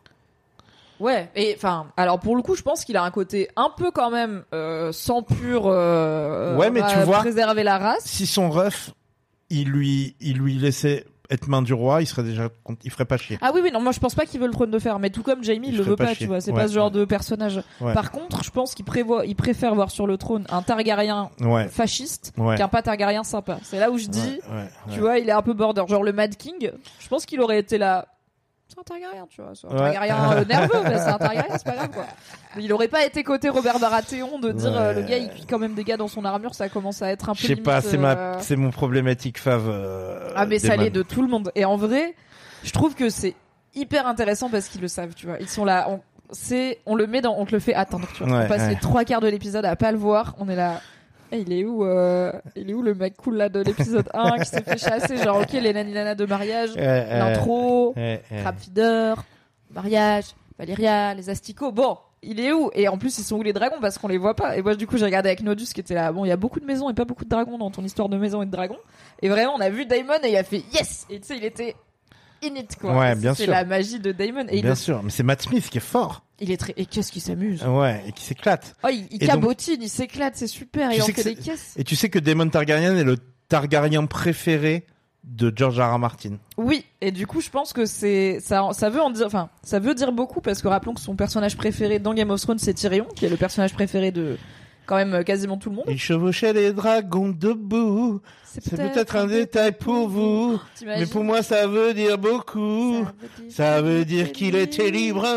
Ouais, et enfin, alors pour le coup, je pense qu'il a un côté un peu quand même euh, sang pur. Euh, Ouais, mais euh, tu vois- préserver la race. Si son ref, il lui, il lui laissait être main du roi, il serait déjà, cont- il ferait pas chier. Ah oui, oui, non, moi je pense pas qu'il veut le trône de fer, mais tout comme Jaime, il, Il le ferait veut pas pas, chier. tu vois. C'est Ouais, pas ce genre ouais. de personnage. Ouais. Par contre, je pense qu'il prévoit, il préfère voir sur le trône un Targaryen Ouais. fasciste Ouais. qu'un pas Targaryen sympa. C'est là où je dis, Ouais, ouais, tu ouais. vois, il est un peu border. Genre le Mad King, je pense qu'il aurait été là. C'est un Targaryen, tu vois. C'est un Ouais. Targaryen euh, nerveux, mais c'est un Targaryen, c'est pas grave, quoi. Mais il aurait pas été côté Robert Baratheon de dire Ouais. euh, le gars il cuit quand même des gars dans son armure, ça commence à être un peu Je sais pas, limite, c'est euh, ma, c'est mon problématique fave. euh, Ah mais ça Daemon. l'est de tout le monde. Et en vrai, je trouve que c'est hyper intéressant parce qu'ils le savent, tu vois. Ils sont là, on, c'est, on le met dans, on te le fait attendre, tu vois. Ouais, on passe ouais. les trois quarts de l'épisode à pas le voir, on est là. Eh, il est où, euh, il est où le mec cool là de l'épisode un qui s'est fait chasser, genre ok les naninana de mariage, Euh, euh, l'intro, euh, euh. Crab Feeder, mariage, Valyria, les asticots. Bon, il est où? Et en plus, ils sont où les dragons parce qu'on les voit pas. Et moi, du coup, j'ai regardé avec Nodus qui était là. Bon, il y a beaucoup de maisons et pas beaucoup de dragons dans ton histoire de maisons et de dragons. Et vraiment, on a vu Daemon et il a fait yes. Et tu sais, il était in it quoi. Ouais, Et bien c'est sûr. la magie de Daemon. Et il, Bien le- sûr, mais c'est Matt Smith qui est fort. il est très. Et qu'est-ce qu'il s'amuse. Ouais, et qui s'éclate. Oh, il, il Et donc- cabotine, il s'éclate, c'est super. Tu Il en sais que fait des c'est- caisses. Et tu sais que Daemon Targaryen est le Targaryen préféré de George R. R. Martin. Oui, et du coup, je pense que c'est ça, ça veut en dire, enfin, ça veut dire beaucoup parce que rappelons que son personnage préféré dans Game of Thrones, c'est Tyrion, qui est le personnage préféré de quand même quasiment tout le monde. Il chevauchait les dragons debout. C'est peut-être un détail pour vous, T'imagines mais pour moi ça veut dire beaucoup. Ça veut dire qu'il était libre.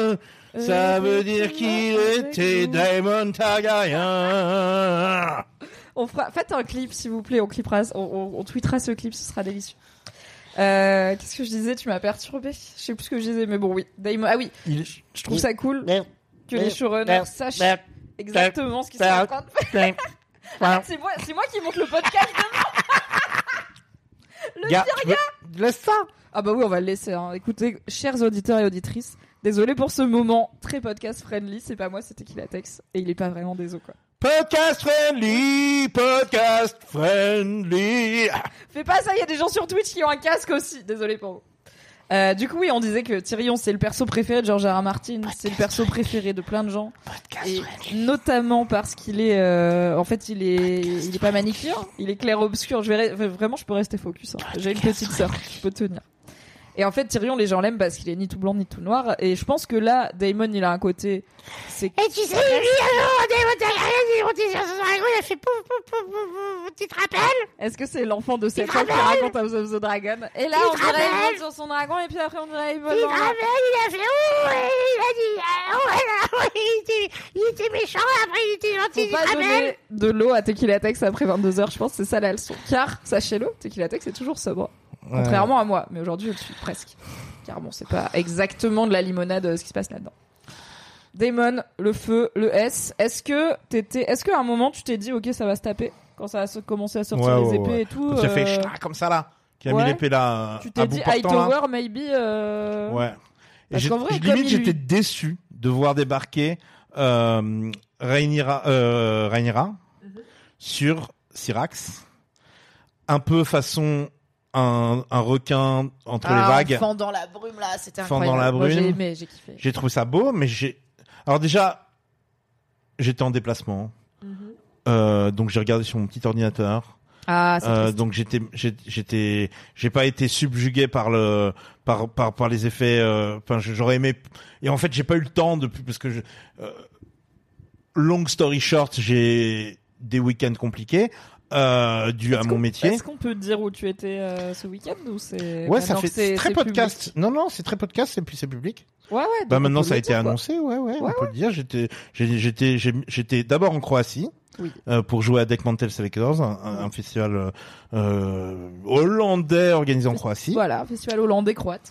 Ça veut dire qu'il était Daemon Targaryen. On fera, faites un clip s'il vous plaît, on clippera, on, on, on tweetera ce clip, ce sera délicieux. Euh, qu'est-ce que je disais? Tu m'as perturbé. Je sais plus ce que je disais, mais bon oui. Daemon, ah oui. Il... Je trouve ça cool que les showrunners sachent exactement ce qu'ils sont en train de faire. Ah, c'est moi, c'est moi qui monte le podcast demain. Le Gars, pire tu veux- laisse ça. Ah bah oui, on va le laisser. Hein. Écoutez, chers auditeurs et auditrices, désolé pour ce moment très podcast friendly. C'est pas moi, c'était Killatex et il est pas vraiment désolé quoi. Podcast friendly, podcast friendly. Fais pas ça, il y a des gens sur Twitch qui ont un casque aussi. Désolé pour vous. Euh, du coup, oui, on disait que Tyrion, c'est le perso préféré de George R. R. Martin, c'est le perso préféré de plein de gens, et notamment parce qu'il est, euh, en fait, il est, il est pas manicure, il est clair-obscur. Je vais re- vraiment, je peux rester focus. Hein. J'ai une petite sœur, je peux tenir. Et en fait, Tyrion, les gens l'aiment parce qu'il est ni tout blanc ni tout noir. Et je pense que là, Daemon, il a un côté. C'est. Et tu sais, lui, alors, Daemon Targaryen, il est monté sur son dragon, il a fait pouf, pouf, pouf, pouf, pouf, tu te rappelles? Est-ce que c'est l'enfant de cette te femme qui rappelles raconte House of the Dragon? Et là, Tu on te dirait il rappelles monte sur son dragon, et puis après, on dirait il vole Il te dans la- rappelle, il a fait ouh, et il a dit, ah, ouais, là, ouais, il était, il était méchant, après il était gentil, tu Faut te pas rappelles? donner de l'eau à Tequila Tex après vingt-deux heures, je pense que c'est ça la leçon. Car, sachez-le, Tequila Tex est toujours sobre. Contrairement à moi, mais aujourd'hui je le suis presque. Car bon, c'est pas exactement de la limonade euh, ce qui se passe là-dedans. Daemon, le feu, le S. Est-ce que t'étais, est-ce qu'à un moment tu t'es dit ok ça va se taper quand ça a commencé à sortir Ouais, les ouais, épées ouais. et tout. Quand ça fait euh, chla, comme ça là, qui a ouais. mis l'épée là. Tu à t'es bout dit portant, là. Hightower maybe. Euh... Ouais. Et Parce j'ai- qu'en vrai, je- comme limite il j'étais lui- déçu de voir débarquer euh, Rhaenyra, euh, Rhaenyra Mhm. sur Syrax, un peu façon un, un requin entre Ah, les vagues. Enfant dans la brume là, c'était Enfant incroyable. dans la Moi, j'ai brume. aimé, j'ai kiffé. J'ai trouvé ça beau, mais j'ai. Alors déjà, j'étais en déplacement, Mhm. euh, donc j'ai regardé sur mon petit ordinateur. Ah, c'est Euh, triste. donc j'étais, j'ai- j'étais, j'ai pas été subjugué par le, par, par, par les effets. euh, Enfin, j'aurais aimé. Et en fait, j'ai pas eu le temps depuis parce que je. Euh, long story short, j'ai des week-ends compliqués euh, dû à Est-ce mon qu'on- métier. Est-ce qu'on peut dire où tu étais euh, ce week-end ou c'est Ouais, ça maintenant fait que c'est- c'est très c'est podcast. Non, non, c'est très podcast et puis c'est public. public Ouais, ouais. Bah donc on maintenant peut ça a le été dire, quoi. annoncé, ouais, ouais, on Ouais, peut le dire. J'étais, j'ai- j'étais, j'ai- j'étais d'abord en Croatie. Oui. Euh, pour jouer à Deckmantel Selectors, un, un, un festival euh, euh, hollandais organisé en Croatie. Voilà, festival hollandais croate.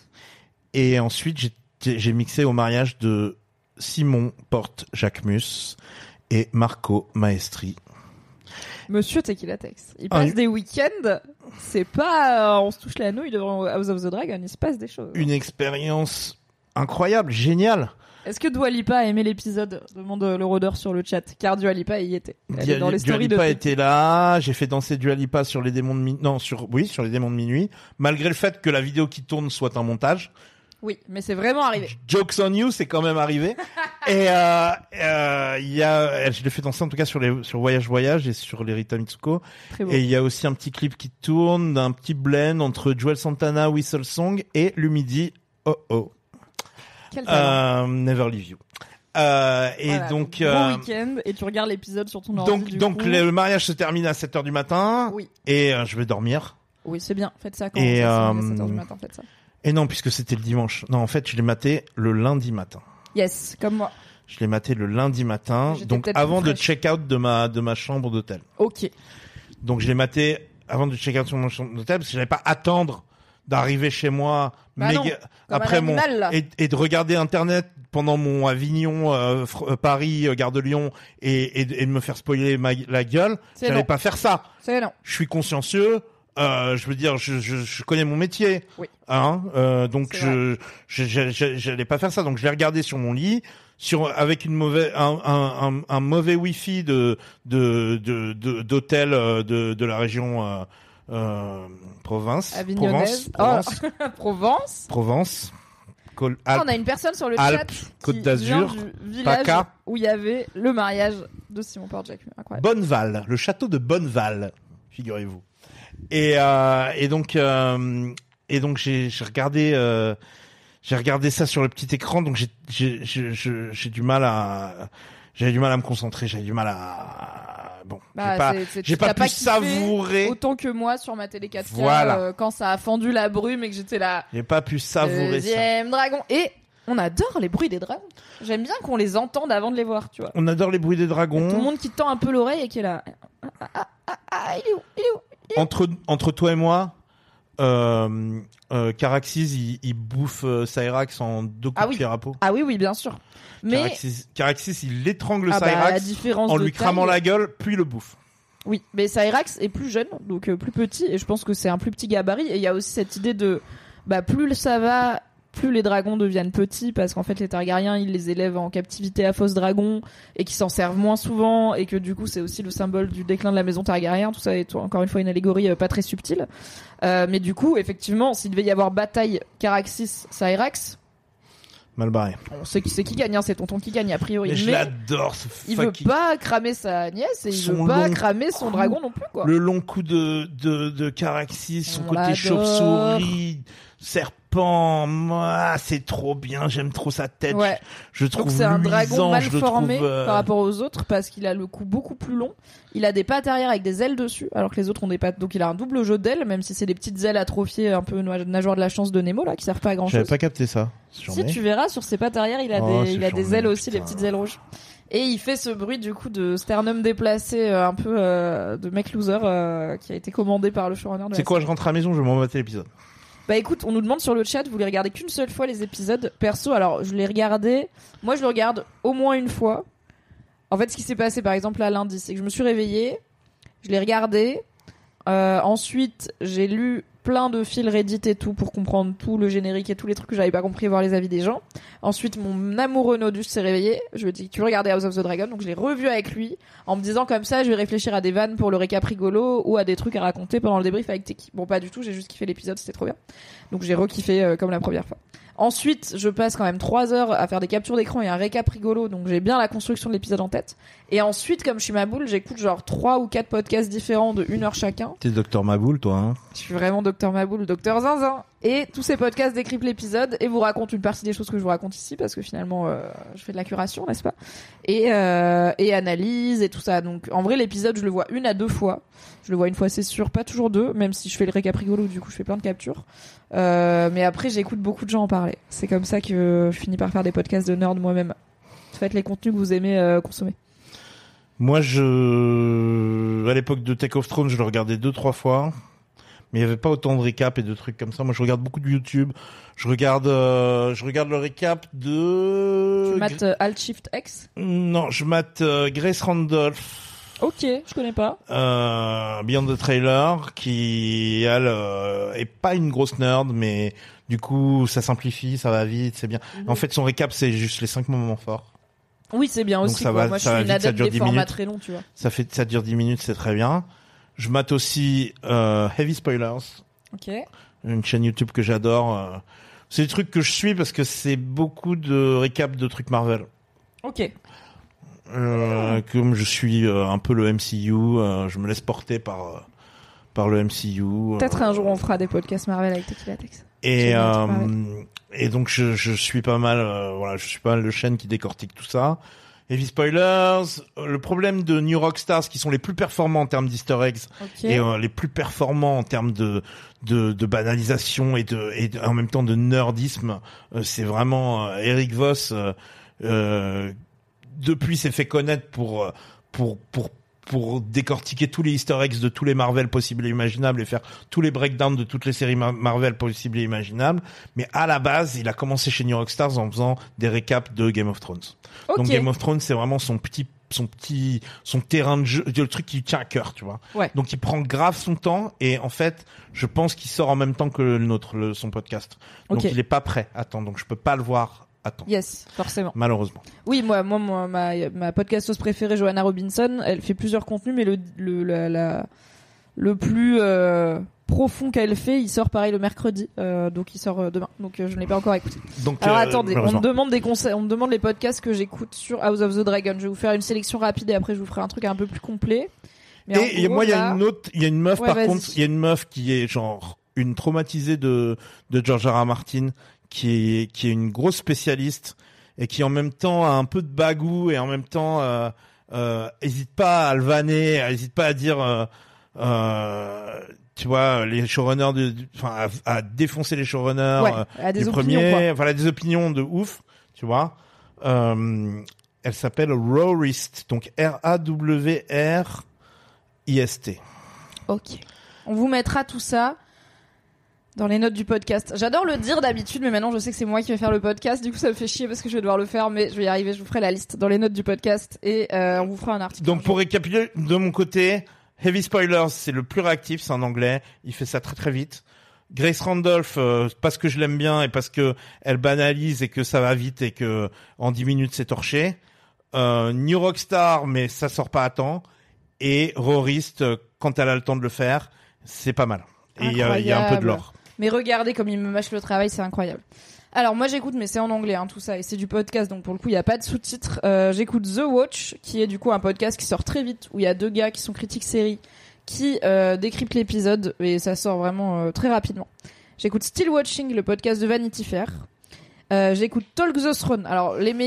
Et ensuite, j'ai, j'ai mixé au mariage de Simon Porte Jacquemus et Marco Maestri. Monsieur Tequila Tex. Il Ah, passe oui. des week-ends. C'est pas, euh, on se touche la nouille devant House of the Dragon. Il se passe des choses. Une expérience incroyable, géniale. Est-ce que Dua Lipa a aimé l'épisode? Demande le rôdeur sur le chat. Car Dua Lipa y était. Elle Dua est dans les Dua stories Lipa de. était là. J'ai fait danser Dua Lipa sur les démons de minuit. Non, sur oui, sur les démons de minuit. Malgré le fait que la vidéo qui tourne soit un montage. Oui, mais c'est vraiment arrivé. Jokes on you, c'est quand même arrivé. Et euh, euh, il y a, je l'ai fait danser en tout cas sur les sur Voyage Voyage et sur les Rita Mitsuko. Très beau. Et il y a aussi un petit clip qui tourne d'un petit blend entre Joel Santana, Whistle Song et Lumidi. Oh oh. Quel talent. Euh, Never Leave You. Euh, et Voilà, donc, gros euh, week-end et tu regardes l'épisode sur ton ordi. donc, du donc coup. le mariage se termine à sept heures du matin. Oui. Et euh, je vais dormir. Oui, c'est bien. Faites ça quand Et, ça, euh, c'est sept heures du matin. Faites ça. Et non, puisque c'était le dimanche. Non, en fait, je l'ai maté le lundi matin. Yes, comme moi. Je l'ai maté le lundi matin, J'étais donc peut-être avant plus de fraîche. check out de ma de ma chambre d'hôtel. Ok. Donc je l'ai maté avant de check out sur mon chambre d'hôtel parce que j'avais pas à attendre d'arriver chez moi Bah non, méga- comme après un mon animal, là. et, et de regarder internet pendant mon Avignon euh, Fr- euh, Paris euh, Gare de Lyon et, et, de- et de me faire spoiler ma, la gueule. C'est J'allais non. pas faire ça. C'est non. Je suis consciencieux. Euh, je veux dire, je, je, je connais mon métier, Oui. hein. Euh, donc C'est je, je, je, je- j'allais pas faire ça. Donc je l'ai regardé sur mon lit, sur avec une mauvaise, un, un, un, un mauvais wifi de, de, de, de d'hôtel euh, de, de la région euh, euh, province, Avignonnaise. Provence, Oh, Provence. Provence, Col- Ah, Alpes. on a une personne sur le Alpes, chat Côte qui d'Azur, vient du village PACA. où il y avait le mariage de Simon Porte-Jacquemus. Incroyable. Bonneval, le château de Bonneval, figurez-vous. Et euh, et donc euh, et donc j'ai j'ai regardé euh, j'ai regardé ça sur le petit écran, donc j'ai j'ai j'ai j'ai j'ai du mal à j'avais du mal à me concentrer, j'avais du mal à bon Bah, j'ai pas c'est- c'est- j'ai t'as pas pu kiffé savourer autant que moi sur ma télé quatre K Voilà. euh, quand ça a fendu la brume et que j'étais là. j'ai pas pu savourer ça. Deuxième dragon. Et on adore les bruits des dragons. J'aime bien qu'on les entende avant de les voir, tu vois. On adore les bruits des Tout le dragons. monde qui tend un peu l'oreille et qui est là. Ah, ah, ah, ah, ah, il est où, il est où Entre entre toi et moi, euh, euh, Caraxys il, il bouffe euh, Cyrax en deux coups Ah de oui. pierre à peau. Ah oui, oui, bien sûr. Mais Caraxys, Caraxys, il étrangle ah bah, à la Cyrax différence en de lui cramant taille- la gueule, puis le bouffe. Oui, mais Cyrax est plus jeune, donc euh, plus petit, et je pense que c'est un plus petit gabarit. Et il y a aussi cette idée de, bah plus ça va, plus les dragons deviennent petits, parce qu'en fait les Targaryens ils les élèvent en captivité à fausse dragon et qui s'en servent moins souvent, et que du coup c'est aussi le symbole du déclin de la maison Targaryen. Tout ça est encore une fois une allégorie euh, pas très subtile. Euh, mais du coup, effectivement, s'il devait y avoir bataille Caraxys-Cyrax, Mal barré. on sait qui c'est qui gagne, hein, c'est tonton qui gagne a priori. Mais je l'adore, ce il veut fucking... pas cramer sa nièce et il Son veut pas long cramer son cou. dragon non plus, quoi. Le long coup de, de, de Caraxys, son On côté l'adore. chauve-souris, serpent, moi, c'est trop bien, j'aime trop sa tête. Ouais. Je, je Donc trouve c'est un luisant, dragon mal je le formé trouve, euh, par rapport aux autres parce qu'il a le cou beaucoup plus long. Il a des pattes arrière avec des ailes dessus, alors que les autres ont des pattes. Donc il a un double jeu d'ailes, même si c'est des petites ailes atrophiées, un peu no- nageoire de la chance de Nemo là, qui servent pas à grand J'avais chose. pas capté ça. J'en Si ai. tu verras sur ses pattes arrière, il a Oh, des, c'est il a des charmé, ailes aussi, putain. les petites ailes rouges. Et il fait ce bruit du coup de sternum déplacé, euh, un peu euh, de mec loser, euh, qui a été commandé par le showrunner de C'est la quoi, je rentre à la maison, je vais m'en mater l'épisode. Bah écoute, on nous demande sur le chat, vous les regardez qu'une seule fois les épisodes. Perso, alors je les regardais. Moi, je le regarde au moins une fois. En fait, ce qui s'est passé, par exemple, là lundi, c'est que je me suis réveillée, je l'ai regardé. Euh, ensuite, j'ai lu plein de fils Reddit et tout pour comprendre tout le générique et tous les trucs que j'avais pas compris et voir les avis des gens. Ensuite, mon amoureux Nodus s'est réveillé. Je lui ai dit, tu veux regarder House of the Dragon? Donc je l'ai revu avec lui en me disant comme ça, je vais réfléchir à des vannes pour le récap rigolo ou à des trucs à raconter pendant le débrief avec Teki. Bon, pas du tout, j'ai juste kiffé l'épisode, c'était trop bien. Donc j'ai re-kiffé euh, comme la première fois. Ensuite, je passe quand même trois heures à faire des captures d'écran et un récap rigolo, donc j'ai bien la construction de l'épisode en tête. Et ensuite, comme je suis ma boule, j'écoute genre trois ou quatre podcasts différents de une heure chacun. T'es docteur Maboule, toi, hein? Je suis vraiment docteur Maboule, docteur Zinzin. Et tous ces podcasts décryptent l'épisode et vous racontent une partie des choses que je vous raconte ici, parce que finalement, euh, je fais de la curation, n'est-ce pas? Et, euh, et analyse et tout ça. Donc, en vrai, l'épisode, je le vois une à deux fois. Je le vois une fois, c'est sûr, pas toujours deux, même si je fais le récap rigolo, du coup, je fais plein de captures. Euh, mais après, j'écoute beaucoup de gens en parler. C'est comme ça que je finis par faire des podcasts de nerd moi-même. Faites les contenus que vous aimez euh, consommer. Moi, je, à l'époque de Take of Thrones, je le regardais deux, trois fois. Mais il y avait pas autant de récap et de trucs comme ça. Moi, je regarde beaucoup de YouTube. Je regarde, euh, je regarde le récap de... Tu mates euh, Alt Shift X? Non, je mate euh, Grace Randolph. Ok, je connais pas. Euh, Beyond the Trailer, qui, elle, euh, est pas une grosse nerd, mais du coup, ça simplifie, ça va vite, c'est bien. Mm-hmm. En fait, son récap, c'est juste les cinq moments forts. Oui, c'est bien Donc aussi, ça quoi. va, Moi, je ça suis va une vite, ça adepte dure des dix formats minutes. très longs, tu vois. Ça fait, ça dure dix minutes, c'est très bien. Je mate aussi, euh, Heavy Spoilers. Ok. Une chaîne YouTube que j'adore. Euh, c'est des trucs que je suis parce que c'est beaucoup de récaps de trucs Marvel. Ok. Euh, comme je suis euh, un peu le M C U, euh, je me laisse porter par euh, par le M C U. Peut-être euh, un jour on fera des podcasts Marvel avec Tequila Tex. Et euh, et donc je je suis pas mal, euh, voilà, je suis pas mal de chaînes qui décortiquent tout ça. Heavy Spoilers. Le problème de New Rockstars, qui sont les plus performants en termes d'Easter eggs okay. et euh, les plus performants en termes de de, de banalisation et de et de, en même temps de nerdisme, euh, c'est vraiment euh, Eric Voss. Euh, euh, depuis s'est fait connaître pour pour pour pour décortiquer tous les Easter eggs de tous les Marvel possibles et imaginables et faire tous les breakdowns de toutes les séries Marvel possibles et imaginables. Mais à la base, il a commencé chez New Rockstars en faisant des récaps de Game of Thrones. Okay. Donc Game of Thrones, c'est vraiment son petit son petit son terrain de jeu, le truc qui lui tient à cœur, tu vois. Ouais. Donc il prend grave son temps et en fait, je pense qu'il sort en même temps que le nôtre, le, son podcast. Donc okay. il est pas prêt. Attends, donc je peux pas le voir. Attends. Yes, forcément. Malheureusement. Oui, moi, moi, moi ma, ma podcasteuse préférée, Joanna Robinson, elle fait plusieurs contenus, mais le, le, la, la, le plus euh, profond qu'elle fait, il sort pareil le mercredi, euh, donc il sort euh, demain. Donc euh, je ne l'ai pas encore écouté. Donc, Alors euh, attendez, on me demande des conseils, on me demande les podcasts que j'écoute sur House of the Dragon. Je vais vous faire une sélection rapide et après je vous ferai un truc un peu plus complet. Mais et, et moi, il là... y a une autre, il y a une meuf ouais, par vas-y. contre, il y a une meuf qui est genre une traumatisée de de George R. R. Martin, qui est qui est une grosse spécialiste. Et qui en même temps a un peu de bagou et en même temps euh, euh, hésite pas à le vanner, hésite pas à dire, euh, euh, tu vois, les showrunners, de, enfin à, à défoncer les showrunners ouais, à des du opinions, premier, voilà des opinions de ouf, tu vois. Euh, elle s'appelle Rawrist, donc R A W R I S T. Ok. On vous mettra tout ça dans les notes du podcast. J'adore le dire d'habitude, mais maintenant je sais que c'est moi qui vais faire le podcast. Du coup, ça me fait chier parce que je vais devoir le faire, mais je vais y arriver. Je vous ferai la liste dans les notes du podcast et euh, on vous fera un article. Donc, pour récapituler, de mon côté, Heavy Spoilers, c'est le plus réactif, c'est en anglais. Il fait ça très très vite. Grace Randolph, euh, parce que je l'aime bien et parce que elle banalise et que ça va vite et que en dix minutes c'est torché. Euh, New Rockstar, mais ça sort pas à temps. Et Rawrist, quand elle a le temps de le faire, c'est pas mal. Et il y, y a un peu de l'or. Mais regardez comme il me mâche le travail, c'est incroyable. Alors moi j'écoute, mais c'est en anglais hein, tout ça, et c'est du podcast, donc pour le coup il y a pas de sous-titres. Euh, j'écoute The Watch, qui est du coup un podcast qui sort très vite, où il y a deux gars qui sont critiques séries, qui euh, décryptent l'épisode, et ça sort vraiment euh, très rapidement. J'écoute Still Watching, le podcast de Vanity Fair. Euh, j'écoute Talk the Throne, alors les meilleurs.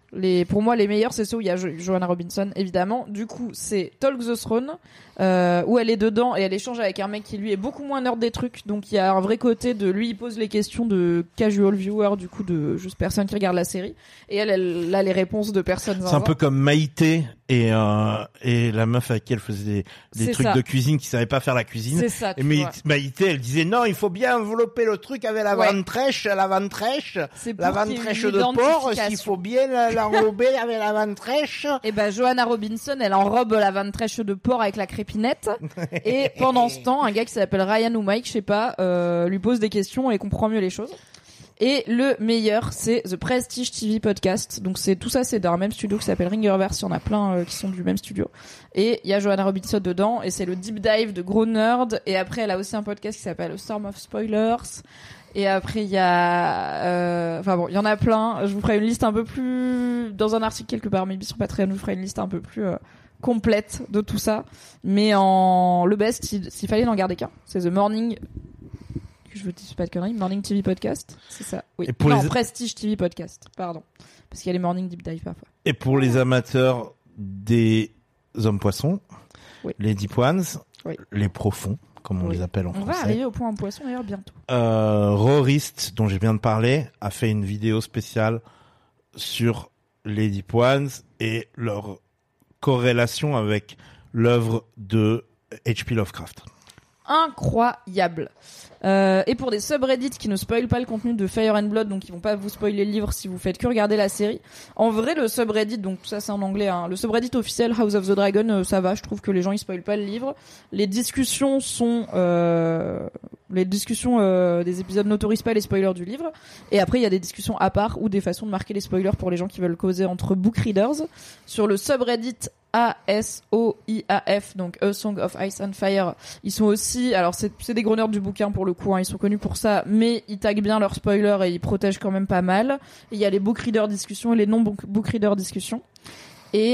Les, pour moi, les meilleurs, c'est ceux où il y a jo- Joanna Robinson, évidemment. Du coup, c'est Talk the Throne, euh, où elle est dedans et elle échange avec un mec qui, lui, est beaucoup moins nerd des trucs. Donc, il y a un vrai côté de lui, il pose les questions de casual viewer, du coup, de juste personne qui regarde la série. Et elle, elle a les réponses de personnes. C'est un peu comme Maïté et, euh, et la meuf avec qui elle faisait des, des C'est trucs ça. de cuisine qui savait pas faire la cuisine. C'est ça, tu Et Maï- vois. Maïté, elle disait non, il faut bien envelopper le truc avec la Ouais. ventrèche, la ventrèche, C'est pour la qu'il y ait une ventrèche de porc, identification. il faut bien la- l'enrober avec la ventrèche. Et ben Joanna Robinson, elle enrobe la ventrèche de porc avec la crépinette. Et pendant ce temps, un gars qui s'appelle Ryan ou Mike, je sais pas, euh, lui pose des questions et comprend mieux les choses. Et le meilleur, c'est The Prestige T V Podcast. Donc c'est tout ça, c'est d'un même studio qui s'appelle Ringerverse. Il y en a plein euh, qui sont du même studio. Et il y a Joanna Robinson dedans. Et c'est le deep dive de gros nerds. Et après, elle a aussi un podcast qui s'appelle A Storm of Spoilers. Et après, il y a... euh, Enfin bon, il y en a plein. Je vous ferai une liste un peu plus... Dans un article quelque part, maybe sur Patreon, je vous ferai une liste un peu plus euh, complète de tout ça. Mais en... Le best, s'il, s'il fallait n'en garder qu'un, c'est The Morning... Que je vous dis pas de conneries. Morning T V Podcast. C'est ça. Oui. Et pour non, les- Prestige T V Podcast. Pardon. Parce qu'il y a les Morning Deep Dive parfois. Et pour les amateurs des hommes poissons, Oui. les deep ones, Oui. les profonds, comme on Oui. les appelle en On va français. arriver au point en poisson d'ailleurs bientôt. Euh, Rorist, dont j'ai bien de parler, a fait une vidéo spéciale sur les Deep Ones et leur corrélation avec l'œuvre de H P Lovecraft. Incroyable. Euh, et pour des subreddits qui ne spoilent pas le contenu de Fire and Blood, donc ils vont pas vous spoiler le livre si vous faites que regarder la série. En vrai, le subreddit, donc ça c'est en anglais, hein, le subreddit officiel House of the Dragon, euh, ça va, je trouve que les gens ils spoilent pas le livre. Les discussions sont, euh, les discussions euh, des épisodes n'autorisent pas les spoilers du livre. Et après il y a des discussions à part ou des façons de marquer les spoilers pour les gens qui veulent causer entre book readers. Sur le subreddit A S O I A F, donc A Song of Ice and Fire. Ils sont aussi, alors c'est, c'est des gros nerds du bouquin pour le coup, hein, ils sont connus pour ça, mais ils taguent bien leurs spoilers et ils protègent quand même pas mal. Et il y a les book reader discussions et les non book reader discussions. Et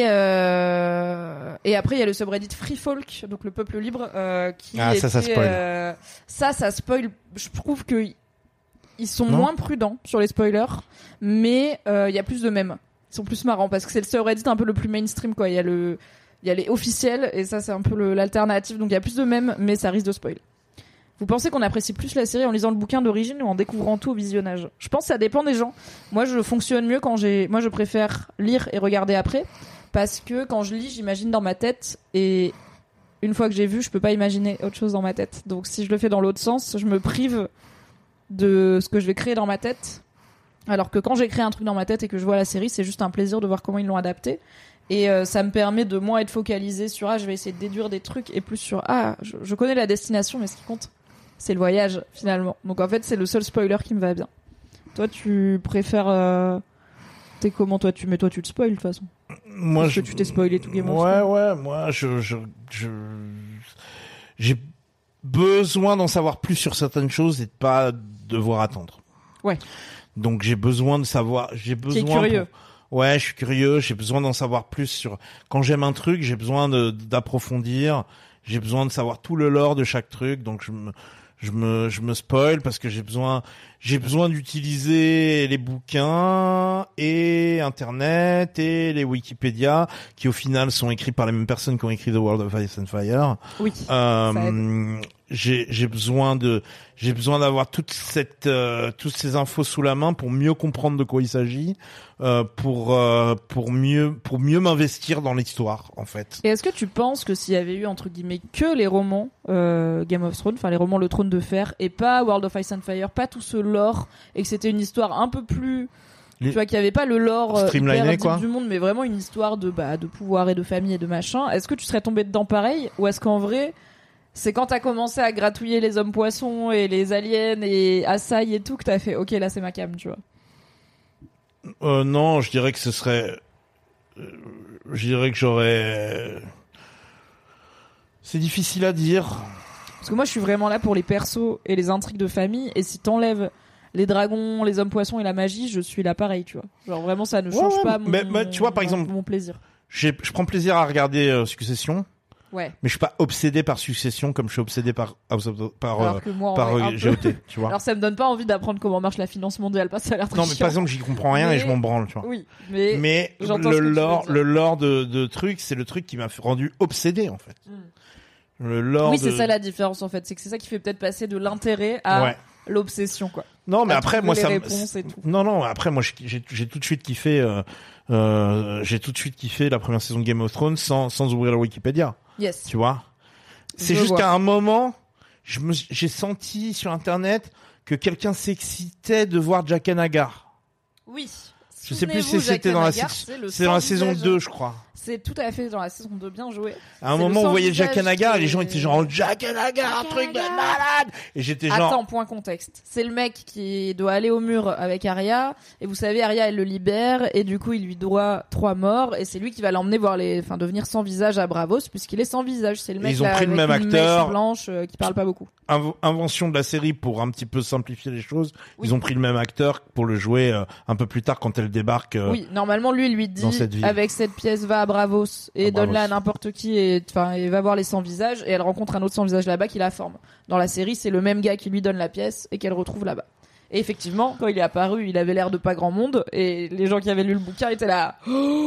euh... et après il y a le subreddit Free Folk, donc le peuple libre, euh, qui Ah, ça, ça était, spoil. euh, ça, ça spoil. Je trouve que ils sont Non. moins prudents sur les spoilers, mais il euh, y a plus de mèmes. Ils sont plus marrants parce que c'est le subreddit un peu le plus mainstream, quoi. Il y a le, il y a les officiels et ça c'est un peu le, l'alternative, donc il y a plus de mèmes, mais ça risque de spoil. Vous pensez qu'on apprécie plus la série en lisant le bouquin d'origine ou en découvrant tout au visionnage ? Je pense que ça dépend des gens. Moi, je fonctionne mieux quand j'ai, moi je préfère lire et regarder après parce que quand je lis, j'imagine dans ma tête et une fois que j'ai vu, je peux pas imaginer autre chose dans ma tête. Donc si je le fais dans l'autre sens, je me prive de ce que je vais créer dans ma tête. Alors que quand j'ai créé un truc dans ma tête et que je vois la série, c'est juste un plaisir de voir comment ils l'ont adapté. Et euh, ça me permet de moins être focalisé sur ah je vais essayer de déduire des trucs et plus sur ah je, je connais la destination mais ce qui compte c'est le voyage finalement. Donc en fait c'est le seul spoiler qui me va bien. Toi tu préfères euh... t'es comment toi tu mais toi tu te spoil de toute façon. Moi, Parce je... que tu t'es spoilé tout Game of Ouais, Thrones. ouais, moi, je, je, je, j'ai besoin d'en savoir plus sur certaines choses et de pas devoir attendre. Ouais. Donc j'ai besoin de savoir, j'ai besoin. T'es curieux. pour- Ouais, je suis curieux, j'ai besoin d'en savoir plus sur. Quand j'aime un truc, j'ai besoin de d'approfondir, j'ai besoin de savoir tout le lore de chaque truc, donc je me je me je me spoil parce que j'ai besoin j'ai besoin d'utiliser les bouquins et internet et les Wikipédia qui au final sont écrits par les mêmes personnes qui ont écrit The World of Ice and Fire. Oui. Euh, j'ai j'ai besoin de j'ai besoin d'avoir toute cette euh, toutes ces infos sous la main pour mieux comprendre de quoi il s'agit, euh, pour euh, pour mieux pour mieux m'investir dans l'histoire en fait. Et est-ce que tu penses que s'il y avait eu entre guillemets que les romans euh, Game of Thrones, enfin les romans Le Trône de Fer et pas World of Ice and Fire, pas tout ce lore et que c'était une histoire un peu plus Les- tu vois qu'il y avait pas le lore euh, Streamliné, hyper deep quoi. du monde mais vraiment une histoire de bah de pouvoir et de famille et de machin, est-ce que tu serais tombé dedans pareil ou est-ce qu'en vrai c'est quand t'as commencé à gratouiller les hommes poissons et les aliens et Asai et tout que t'as fait ok là c'est ma cam, tu vois? Euh, non, je dirais que ce serait euh, je dirais que j'aurais c'est difficile à dire. Parce que moi je suis vraiment là pour les persos et les intrigues de famille et si t'enlèves les dragons, les hommes poissons et la magie, je suis là pareil, tu vois. Genre vraiment ça ne change Ouais, ouais, pas mon, mais- mais tu vois, par mon- exemple, mon plaisir. J'ai, je prends plaisir à regarder euh, Succession. Ouais. Mais je suis pas obsédé par Succession comme je suis obsédé par House of the- par Alors euh, que moi, en par vrai, euh, un peu. G O T, tu vois. Alors ça me donne pas envie d'apprendre comment marche la finance mondiale parce que ça a l'air très Non, mais chiant. par exemple, j'y comprends rien Mais- et je m'en branle, tu vois. Oui, mais, Mais j'entends le ce que tu veux lore, dire. le lore de, de trucs, c'est le truc qui m'a fait- rendu obsédé en fait. Le lore. oui, de... c'est ça la différence en fait, c'est que c'est ça qui fait peut-être passer de l'intérêt à Ouais. l'obsession quoi. Non, mais à après, trouver moi, les ça. me- réponses et tout. Non, non. Après, moi, j'ai, j'ai tout de suite kiffé. Euh, euh, j'ai tout de suite kiffé la première saison de Game of Thrones sans sans ouvrir la Wikipédia. Yes. Tu vois. C'est Je juste vois. qu'à un moment, je me, j'ai senti sur Internet que quelqu'un s'excitait de voir Jack and Hagar. Oui. Je sais plus si Souvenez-vous, c'était Jack dans la, Hagar, sa- c'est le c'est dans la sans saison visage. deux, je crois. C'est tout à fait dans la saison deux, bien joué. À un C'est le moment, on sans voyait Jack and visage Hagar et les qui gens est- étaient genre Jack and Hagar, un truc de malade. Et j'étais genre. Attends, point contexte. C'est le mec qui doit aller au mur avec Arya, et vous savez, Arya, elle le libère, et du coup, il lui doit trois morts, et c'est lui qui va l'emmener voir les, enfin, devenir sans visage à Bravos, puisqu'il est sans visage. C'est le mec Ils ont là, pris le avec même une acteur. mèche blanche, euh, qui parle pas beaucoup. Inv- invention de la série pour un petit peu simplifier les choses. Oui. Ils ont pris le même acteur pour le jouer euh, un peu plus tard quand elle débarque. euh, Oui, normalement, lui, il lui dans dit, cette ville. avec cette pièce, va à Bravos, et À donne-la à Bravos. n'importe qui, et, enfin, et va voir les sans visages, et elle rencontre un autre sans visage là-bas qui la forme. Dans la série, c'est le même gars qui lui donne la pièce, et qu'elle retrouve là-bas. Et effectivement, quand il est apparu, il avait l'air de pas grand monde, et les gens qui avaient lu le bouquin étaient là.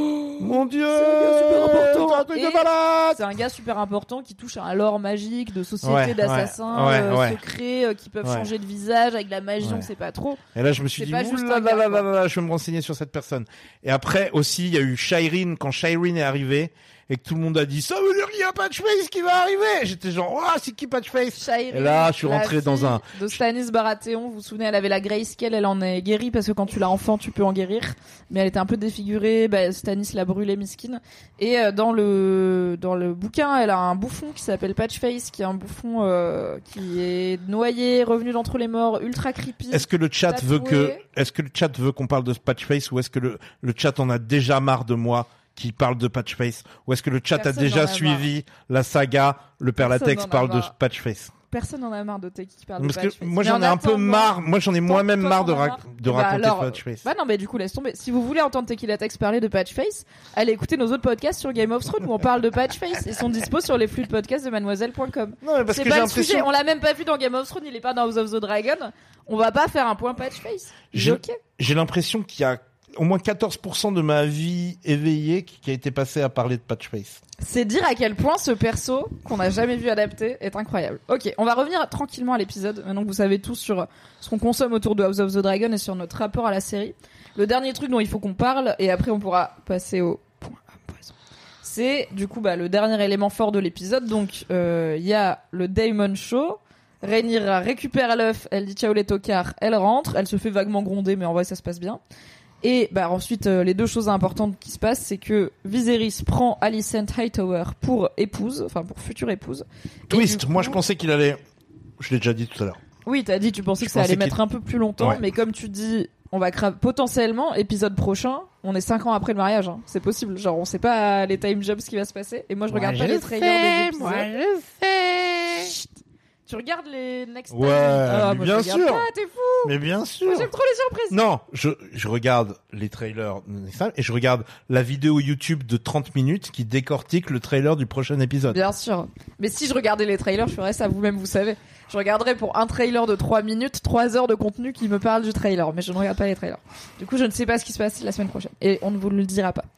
Mon Dieu, C'est un gars super important. c'est un truc Et de malade. C'est un gars super important qui touche à un lore magique de société Ouais, d'assassins ouais, euh, ouais. secrets euh, qui peuvent Ouais. changer de visage avec de la magie, Ouais. on sait pas trop. Et là, je me suis C'est dit, pas juste oula un là gars, là quoi. là là, je vais me renseigner sur cette personne. Et après aussi, il y a eu Shireen quand Shireen est arrivé et que tout le monde a dit, ça veut dire qu'il y a Patchface qui va arriver. J'étais genre, ouah, c'est qui Patchface? Shireen, Et là, je suis la rentré dans fille un- de Stannis Baratheon, vous vous souvenez, elle avait la grayscale, elle en est guérie parce que quand tu l'as enfant, tu peux en guérir. Mais elle était un peu défigurée, bah, Stannis l'a brûlée, miskine. Et euh, dans le dans le bouquin, elle a un bouffon qui s'appelle Patchface, qui est un bouffon euh, qui est noyé, revenu d'entre les morts, ultra creepy. Est-ce que le chat Tatoué. veut que, est-ce que le chat veut qu'on parle de Patchface ou est-ce que le, le chat en a déjà marre de moi qui parle de Patchface ou est-ce que le chat Personne a déjà n'en a suivi la saga, le père Personne Latex n'en a parle de marre. Patchface? Personne n'en a marre de Teki qui parle Parce de que Patchface. moi Mais j'en en ai un peu attendant- marre, moi j'en ai moi-même Toi, marre de, t'en as rac- marre de Eh bah raconter alors, Patchface. Bah non, mais du coup, laisse tomber. Si vous voulez entendre Tequila Tex parler de Patchface, allez écouter nos autres podcasts sur Game of Thrones où on parle de Patchface. Ils sont dispo sur les flux de podcasts de mademoiselle point com. Non, mais parce C'est que j'ai pas le sujet. l'impression, On l'a même pas vu dans Game of Thrones. Il est pas dans House of the Dragon. On va pas faire un point Patchface. Il est j'ai, ok. j'ai l'impression qu'il y a au moins quatorze pour cent de ma vie éveillée qui, qui a été passée à parler de Patchface. C'est dire à quel point ce perso qu'on n'a jamais vu adapté est incroyable. Ok, on va revenir tranquillement à l'épisode. Maintenant que vous savez tout sur ce qu'on consomme autour de House of the Dragon et sur notre rapport à la série. Le dernier truc dont il faut qu'on parle, et après on pourra passer au point à poison, c'est du coup bah, le dernier élément fort de l'épisode. Donc il euh, y a le Daemon Show. Rhaenyra récupère l'œuf, elle dit ciao les tocards, elle rentre, elle se fait vaguement gronder, mais en vrai ça se passe bien. Et bah ensuite euh, les deux choses importantes qui se passent, c'est que Viserys prend Alicent Hightower pour épouse, enfin pour future épouse. Et Twist, du moi coup- je pensais qu'il allait, je l'ai déjà dit tout à l'heure. Oui, t'as dit tu pensais Je que ça allait pensais qu'il- mettre un peu plus longtemps, Ouais. mais comme tu dis, on va cra- potentiellement épisode prochain, on est cinq ans après le mariage, hein. C'est possible. Genre on sait pas les time jumps ce qui va se passer. Et moi je regarde Moi, pas je les trailers des épisodes. moi, je sais. Chut. Tu regardes les next Ouais, time Ah, mais moi, bien je regarde sûr. pas, t'es fou. Mais bien sûr. Moi, j'aime trop les surprises. Non, je, je regarde les trailers et je regarde la vidéo YouTube de trente minutes qui décortique le trailer du prochain épisode. Bien sûr. Mais si je regardais les trailers, je ferais ça vous-même, vous savez. Je regarderais pour un trailer de trois minutes, trois heures de contenu qui me parle du trailer. Mais je ne regarde pas les trailers. Du coup, je ne sais pas ce qui se passe la semaine prochaine. Et on ne vous le dira pas.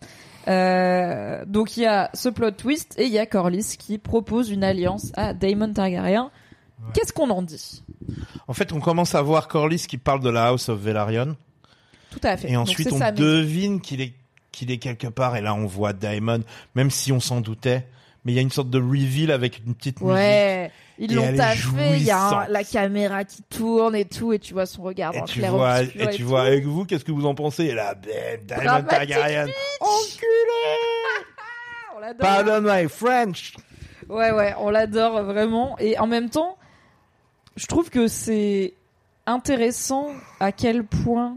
Euh, donc il y a ce plot twist et il y a Corlys qui propose une alliance à Daemon Targaryen. Qu'est-ce qu'on en dit? En fait, on commence à voir Corlys qui parle de la House of Velaryon. Tout à fait. Et ensuite, Donc, on c'est sa maison. devine qu'il est, qu'il est quelque part. Et là, on voit Daemon, même si on s'en doutait. Mais il y a une sorte de reveal avec une petite musique. Ouais, ils Et l'ont elle est taffé, il y a un- jouissante. la caméra qui tourne et tout, et tu vois son regard Et dans tu le vois, clair-obscur et tu vois avec vous, qu'est-ce que vous en pensez? Et là, bam, Daemon Dramatique Targaryen. Enculé! On l'adore. Pardon my French. Ouais, ouais, on l'adore vraiment. Et en même temps, je trouve que c'est intéressant à quel point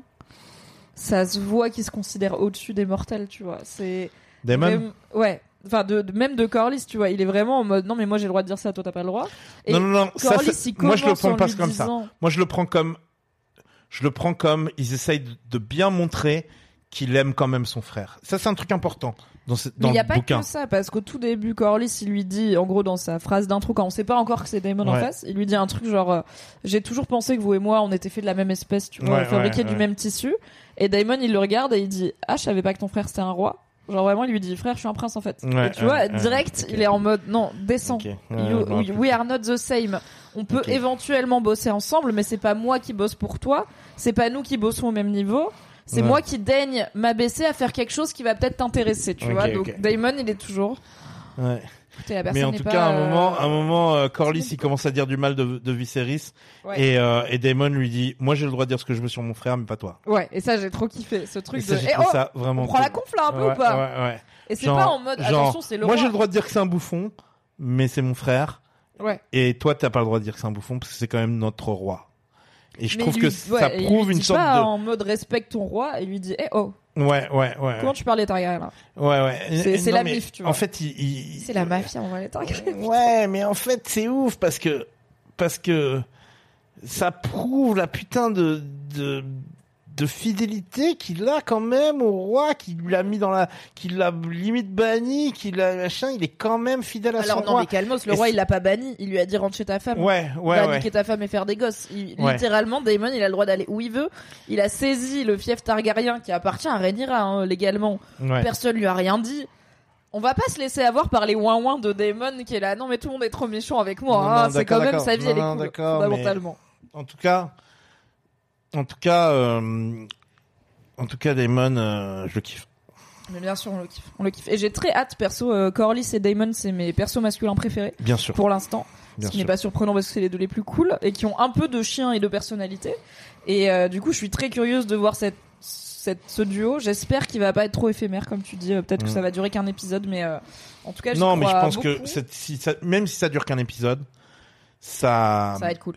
ça se voit qu'il se considère au-dessus des mortels, tu vois. C'est Daemon? vraiment- ouais. Enfin, de, de- même de Corlys, tu vois, il est vraiment en mode non, mais moi j'ai le droit de dire ça, toi t'as pas le droit. Et Non, non, non, ça, Corlys, c'est- il moi je le commence prends en pas lui comme ça. disant- Moi je le prends comme, je le prends comme, ils essayent de, de bien montrer qu'il aime quand même son frère. Ça, c'est un truc important dans, ce, dans Mais il y a le pas bouquin. que ça, parce qu'au tout début, Corlys, il lui dit, en gros, dans sa phrase d'intro, quand on sait pas encore que c'est Daemon en Ouais. face, il lui dit un truc genre, euh, j'ai toujours pensé que vous et moi, on était fait de la même espèce, tu vois, Ouais, fabriqués ouais, du ouais. même tissu. Et Daemon, il le regarde et il dit, ah, je savais pas que ton frère c'était un roi. Genre vraiment, il lui dit, frère, je suis un prince en fait. Ouais, et tu ouais, vois, ouais, direct, ok. il est en mode, non, descends. Ok. Ouais, You- je me we, rappelle. we are not the same. On peut Ok. éventuellement bosser ensemble, mais c'est pas moi qui bosse pour toi. C'est pas nous qui bossons au même niveau. C'est Ouais. moi qui daigne m'abaisser à faire quelque chose qui va peut-être t'intéresser, tu Ok, vois. ok. Donc Daemon, il est toujours. Ouais. Écoutez, la personne Mais en n'est tout pas, cas, à un euh, moment, à un moment, euh, Corlys, il commence à dire du mal de, de Viserys, Ouais. et, euh, et Daemon lui dit, moi, j'ai le droit de dire ce que je veux sur mon frère, mais pas toi. Ouais, et ça j'ai trop kiffé ce truc Et ça, de. j'ai Eh trouvé oh, ça vraiment on prend la cool. conf là un peu Ouais, ou pas ouais, ouais. Et c'est Genre- pas en mode genre, attention, c'est le moi, roi. j'ai le droit de dire que c'est un bouffon, mais c'est mon frère. Ouais. Et toi, t'as pas le droit de dire que c'est un bouffon parce que c'est quand même notre roi. Et je Mais trouve il que lui- ouais, ça et il prouve lui une dit sorte pas de. en mode respecte ton roi et il lui dit eh oh Ouais, ouais, ouais. comment tu parles des Targaryens là. Ouais, ouais. C'est- Et- c'est non, la mais mif, tu vois. En fait, il. il- C'est la mafia, on va les Targaryens. Ouais, mais en fait, c'est ouf parce que parce que ça prouve la putain de de de fidélité qu'il a quand même au roi, qui l'a mis dans la, qui l'a limite banni, qui l'a machin. Il est quand même fidèle à Alors son non roi. mais calmos, le Et roi c'est- il l'a pas banni, il lui a dit rentre chez ta femme. Ouais, ouais, va ouais. niquer ta femme et faire des gosses. Il- Ouais. Littéralement, Daemon, il a le droit d'aller où il veut. Il a saisi le fief Targaryen qui appartient à Rhaenyra hein, légalement. Ouais. Personne lui a rien dit. On va pas se laisser avoir par les ouin-ouin de Daemon qui est là. Non mais tout le monde est trop méchant avec moi. Non, hein. non, C'est quand d'accord, même sa vie, d'accord. elle est Non, cool, d'accord, fondamentalement. En tout cas, en tout cas, euh, en tout cas, Daemon, euh, je le kiffe. Mais bien sûr, on le kiffe. On le kiffe. Et j'ai très hâte, perso, euh, Corlys et Daemon, c'est mes persos masculins préférés Bien sûr. pour l'instant. Bien Ce qui n'est sûr. pas surprenant parce que c'est les deux les plus cool et qui ont un peu de chien et de personnalité. Et euh, du coup, je suis très curieuse de voir cette, cette ce duo. J'espère qu'il va pas être trop éphémère, comme tu dis. Euh, Peut-être que Mm. ça va durer qu'un épisode, mais euh, en tout cas, j'y Non, mais je crois pense que beaucoup. cette- si ça, même si ça dure qu'un épisode, ça, Ça va être cool.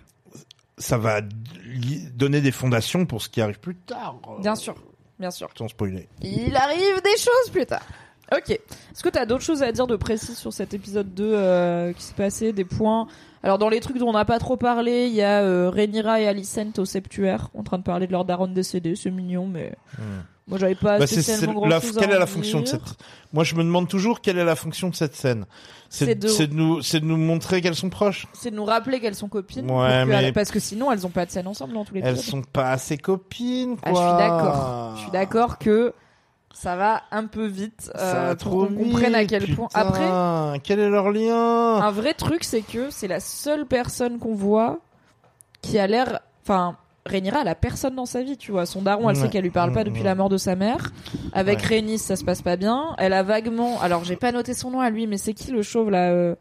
ça va li- donner des fondations pour ce qui arrive plus tard. euh, Bien sûr, bien sûr. Sans spoiler. Il arrive des choses plus tard. Ok. Est-ce que t'as d'autres choses à dire de précis sur cet épisode deux euh, qui s'est passé, des points? Alors dans les trucs dont on n'a pas trop parlé, il y a euh, Rhaenyra et Alicent au septuaire, en train de parler de leur daronne décédée, c'est mignon, mais moi j'avais pas Bah, c'est- spécialement c'est grand la- chose à quelle est en la fonction de dire. cette? Moi, je me demande toujours quelle est la fonction de cette scène. C'est C'est de, de- c'est de nous, c'est de nous montrer qu'elles sont proches. C'est de nous rappeler qu'elles sont copines, Ouais, pour que- mais- parce que sinon elles ont pas de scène ensemble dans tous les Elles épisodes. sont pas assez copines, Ah, quoi. je suis d'accord. Je suis d'accord que ça va un peu vite Ça euh, va pour trop qu'on comprenne à vite, quel point. putain. Après, Quel est leur lien? un vrai truc, c'est que c'est la seule personne qu'on voit qui a l'air. Enfin, Rhaenyra, elle a personne dans sa vie, tu vois. Son daron, elle Ouais. sait qu'elle lui parle pas depuis Ouais. la mort de sa mère. Avec Ouais. Rhaenys, ça se passe pas bien. Elle a vaguement. Alors, j'ai pas noté son nom à lui, mais c'est qui le chauve là euh,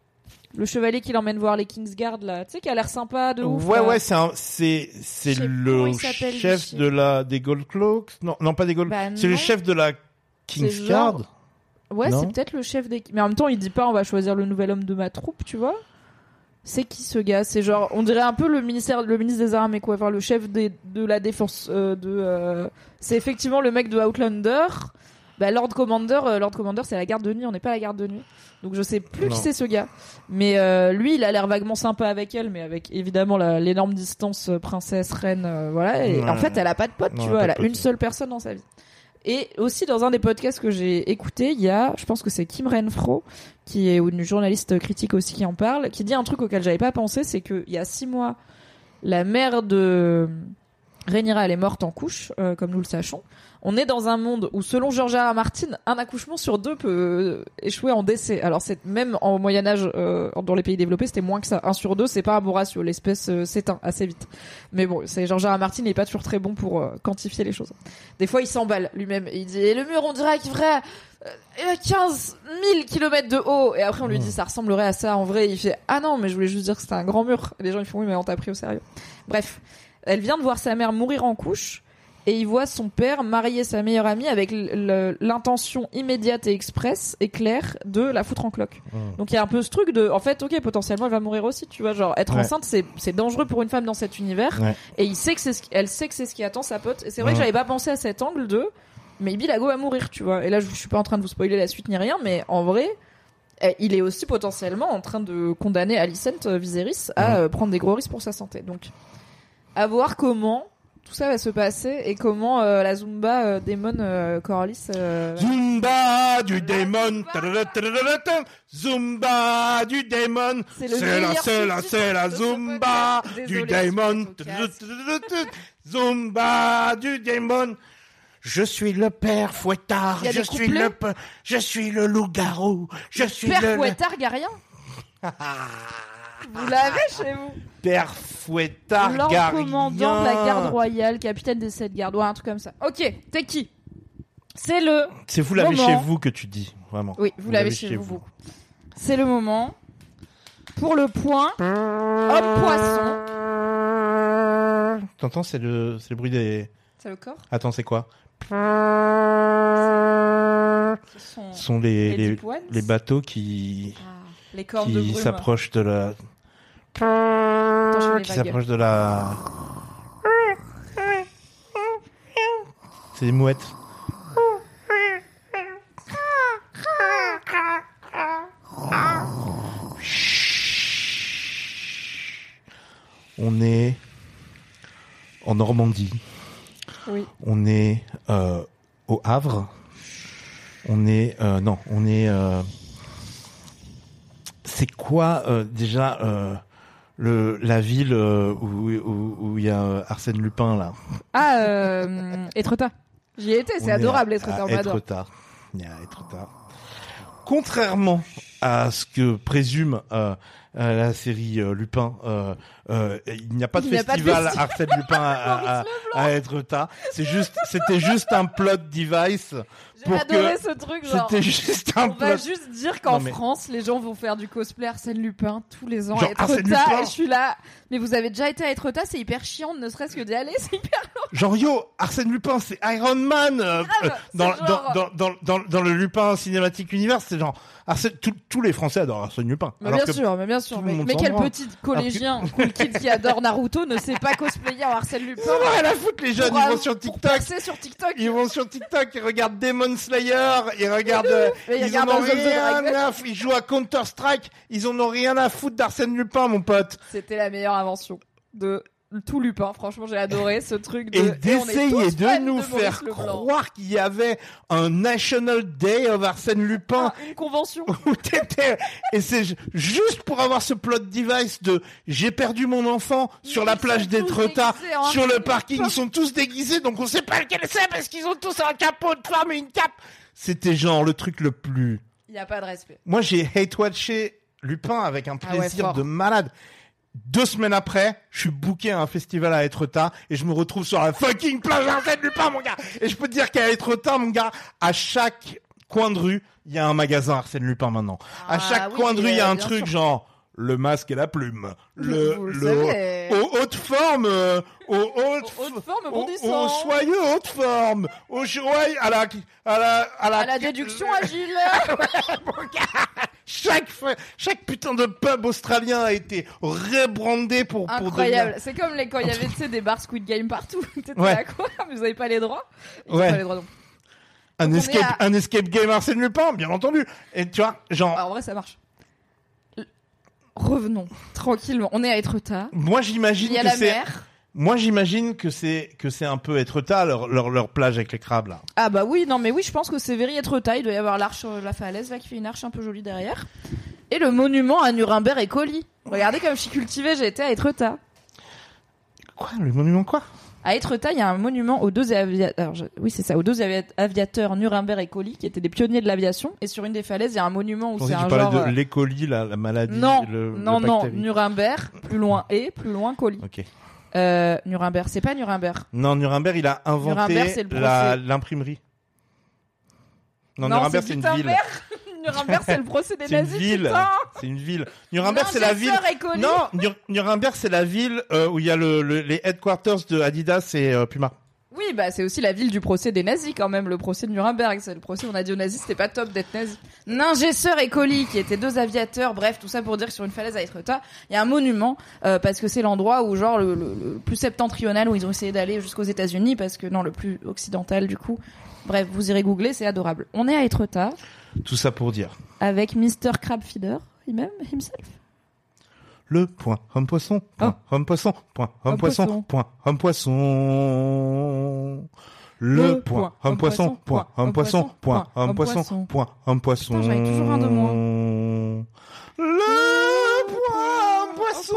Le chevalier qui l'emmène voir les Kingsguard là. Tu sais, qui a l'air sympa de ouf. Ouais, là. ouais, c'est un, c'est, c'est Je sais comment le il s'appelle, chef lui. de la, des Gold Cloaks. Non, non, pas des Gold. Bah, c'est le non. chef de la Kingsguard. genre- Ouais, Non. c'est peut-être le chef des. Mais en même temps, il dit pas on va choisir le nouvel homme de ma troupe, tu vois. C'est qui ce gars? C'est genre, on dirait un peu le ministère, le ministre des Armées, quoi. Enfin, le chef des, de la défense. Euh, de. euh, C'est effectivement le mec de Outlander. Bah, Lord Commander, euh, Lord Commander, c'est la garde de nuit. On n'est pas la garde de nuit. Donc je sais plus Non. qui c'est ce gars. Mais euh, lui, il a l'air vaguement sympa avec elle, mais avec évidemment la- l'énorme distance euh, princesse reine, euh, voilà. Et Ouais. en fait, elle a pas de pote, Non, tu elle vois. a Elle pas a de pote, une ouais. seule personne dans sa vie. Et aussi dans un des podcasts que j'ai écouté, il y a, je pense que c'est Kim Renfro, qui est une journaliste critique aussi qui en parle, qui dit un truc auquel j'avais pas pensé, c'est qu'il y a six mois, la mère de Rhaenyra, elle est morte en couche, euh, comme nous le sachons. On est dans un monde où, selon George R. R. Martin, un accouchement sur deux peut euh, échouer en décès. Alors, c'est même en Moyen-Âge, euh, dans les pays développés, c'était moins que ça. Un sur deux, c'est pas un bon ratio. L'espèce euh, s'éteint assez vite. Mais bon, c'est George R. R. Martin, il est pas toujours très bon pour euh, quantifier les choses. Des fois, il s'emballe lui-même. Et il dit, et le mur, on dirait qu'il ferait euh, quinze mille kilomètres de haut. Et après, on lui dit, ça ressemblerait à ça en vrai. Il fait, ah non, mais je voulais juste dire que c'était un grand mur. Et les gens, ils font, oui, mais on t'a pris au sérieux. Bref. Elle vient de voir sa mère mourir en couche. Et il voit son père marier sa meilleure amie avec l- le- l'intention immédiate et expresse et claire de la foutre en cloque. Mmh. Donc il y a un peu ce truc de, en fait, ok, potentiellement elle va mourir aussi, tu vois, genre être Ouais. enceinte c'est c'est dangereux pour une femme dans cet univers. Ouais. Et il sait que c'est ce qui- elle sait que c'est ce qui attend sa pote. Et c'est vrai Ouais. que j'avais pas pensé à cet angle de, mais Bill Lago va mourir, tu vois. Et là je, je suis pas en train de vous spoiler la suite ni rien, mais en vrai. eh, Il est aussi potentiellement en train de condamner Alicent euh, Viserys à Ouais. euh, prendre des gros risques pour sa santé. Donc, à voir comment tout ça va se passer et comment euh, la Zumba euh, démon euh, Corlys euh... Zumba du démon, Zumba du démon, c'est, le c'est la, c'est la, c'est la Zumba du démon, Zumba du démon. Je suis le père Fouettard, je suis le, pe- je suis le loup-garou, je suis père le... Père Fouettard Garien. Vous l'avez chez vous. Père Fouettard Garien. Lord commandant de la garde royale, capitaine des sept gardes, ouais, un truc comme ça. Ok, t'es qui? C'est le C'est vous l'avez moment... chez vous que tu dis, vraiment. Oui, vous, vous l'avez, l'avez chez, chez vous. vous. C'est le moment pour le point homme-poisson. T'entends, c'est le, c'est le bruit des... C'est le corps. Attends, c'est quoi? Ce sont, sont les, les, les bateaux qui... Ah. Les cornes qui de brume. s'approchent de la... Attends, qui s'approchent de la... C'est des mouettes. On est en Normandie. Oui. On est euh, au Havre. On est... Euh, non, on est... Euh, c'est quoi euh, déjà euh, le la ville euh, où où où il y a euh, Arsène Lupin là? Ah, euh, Étretat. J'y ai été, c'est on adorable Étretat, on adore. Étretat. Il y a Étretat. Contrairement à ce que présume euh, euh, la série euh, Lupin, euh, euh, il n'y a pas de il festival pas de Arsène Lupin à, à, à Étretat. C'est juste, c'était juste un plot device. J'ai adoré ce truc, genre. C'était juste un on plot. va juste dire qu'en non, mais... France, les gens vont faire du cosplay Arsène Lupin tous les ans genre à Étretat. Et je suis là. Mais vous avez déjà été à Étretat, c'est hyper chiant, ne serait-ce que d'y aller, c'est hyper long. Genre yo, Arsène Lupin, c'est Iron Man euh, Grave, euh, dans, genre... dans, dans, dans, dans, dans le Lupin Cinematic Universe, c'est genre Arsène, tout, tous les Français adorent Arsène Lupin. Mais bien sûr, mais bien sûr. Mais, mais quel petit collégien, que... cool kid qui adore Naruto ne sait pas cosplayer en Arsène Lupin? Ils ont rien à foutre, les jeunes, pour, ils vont sur TikTok. sur TikTok. Ils vont sur TikTok, ils regardent Demon Slayer, ils regardent, mais ils, ils, en ont rien à foutre, ils jouent à Counter Strike, ils en ont rien à foutre d'Arsène Lupin, mon pote. C'était la meilleure invention de tout Lupin. Franchement, j'ai adoré ce truc de... Et d'essayer de nous de faire croire qu'il y avait un National Day of Arsène Lupin. Ah, une convention. Où t'étais... Et c'est juste pour avoir ce plot device de j'ai perdu mon enfant sur la plage d'Étretat, sur le parking. Ils sont tous déguisés, donc on sait pas lequel c'est parce qu'ils ont tous un capot de femme et une cape. C'était genre le truc le plus... Il y a pas de respect. Moi, j'ai hate-watché Lupin avec un plaisir ah ouais, de malade. Deux semaines après, je suis booké à un festival à Étretat et je me retrouve sur la fucking plage d'Arsène Lupin, mon gars. Et je peux te dire qu'à Étretat, mon gars, à chaque coin de rue, il y a un magasin Arsène Lupin maintenant. Ah, à chaque oui, coin de rue, il y a un truc sûr. genre le masque et la plume, le Vous le aux hautes formes, euh, aux hautes haute forme au, au soyeux haute forme, au joyeux à la à la à la, à la déduction agile. Mon gars. Chaque chaque putain de pub australien a été rebrandé pour pour incroyable. Devenir... C'est comme les quand il y avait tu sais des bars Squid Game partout. T'étais ouais. là quoi? Mais vous avez pas les droits. Ils ouais. Pas les droits non. Un escape à... un escape game Arsène Lupin, bien entendu. Et tu vois, genre ah, en vrai ça marche. Revenons tranquillement. On est à Étretat. Moi j'imagine il y a que la c'est mer. Moi, j'imagine que c'est que c'est un peu Étretat leur leur leur plage avec les crabes là. Ah bah oui, non mais oui, je pense que c'est very Étretat. Il doit y avoir l'arche, la falaise là qui fait une arche un peu jolie derrière. Et le monument à Nuremberg et Colli. Regardez comme je suis cultivée, j'ai été à Étretat. Quoi, le monument quoi? À Étretat, il y a un monument aux deux aviateurs. Je... Oui, c'est ça, aux deux avi... aviateurs Nuremberg et Colli, qui étaient des pionniers de l'aviation. Et sur une des falaises, il y a un monument où c'est un genre. Tu parlais de l'écoli, la, la maladie. Non, le, non, le non. Nuremberg, plus loin et plus loin Colli. Ok. Euh, Nuremberg, c'est pas Nuremberg. Non, Nuremberg, il a inventé la, l'imprimerie. Non, non Nuremberg, c'est, c'est une ville. Nuremberg, c'est le procès des c'est nazis, une ville. putain. C'est une ville. Nuremberg, non, c'est la ville. Non, Nur- Nuremberg, c'est la ville euh, où il y a le, le, les headquarters de Adidas et euh, Puma. Oui, bah c'est aussi la ville du procès des nazis quand même, le procès de Nuremberg. C'est le procès où on a dit aux nazis c'était pas top d'être nazi. Ningesser et Colli, qui étaient deux aviateurs, bref, tout ça pour dire que sur une falaise à Étretat, il y a un monument euh, parce que c'est l'endroit où genre le, le, le plus septentrional où ils ont essayé d'aller jusqu'aux États-Unis parce que non, le plus occidental du coup. Bref, vous irez googler, c'est adorable. On est à Étretat. Tout ça pour dire. Avec mister Crabfeeder, lui-même, himself. Le point homme poisson, point homme poisson, point homme poisson, point homme poisson. Le point homme poisson, point homme poisson, point homme poisson, point homme poisson. Putain, j'avais toujours un de moins. Le point homme poisson.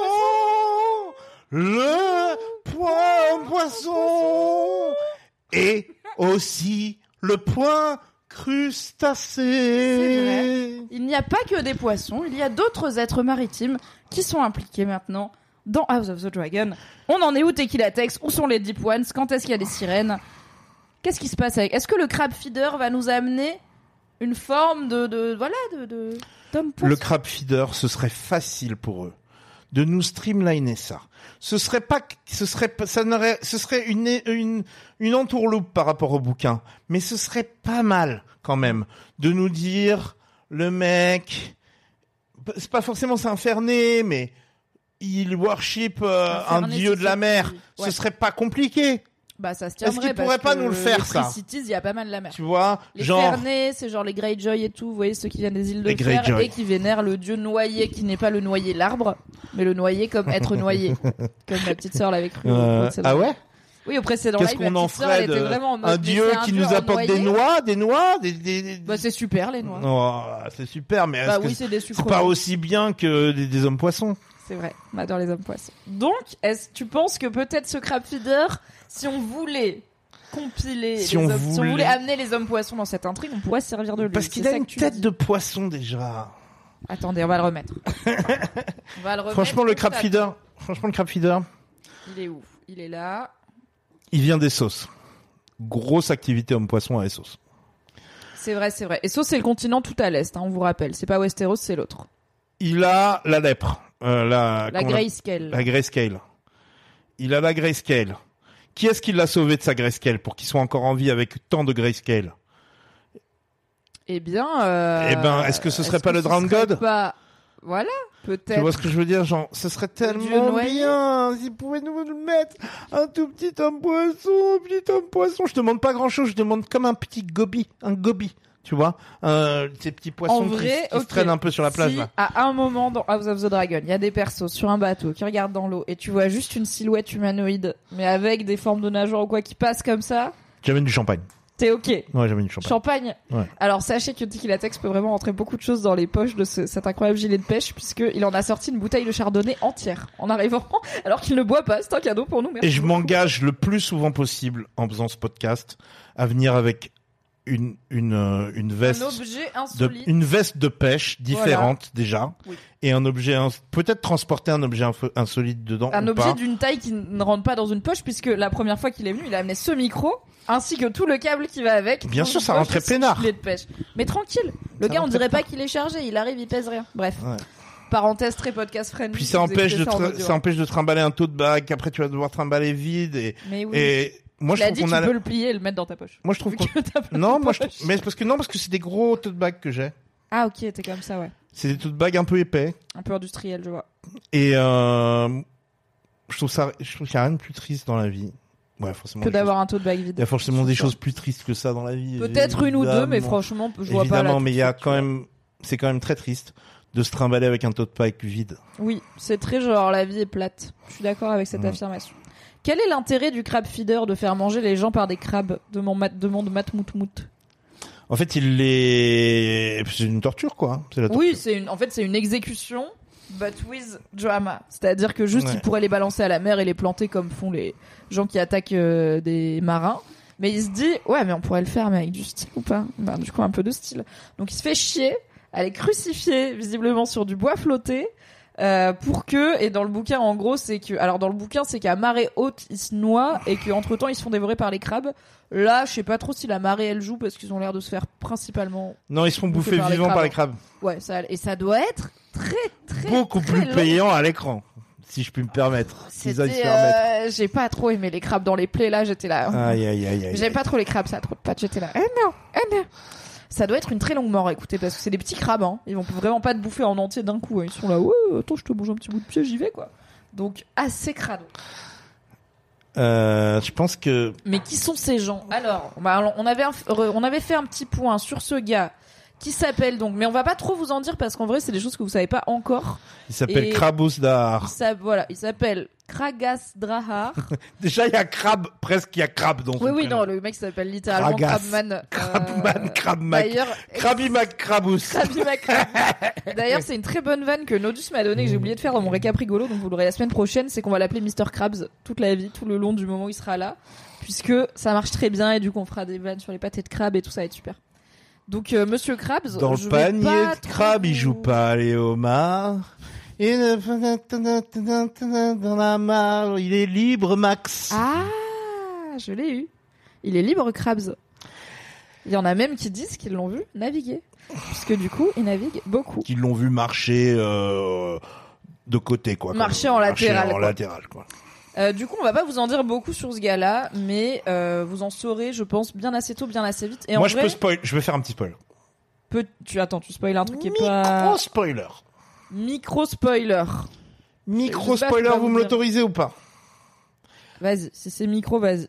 Le point homme poisson. Et aussi le point crustacé. C'est vrai. Il n'y a pas que des poissons, il y a d'autres êtres maritimes qui sont impliqués maintenant dans House of the Dragon. On en est où, Tequila Tex? Où sont les Deep Ones? Quand est-ce qu'il y a des sirènes? Qu'est-ce qui se passe avec... Est-ce que le crab feeder va nous amener une forme de... de voilà, de... de d'homme poisson? Le crab feeder, ce serait facile pour eux de nous streamliner ça. Ce serait pas, ce serait, ça n'aurait, ce serait une, une, une entourloupe par rapport au bouquin. Mais ce serait pas mal, quand même, de nous dire, le mec, c'est pas forcément c'est un Ferné, mais il worship euh, un dieu de la mer. Ouais. Ce serait pas compliqué. Bah, ça se tiendrait. Est-ce qu'il pourrait pas nous le faire, ça? Les Cities, il y a pas mal la mer. Tu vois, les genre. Les Fernés, c'est genre les Greyjoy et tout. Vous voyez, ceux qui viennent des îles de Fer Greyjoy. Et qui vénèrent le dieu noyé, qui n'est pas le noyé l'arbre, mais le noyé comme être noyé. Comme ma petite sœur l'avait cru. Euh, ah ouais? Oui, au précédent Qu'est-ce live, qu'on en ferait de en mode, un dieu un qui dieu nous apporte noyé. des noix, des noix, des, des, des... Bah, c'est super, les noix. Oh, c'est super, mais bah est-ce oui, que c'est des sucres. C'est pas aussi bien que des, des hommes poissons. C'est vrai. On adore les hommes poissons. Donc, est-ce, tu penses que peut-être ce crab feeder, si on voulait compiler, si, les on hommes, voulait... si on voulait amener les hommes poissons dans cette intrigue, on pourrait se servir de lui. Parce qu'il c'est a ça une que tu tête dis. de poisson déjà. Attendez, on va le remettre. on va le remettre. Franchement, le crab feeder, franchement, le crab feeder. Il est où? Il est là. Il vient des sauces. Grosse activité homme poisson à Essos. C'est vrai, c'est vrai. Essos, c'est le continent tout à l'est, hein, on vous rappelle. C'est pas Westeros, c'est l'autre. Il a la lèpre. Euh, la la grayscale. La grayscale. Il a la grayscale. Qui est-ce qui l'a sauvé de sa grayscale pour qu'il soit encore en vie avec tant de grayscale? Eh bien, euh... Eh ben, est-ce que ce serait est-ce pas que le ce Drowned serait God? Pas... Voilà, peut-être. Tu vois ce que je veux dire, genre, ce serait tellement bien s'il pouvait nous le mettre, un tout petit homme poisson, un petit homme poisson. Je demande pas grand-chose, je demande comme un petit goby, un goby. Tu vois, euh, ces petits poissons en vrai, qui, qui okay. se traînent un peu sur la plage si, là. À un moment dans House of the Dragon, il y a des persos sur un bateau qui regardent dans l'eau et tu vois juste une silhouette humanoïde, mais avec des formes de nageoires ou quoi qui passent comme ça. J'amène du champagne. T'es ok. Ouais, j'amène du champagne. Champagne. Ouais. Alors sachez que Tequila Tex peut vraiment rentrer beaucoup de choses dans les poches de ce, cet incroyable gilet de pêche puisqu'il en a sorti une bouteille de chardonnay entière en arrivant, alors qu'il ne boit pas. C'est un cadeau pour nous. Merci et je beaucoup. m'engage le plus souvent possible en faisant ce podcast à venir avec une une euh, une veste un objet de insolite. une veste de pêche différente voilà. déjà oui. et un objet ins- peut-être transporter un objet inf- insolite dedans un ou objet pas. d'une taille qui ne rentre pas dans une poche puisque la première fois qu'il est venu il a amené ce micro ainsi que tout le câble qui va avec. Bien sûr, ça rentrait peinard. De pêche. Mais tranquille, le ça gars on dirait pas pas qu'il est chargé, il arrive, il pèse rien. Bref. Ouais. Parenthèse très podcast friendly. Puis ça empêche de ça, tra- ça empêche de trimballer un tote bag qu'après tu vas devoir trimballer vide et mais oui. et moi je il a trouve dit qu'on tu a peux le plier et le mettre dans ta poche. Moi je trouve Vu qu'on que t'as plein non de moi je poches. trouve... mais c'est parce que non parce que c'est des gros tote bags que j'ai. Ah ok, t'es comme ça ouais. C'est des tote bags un peu épais Un peu industriel, je vois. et euh... je trouve ça je trouve qu'il y a rien de plus triste dans la vie. Ouais, forcément. Que d'avoir un tote bag vide. Il y a forcément des choses plus tristes que ça dans la vie. Peut-être une ou deux, mais franchement, je vois pas là. Évidemment, mais il y a quand même, c'est quand même très triste de se trimballer avec un tote bag vide. Oui, c'est très genre la vie est plate. Je suis d'accord avec cette mmh. affirmation. Quel est l'intérêt du crab feeder de faire manger les gens par des crabes? Demande demande Matt Moutmout. En fait, il les, c'est une torture quoi. C'est la torture. Oui, c'est une, en fait, c'est une exécution. But with drama. C'est-à-dire que juste, ouais. ils pourraient les balancer à la mer et les planter comme font les gens qui attaquent euh, des marins. Mais il se dit, ouais, mais on pourrait le faire, mais avec du style ou pas? Ben, du coup, un peu de style. Donc, il se fait chier à les crucifier, visiblement, sur du bois flotté, euh, pour que, et dans le bouquin, en gros, c'est que, alors, dans le bouquin, c'est qu'à marée haute, ils se noient et qu'entre temps, ils se font dévorer par les crabes. Là, je sais pas trop si la marée, elle joue parce qu'ils ont l'air de se faire principalement. Non, ils se font bouffer par vivants les par les crabes. Ouais, ça, et ça doit être très, très, beaucoup très plus long. payant à l'écran, si je puis me permettre. S'ils aillent se C'était, faire mettre. euh, j'ai pas trop aimé les crabes dans les plaies, là, j'étais là. Aïe, aïe, aïe, aïe. J'aime pas trop les crabes, ça a trop de pattes, j'étais là. Eh non, eh non. Ça doit être une très longue mort, écoutez, parce que c'est des petits crabes, hein. Ils vont vraiment pas te bouffer en entier d'un coup, hein. Ils sont là, ouais, attends, je te mange un petit bout de pied, j'y vais, quoi. Donc, assez crado. Euh, je pense que. Mais qui sont ces gens? Alors, bah, on avait, un, on avait fait un petit point sur ce gars qui s'appelle donc, mais on va pas trop vous en dire parce qu'en vrai c'est des choses que vous savez pas encore. Il s'appelle Et Krabus Dahar. Il s'a- voilà, il s'appelle Kragas Drahar. Déjà, il y a Crab, presque il y a Crab dans son oui, oui, prénom. non, le mec s'appelle littéralement Kragas. Crabman. Crabman, Euh, Crabmac. D'ailleurs, Krabi McCrabus. Krabi Macrab. D'ailleurs, c'est une très bonne vanne que Nodus m'a donnée que j'ai oublié de faire dans mon récap rigolo, donc vous l'aurez la semaine prochaine, c'est qu'on va l'appeler mister Krabs toute la vie, tout le long du moment où il sera là, puisque ça marche très bien et du coup on fera des vannes sur les pâtés de crabe et tout ça va être super. Donc euh, Monsieur Krabs, Dans je le vais panier pas de trop crabe, il vous- joue pas les homards. Et dans la mare, il est libre, Max. Ah, je l'ai eu. Il est libre Krabs. Il y en a même qui disent qu'ils l'ont vu naviguer, puisque du coup il navigue beaucoup. Qu'ils l'ont vu marcher euh, de côté, quoi. Marcher Comme- en latéral, en quoi. latéral, quoi. Euh, du coup, on va pas vous en dire beaucoup sur ce gars-là, mais euh, vous en saurez, je pense, bien assez tôt, bien assez vite. Et Moi, en je vrai, peux spoil. Je vais faire un petit spoil. peut- tu attends, tu spoil un truc qui est pas Micro spoiler. micro spoiler. Micro Je sais pas, spoiler, je peux pas vous vous me dire. l'autorisez ou pas? Vas-y, si c'est micro, vas-y.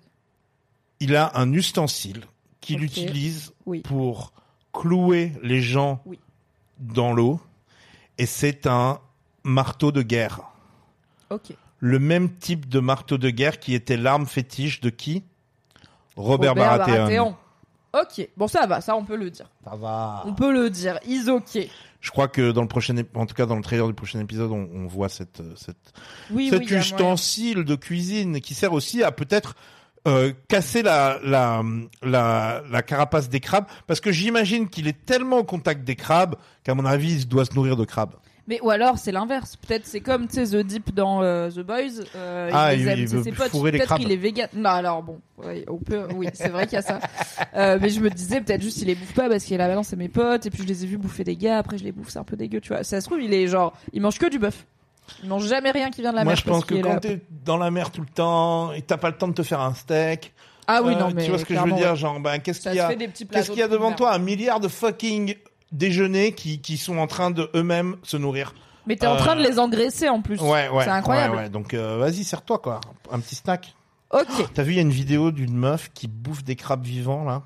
Il a un ustensile qu'il Ok. utilise Oui. pour clouer les gens Oui. dans l'eau, et c'est un marteau de guerre. Ok. Le même type de marteau de guerre qui était l'arme fétiche de qui? Robert, Baratheon. Ok. Bon, ça va, ça on peut le dire. Ça va. On peut le dire. Is ok. Je crois que dans le prochain, ép- en tout cas dans le trailer du prochain épisode, on, on voit cette, euh, cette, Oui, cet oui. y a moyen. ustensile de cuisine qui sert aussi à peut-être euh, casser la, la, la, la carapace des crabes, parce que j'imagine qu'il est tellement au contact des crabes qu'à mon avis, il doit se nourrir de crabes. Mais ou alors c'est l'inverse. Peut-être c'est comme tu sais The Deep dans euh, The Boys. Euh, Ah, il, les il- aime, il c'est veut ses potes. fourrer les Peut-être crabes. qu'il est vegan. Non, alors bon, oui, on peut. Oui, c'est vrai qu'il y a ça. Euh, mais je me disais peut-être juste il les bouffe pas parce qu'il est là, bah non, c'est mes potes. Et puis je les ai vus bouffer des gars. Après je les bouffe, c'est un peu dégueu, tu vois. Ça se trouve il est genre, il mange que du bœuf. Il mange jamais rien qui vient de la Moi, mer. je parce pense que qu'il est quand là. t'es dans la mer tout le temps et t'as pas le temps de te faire un steak. Ah oui, euh, non, mais tu vois ce que je veux clairement, dire, ouais. genre, ben, qu'est-ce Ça qu'il y se a, fait des petits qu'est-ce plateaux qu'il y a de devant mer. toi? Un milliard de fucking déjeuners qui, qui sont en train de eux-mêmes se nourrir. Mais t'es en train de Euh, les engraisser en plus. Ouais, ouais. C'est incroyable. Ouais, ouais. Donc, euh, vas-y, serre-toi, quoi. Un petit snack. Ok. T'as vu, il y a une vidéo d'une meuf qui bouffe des crabes vivants, là?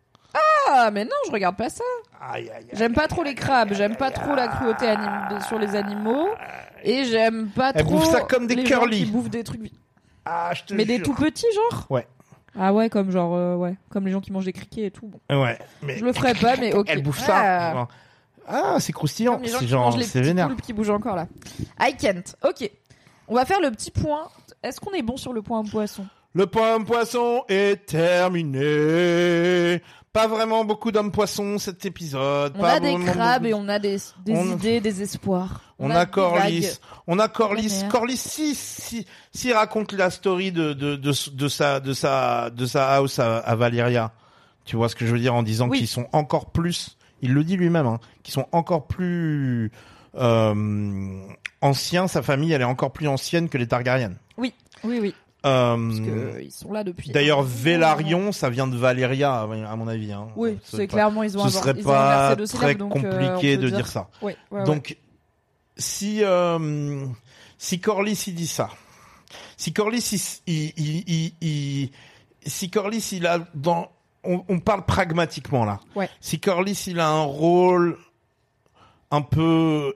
Ah, mais non, je regarde pas ça. Aïe, aïe, aïe. J'aime pas trop les crabes, j'aime pas trop la cruauté anim- de- sur les animaux, et j'aime pas Elle trop bouffe ça comme des les gens curly. qui bouffent des trucs. Ah, je te Mais des jure. tout petits, genre. Ouais. Ah ouais, comme genre euh, ouais, comme les gens qui mangent des criquets et tout. Bon. Ouais. Mais Je le ferai pas, mais ok. elle bouffe Ah. ça. Genre, ah, c'est croustillant. Comme les gens C'est qui genre, mangent les c'est petits vénère. poulpes qui bougent encore là. I can't. Ok. On va faire le petit point. Est-ce qu'on est bon sur le point poisson? Le point poisson est terminé. Pas vraiment beaucoup d'hommes poissons cet épisode. On pas a des vraiment crabes beaucoup- et on a des, des On- idées, des espoirs. On, a des Corlys. vagues. On a Corlys. merde. Corlys, si, si, s'il raconte la story de, de, de, de sa, de sa, de sa house à, à Valyria. Tu vois ce que je veux dire en disant Oui. qu'ils sont encore plus, il le dit lui-même, hein, qu'ils sont encore plus, euh, anciens. Sa famille, elle est encore plus ancienne que les Targaryen. Oui, oui, oui. Euh, Parce que ils sont là depuis. D'ailleurs, un- Vélarion, ça vient de Valyria, à mon avis. Hein. Oui, Ce c'est pas- clairement ils ont Ce invent- serait ils ont pas inversé deux très syllabes, donc, euh, compliqué on de peut dire ça. Ouais, ouais, ouais. Donc, si euh, si Corlys il dit ça, si Corlys il, il, il, il, il- si Corlys il a dans, on, on parle pragmatiquement là. Ouais. Si Corlys il a un rôle un peu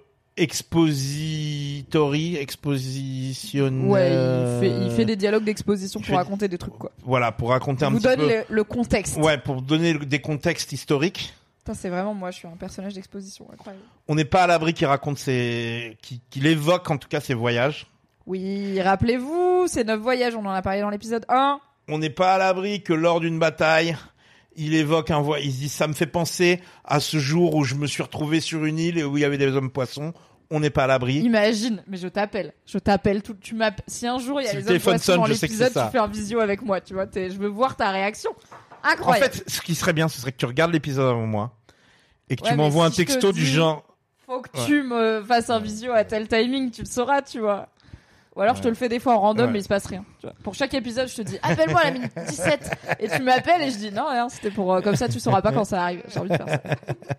expository, expositionnel. Ouais, il fait, il fait des dialogues d'exposition il pour fait- raconter des trucs, quoi. Voilà, pour raconter Il un vous petit donne peu. le, le contexte. Ouais, pour donner le- des contextes historiques. Putain, c'est vraiment moi, je suis un personnage d'exposition, incroyable. On n'est pas à l'abri qu'il raconte ses, qu'il qu'il évoque en tout cas ses voyages. Oui, rappelez-vous, ces neuf voyages, on en a parlé dans l'épisode un. On n'est pas à l'abri que lors d'une bataille, il évoque un voyage. Il se dit, ça me fait penser à ce jour où je me suis retrouvé sur une île et où il y avait des hommes poissons. On n'est pas à l'abri. Imagine, mais je t'appelle, je t'appelle tout, tu m'appelles. Si un jour il y a Si le les hommes téléphone poissons sonne, dans je sais que l'épisode, c'est ça. tu fais un visio avec moi, tu vois, t'es- je veux voir ta réaction. En Incroyable. fait, ce qui serait bien, ce serait que tu regardes l'épisode avant moi et que Ouais, tu mais m'envoies si un je te texto du dis- genre. Faut que Ouais. tu me fasses un visio à tel timing, tu le sauras, tu vois. Ou alors je te le fais des fois en random, Ouais. mais il se passe rien. Tu vois. Pour chaque épisode, je te dis appelle-moi à la minute dix-sept et tu m'appelles et je dis non, rien, c'était pour euh, comme ça, tu sauras pas quand ça arrive. J'ai envie de faire ça.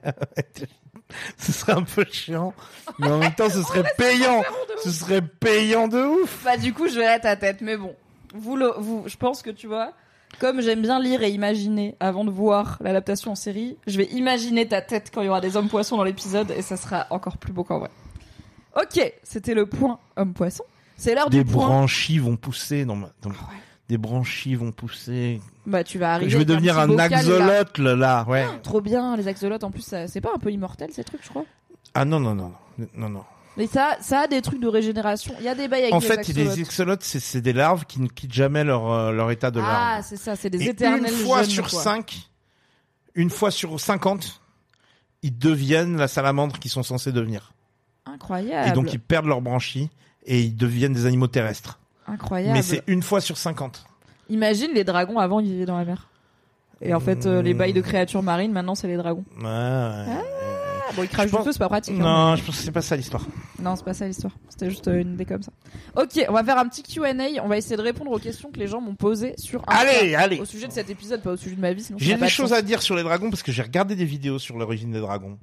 Ce serait un peu chiant, mais en même temps, ce serait payant. Ce serait payant de ouf. Bah du coup, je verrai ta tête, mais bon, vous, le, vous, je pense que tu vois, Comme j'aime bien lire et imaginer avant de voir l'adaptation en série, je vais imaginer ta tête quand il y aura des hommes poissons dans l'épisode et ça sera encore plus beau qu'en vrai. Ok, c'était le point homme poisson. C'est l'heure Des du point. branchies vont pousser dans ma. Dans... Ah ouais. Des branchies vont pousser. Bah tu vas arriver. Je vais avec devenir un, un, petit bocal, axolote là. là, ouais. là. Trop bien, les axolotes. En plus, ça, c'est pas un peu immortel ces trucs, je crois. Ah non non non non non non. Mais ça, ça a des trucs de régénération. Il y a des bails avec En les fait, axolotes. les axolotes, c'est, c'est des larves qui ne quittent jamais leur euh, leur état de larve. Ah, c'est ça, c'est des Et éternels une fois jeunes, sur quoi. cinq, une fois sur cinquante, ils deviennent la salamandre qu'ils sont censés devenir. Incroyable. Et donc ils perdent leurs branchies et ils deviennent des animaux terrestres. Incroyable. Mais c'est une fois sur cinquante. Imagine les dragons avant ils vivaient dans la mer. Et en fait, euh, les bails de créatures marines, maintenant c'est les dragons. Ouais, ouais. Ah, bon, ils crachent Je du pense- feu, c'est pas pratique. hein. Non, je pense que c'est pas ça l'histoire. Non, c'est pas ça l'histoire. C'était juste euh, une idée comme ça. Ok, on va faire un petit Q and A. On va essayer de répondre aux questions que les gens m'ont posées sur Insta. Allez, allez. Au sujet de cet épisode, pas au sujet de ma vie. Sinon ça J'ai n'a pas des de choses sens. à dire sur les dragons parce que j'ai regardé des vidéos sur l'origine des dragons.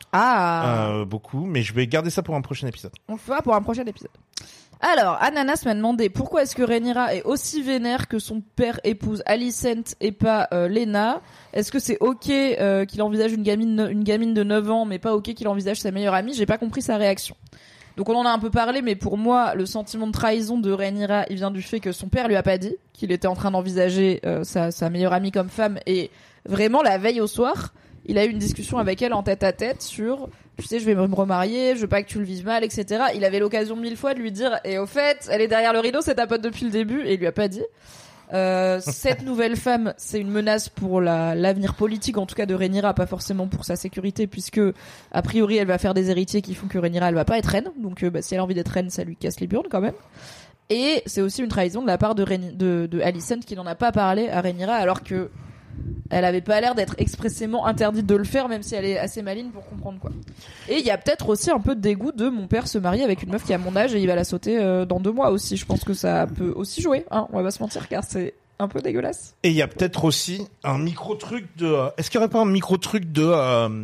Ah. Euh, beaucoup, mais je vais garder ça pour un prochain épisode. On le fera pour un prochain épisode. Alors, Ananas m'a demandé pourquoi est-ce que Rhaenyra est aussi vénère que son père épouse Alicent et pas euh, Lena. Est-ce que c'est ok euh, qu'il envisage une gamine, une gamine de neuf ans, mais pas ok qu'il envisage sa meilleure amie? J'ai pas compris sa réaction. Donc on en a un peu parlé, mais pour moi, le sentiment de trahison de Rhaenyra, il vient du fait que son père lui a pas dit qu'il était en train d'envisager euh, sa, sa meilleure amie comme femme. Et vraiment, la veille au soir, il a eu une discussion avec elle en tête à tête sur... Tu sais, je vais me remarier, je veux pas que tu le vives mal, et cetera. Il avait l'occasion mille fois de lui dire, et au fait, elle est derrière le rideau, c'est ta pote depuis le début, et il lui a pas dit. Euh, cette nouvelle femme, c'est une menace pour la, l'avenir politique, en tout cas de Rhaenyra, pas forcément pour sa sécurité, puisque, a priori, elle va faire des héritiers qui font que Rhaenyra, elle va pas être reine. Donc, euh, bah, si elle a envie d'être reine, ça lui casse les burnes, quand même. Et c'est aussi une trahison de la part de, Rhaeny- de, de Alicent, qui n'en a pas parlé à Rhaenyra, alors que elle avait pas l'air d'être expressément interdite de le faire, même si elle est assez maligne pour comprendre quoi. Et il y a peut-être aussi un peu de dégoût de mon père se marier avec une meuf qui a mon âge et il va la sauter euh, dans deux mois aussi. Je pense que ça peut aussi jouer, hein, on va pas se mentir, car c'est un peu dégueulasse. Et il y a peut-être aussi un micro-truc de... euh, Est-ce qu'il y aurait pas un micro-truc de... euh,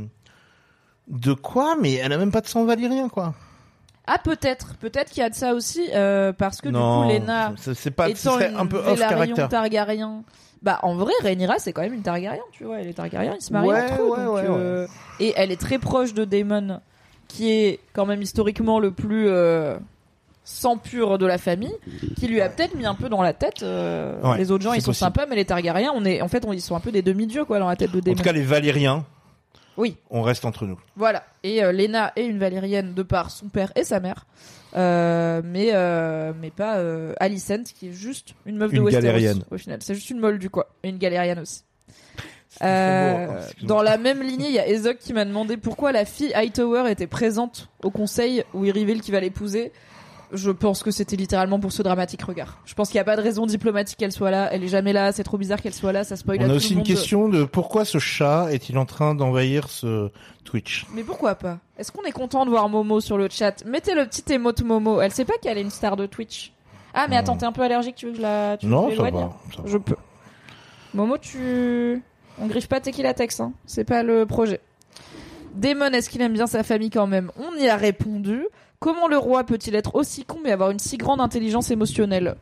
De quoi? Mais elle a même pas de sang valyrien, quoi. Ah, peut-être, peut-être qu'il y a de ça aussi, euh, parce que non, du coup, Lena, c'est, c'est pas, ce étant serait une un peu off Velaryon caractère. Targaryen, bah en vrai, Rhaenyra c'est quand même une Targaryen, tu vois, elle est Targaryen, ils se marient Ouais, entre eux, ouais, donc, ouais, euh, et elle est très proche de Daemon, qui est quand même historiquement le plus euh, sang pur de la famille, qui lui a peut-être mis un peu dans la tête. Euh, Ouais, les autres gens c'est ils sont possible. sympas, mais les Targaryens, on est, en fait, on, ils sont un peu des demi-dieux quoi dans la tête de En Daemon. tout cas, les valériens, Oui, on reste entre nous. voilà. Et euh, Lena est une Valyrienne de par son père et sa mère. Euh, mais euh, mais pas euh, Alicent qui est juste une meuf Une de Westeros galérienne. au final. C'est juste une molle du quoi et une galérienne aussi. C'était Euh, trop beau. Excuse-moi. dans la même lignée, il y a Ezok qui m'a demandé pourquoi la fille Hightower était présente au conseil où il révèle qu'il va l'épouser. Je pense que c'était littéralement pour ce dramatique regard. Je pense qu'il n'y a pas de raison diplomatique qu'elle soit là. Elle est jamais là. C'est trop bizarre qu'elle soit là. Ça spoil à On a tout aussi le une monde. question de pourquoi ce chat est-il en train d'envahir ce Twitch? Mais pourquoi pas? Est-ce qu'on est content de voir Momo sur le chat? Mettez le petit émote Momo. Elle sait pas qu'elle est une star de Twitch. Ah mais Non. attends, t'es un peu allergique, tu veux que je la tu veux que Non, je ça l'éloigne va, ça va. Je peux. Momo, tu... On griffe pas Tequila Tex, hein. C'est pas le projet. Daemon, est-ce qu'il aime bien sa famille quand même? On y a répondu. Comment le roi peut-il être aussi con mais avoir une si grande intelligence émotionnelle?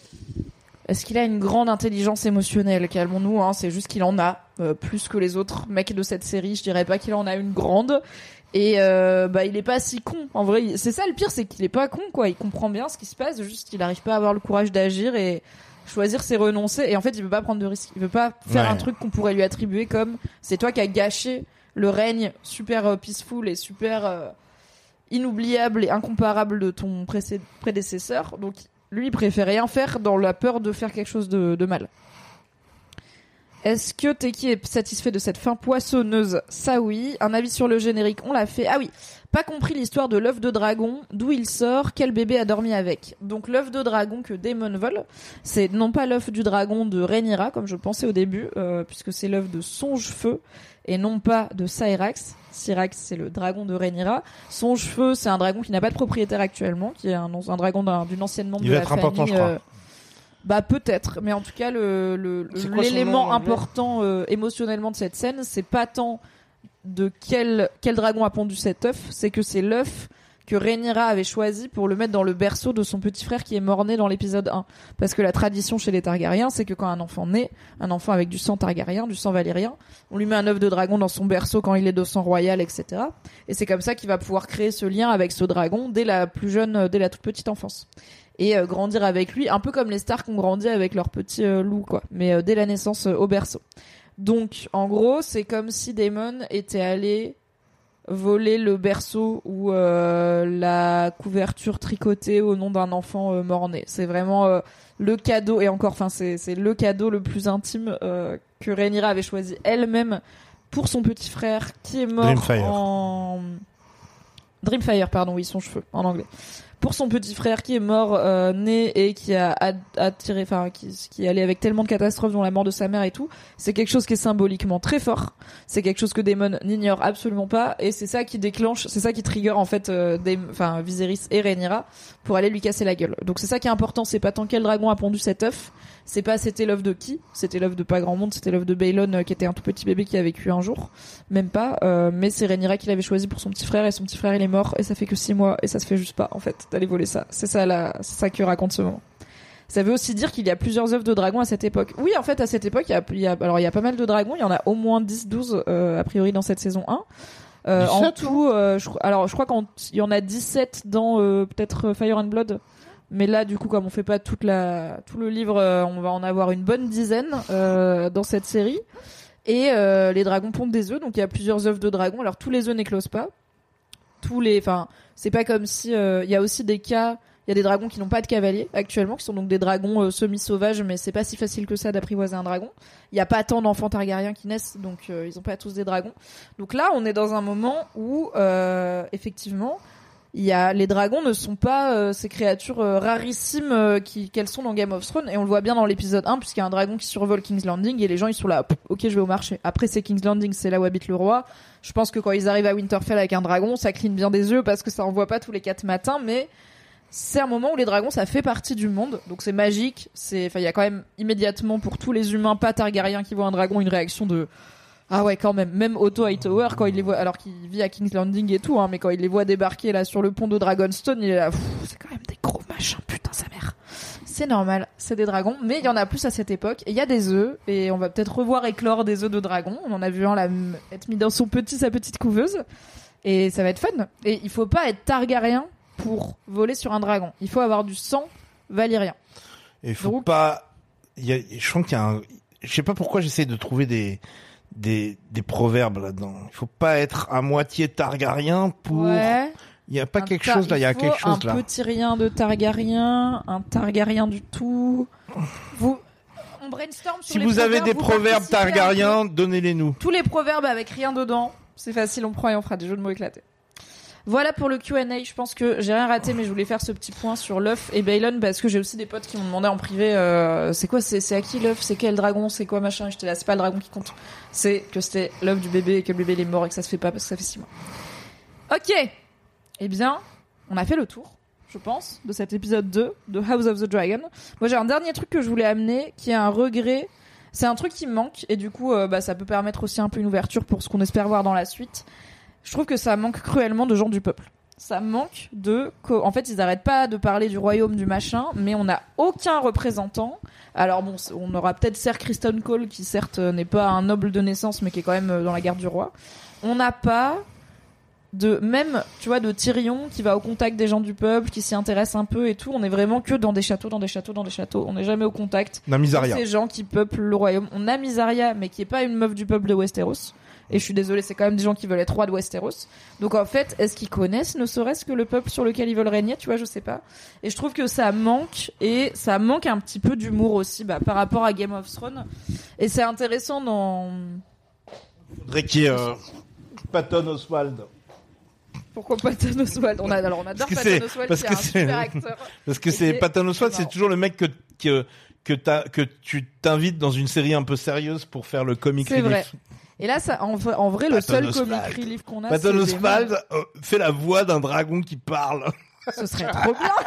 Est-ce qu'il a une grande intelligence émotionnelle? Calmons-nous, hein. C'est juste qu'il en a euh, plus que les autres mecs de cette série. Je dirais pas qu'il en a une grande. Et euh, bah il est pas si con. En vrai, il- c'est ça le pire, c'est qu'il est pas con quoi. Il comprend bien ce qui se passe, juste il arrive pas à avoir le courage d'agir et choisir c'est renoncer. Et en fait, il veut pas prendre de risques. Il veut pas faire Ouais. un truc qu'on pourrait lui attribuer comme c'est toi qui as gâché le règne super euh, peaceful et super euh, inoubliable et incomparable de ton précé- prédécesseur. Donc lui, il préfère rien faire dans la peur de faire quelque chose de, de mal. Est-ce que Teki est satisfait de cette fin poissonneuse? Ça oui. Un avis sur le générique, on l'a fait. Ah oui, pas compris l'histoire de l'œuf de dragon, d'où il sort, quel bébé a dormi avec. Donc l'œuf de dragon que Daemon vole, c'est non pas l'œuf du dragon de Rhaenyra, comme je pensais au début, euh, puisque c'est l'œuf de Songe-Feu, et non pas de Syrax. Syrax, c'est le dragon de Rhaenyra. Songe-Feu, c'est un dragon qui n'a pas de propriétaire actuellement, qui est un, un dragon d'un, d'une ancienne membre Il de va la être famille. important, je crois. euh, Bah peut-être, mais en tout cas le, le, le- C'est quoi son nom l'élément en anglais important euh, émotionnellement de cette scène, c'est pas tant de quel quel dragon a pondu cet œuf, c'est que c'est l'œuf que Rhaenyra avait choisi pour le mettre dans le berceau de son petit frère qui est mort-né dans l'épisode un. Parce que la tradition chez les Targaryens, c'est que quand un enfant naît, un enfant avec du sang Targaryen, du sang valérien, on lui met un œuf de dragon dans son berceau quand il est de sang royal, et cetera. Et c'est comme ça qu'il va pouvoir créer ce lien avec ce dragon dès la plus jeune, dès la toute petite enfance. Et euh, grandir avec lui, un peu comme les Stark ont grandi avec leur petit euh, loup, quoi. Mais euh, dès la naissance euh, au berceau. Donc, en gros, c'est comme si Daemon était allé voler le berceau ou euh, la couverture tricotée au nom d'un enfant euh, mort-né. C'est vraiment euh, le cadeau, et encore, enfin, c'est, c'est le cadeau le plus intime euh, que Rhaenyra avait choisi elle-même pour son petit frère qui est mort Dreamfire. en... Dreamfire, pardon, oui, son cheveu, en anglais. Pour son petit frère qui est mort euh, né et qui a attiré, enfin qui, qui est allé avec tellement de catastrophes, dont la mort de sa mère et tout, c'est quelque chose qui est symboliquement très fort. C'est quelque chose que Daemon n'ignore absolument pas, et c'est ça qui déclenche, c'est ça qui trigger en fait, euh, Daemon, enfin Viserys et Rhaenyra pour aller lui casser la gueule. Donc c'est ça qui est important, c'est pas tant quel dragon a pondu cet œuf, c'est pas c'était l'œuf de qui, c'était l'œuf de pas grand monde, c'était l'œuf de Baelon euh, qui était un tout petit bébé qui a vécu un jour, même pas, euh, mais c'est Rhaenyra qui l'avait choisi pour son petit frère, et son petit frère il est mort et ça fait que six mois et ça se fait juste pas en fait d'aller voler ça. C'est ça la, c'est ça que raconte ce moment. Ça veut aussi dire qu'il y a plusieurs œufs de dragons à cette époque. Oui, en fait, à cette époque, il y a, il y a alors il y a pas mal de dragons. Il y en a au moins dix, douze, euh, a priori, dans cette saison un. Euh, en tout, euh, je, alors, je crois qu'il y en a dix-sept dans, euh, peut-être Fire and Blood. Mais là, du coup, comme on fait pas toute la, tout le livre, euh, on va en avoir une bonne dizaine, euh, dans cette série. Et, euh, les dragons pondent des œufs. Donc, il y a plusieurs œufs de dragons. Alors, tous les œufs n'éclosent pas. Tous les, enfin, c'est pas comme si, euh, il y a aussi des cas, il y a des dragons qui n'ont pas de cavalier actuellement, qui sont donc des dragons euh, semi-sauvages, mais c'est pas si facile que ça d'apprivoiser un dragon. Il y a pas tant d'enfants Targaryens qui naissent, donc euh, ils ont pas tous des dragons. Donc là, on est dans un moment où, euh, effectivement, il y a les dragons ne sont pas euh, ces créatures euh, rarissimes euh, qui qu'elles sont dans Game of Thrones, et on le voit bien dans l'épisode un, puisqu'il y a un dragon qui survole King's Landing et les gens ils sont là, ok, je vais au marché. Après, c'est King's Landing, c'est là où habite le roi. Je pense que quand ils arrivent à Winterfell avec un dragon, ça cligne bien des yeux parce que ça envoie pas tous les quatre matins, mais c'est un moment où les dragons ça fait partie du monde, donc c'est magique. C'est, enfin, il y a quand même immédiatement pour tous les humains pas Targaryens qui voient un dragon une réaction de ah ouais, quand même. Même Otto Hightower, quand il les voit, alors qu'il vit à King's Landing et tout, hein, mais quand il les voit débarquer là sur le pont de Dragonstone, il est là, c'est quand même des gros machins, putain sa mère. C'est normal, c'est des dragons, mais il y en a plus à cette époque, et il y a des œufs, et on va peut-être revoir éclore des œufs de dragon. On en a vu un là, être mis dans son petit, sa petite couveuse, et ça va être fun. Et il faut pas être Targaryen pour voler sur un dragon. Il faut avoir du sang valyrien. Et il faut Donc, pas, il y a, je pense qu'il y a un, je sais pas pourquoi j'essaie de trouver des, des des proverbes là-dedans. Il faut pas être à moitié Targaryen pour. Ouais. Il y a pas Un quelque tar- chose là. Il y a quelque chose un là. Un petit rien de Targaryen, un Targaryen du tout. Vous, on brainstorm sur Si les vous avez proverbes, des vous proverbes participez un Targaryens, peu. donnez-les-nous. Tous les proverbes avec rien dedans, c'est facile, on prend et on fera des jeux de mots éclatés. Voilà pour le Q and A. Je pense que j'ai rien raté, mais je voulais faire ce petit point sur l'œuf et Baelon parce que j'ai aussi des potes qui m'ont demandé en privé euh, c'est quoi, c'est, c'est à qui l'œuf, c'est quel dragon, c'est quoi machin. Et j'étais là, c'est pas le dragon qui compte, c'est que c'était l'œuf du bébé et que le bébé il est mort et que ça se fait pas parce que ça fait six mois. Ok, eh bien, on a fait le tour, je pense, de cet épisode deux de House of the Dragon. Moi, j'ai un dernier truc que je voulais amener qui est un regret. C'est un truc qui me manque et du coup, euh, bah, ça peut permettre aussi un peu une ouverture pour ce qu'on espère voir dans la suite. Je trouve que ça manque cruellement de gens du peuple. Ça manque de... En fait, ils arrêtent pas de parler du royaume, du machin, mais on n'a aucun représentant. Alors bon, on aura peut-être Ser Criston Cole, qui certes n'est pas un noble de naissance, mais qui est quand même dans la garde du roi. On n'a pas de... Même, tu vois, de Tyrion, qui va au contact des gens du peuple, qui s'y intéresse un peu et tout. On est vraiment que dans des châteaux, dans des châteaux, dans des châteaux. On n'est jamais au contact. On a Mysaria. Ces gens qui peuplent le royaume. On a Mysaria, mais qui est pas une meuf du peuple de Westeros. Et je suis désolée, c'est quand même des gens qui veulent être rois de Westeros. Donc en fait, est-ce qu'ils connaissent ne serait-ce que le peuple sur lequel ils veulent régner, tu vois, je sais pas. Et je trouve que ça manque, et ça manque un petit peu d'humour aussi, bah, par rapport à Game of Thrones. Et c'est intéressant dans... Faudrait qu'il y ait euh, Patton Oswalt. Pourquoi Patton Oswalt? On a, alors on adore Parce que Patton c'est- Oswalt, parce qui est que un c'est- super acteur. Parce que Et c'est c'est- Patton Oswalt, c'est c'est marrant. toujours le mec que que que t'as que tu t'invites dans une série un peu sérieuse pour faire le comic C'est relief. vrai. Et là, ça, en, v- en vrai, le Patton seul Oswalt. comic relief qu'on a, Patton c'est des- Oswalt euh, fait la voix d'un dragon qui parle. Ce serait trop bien.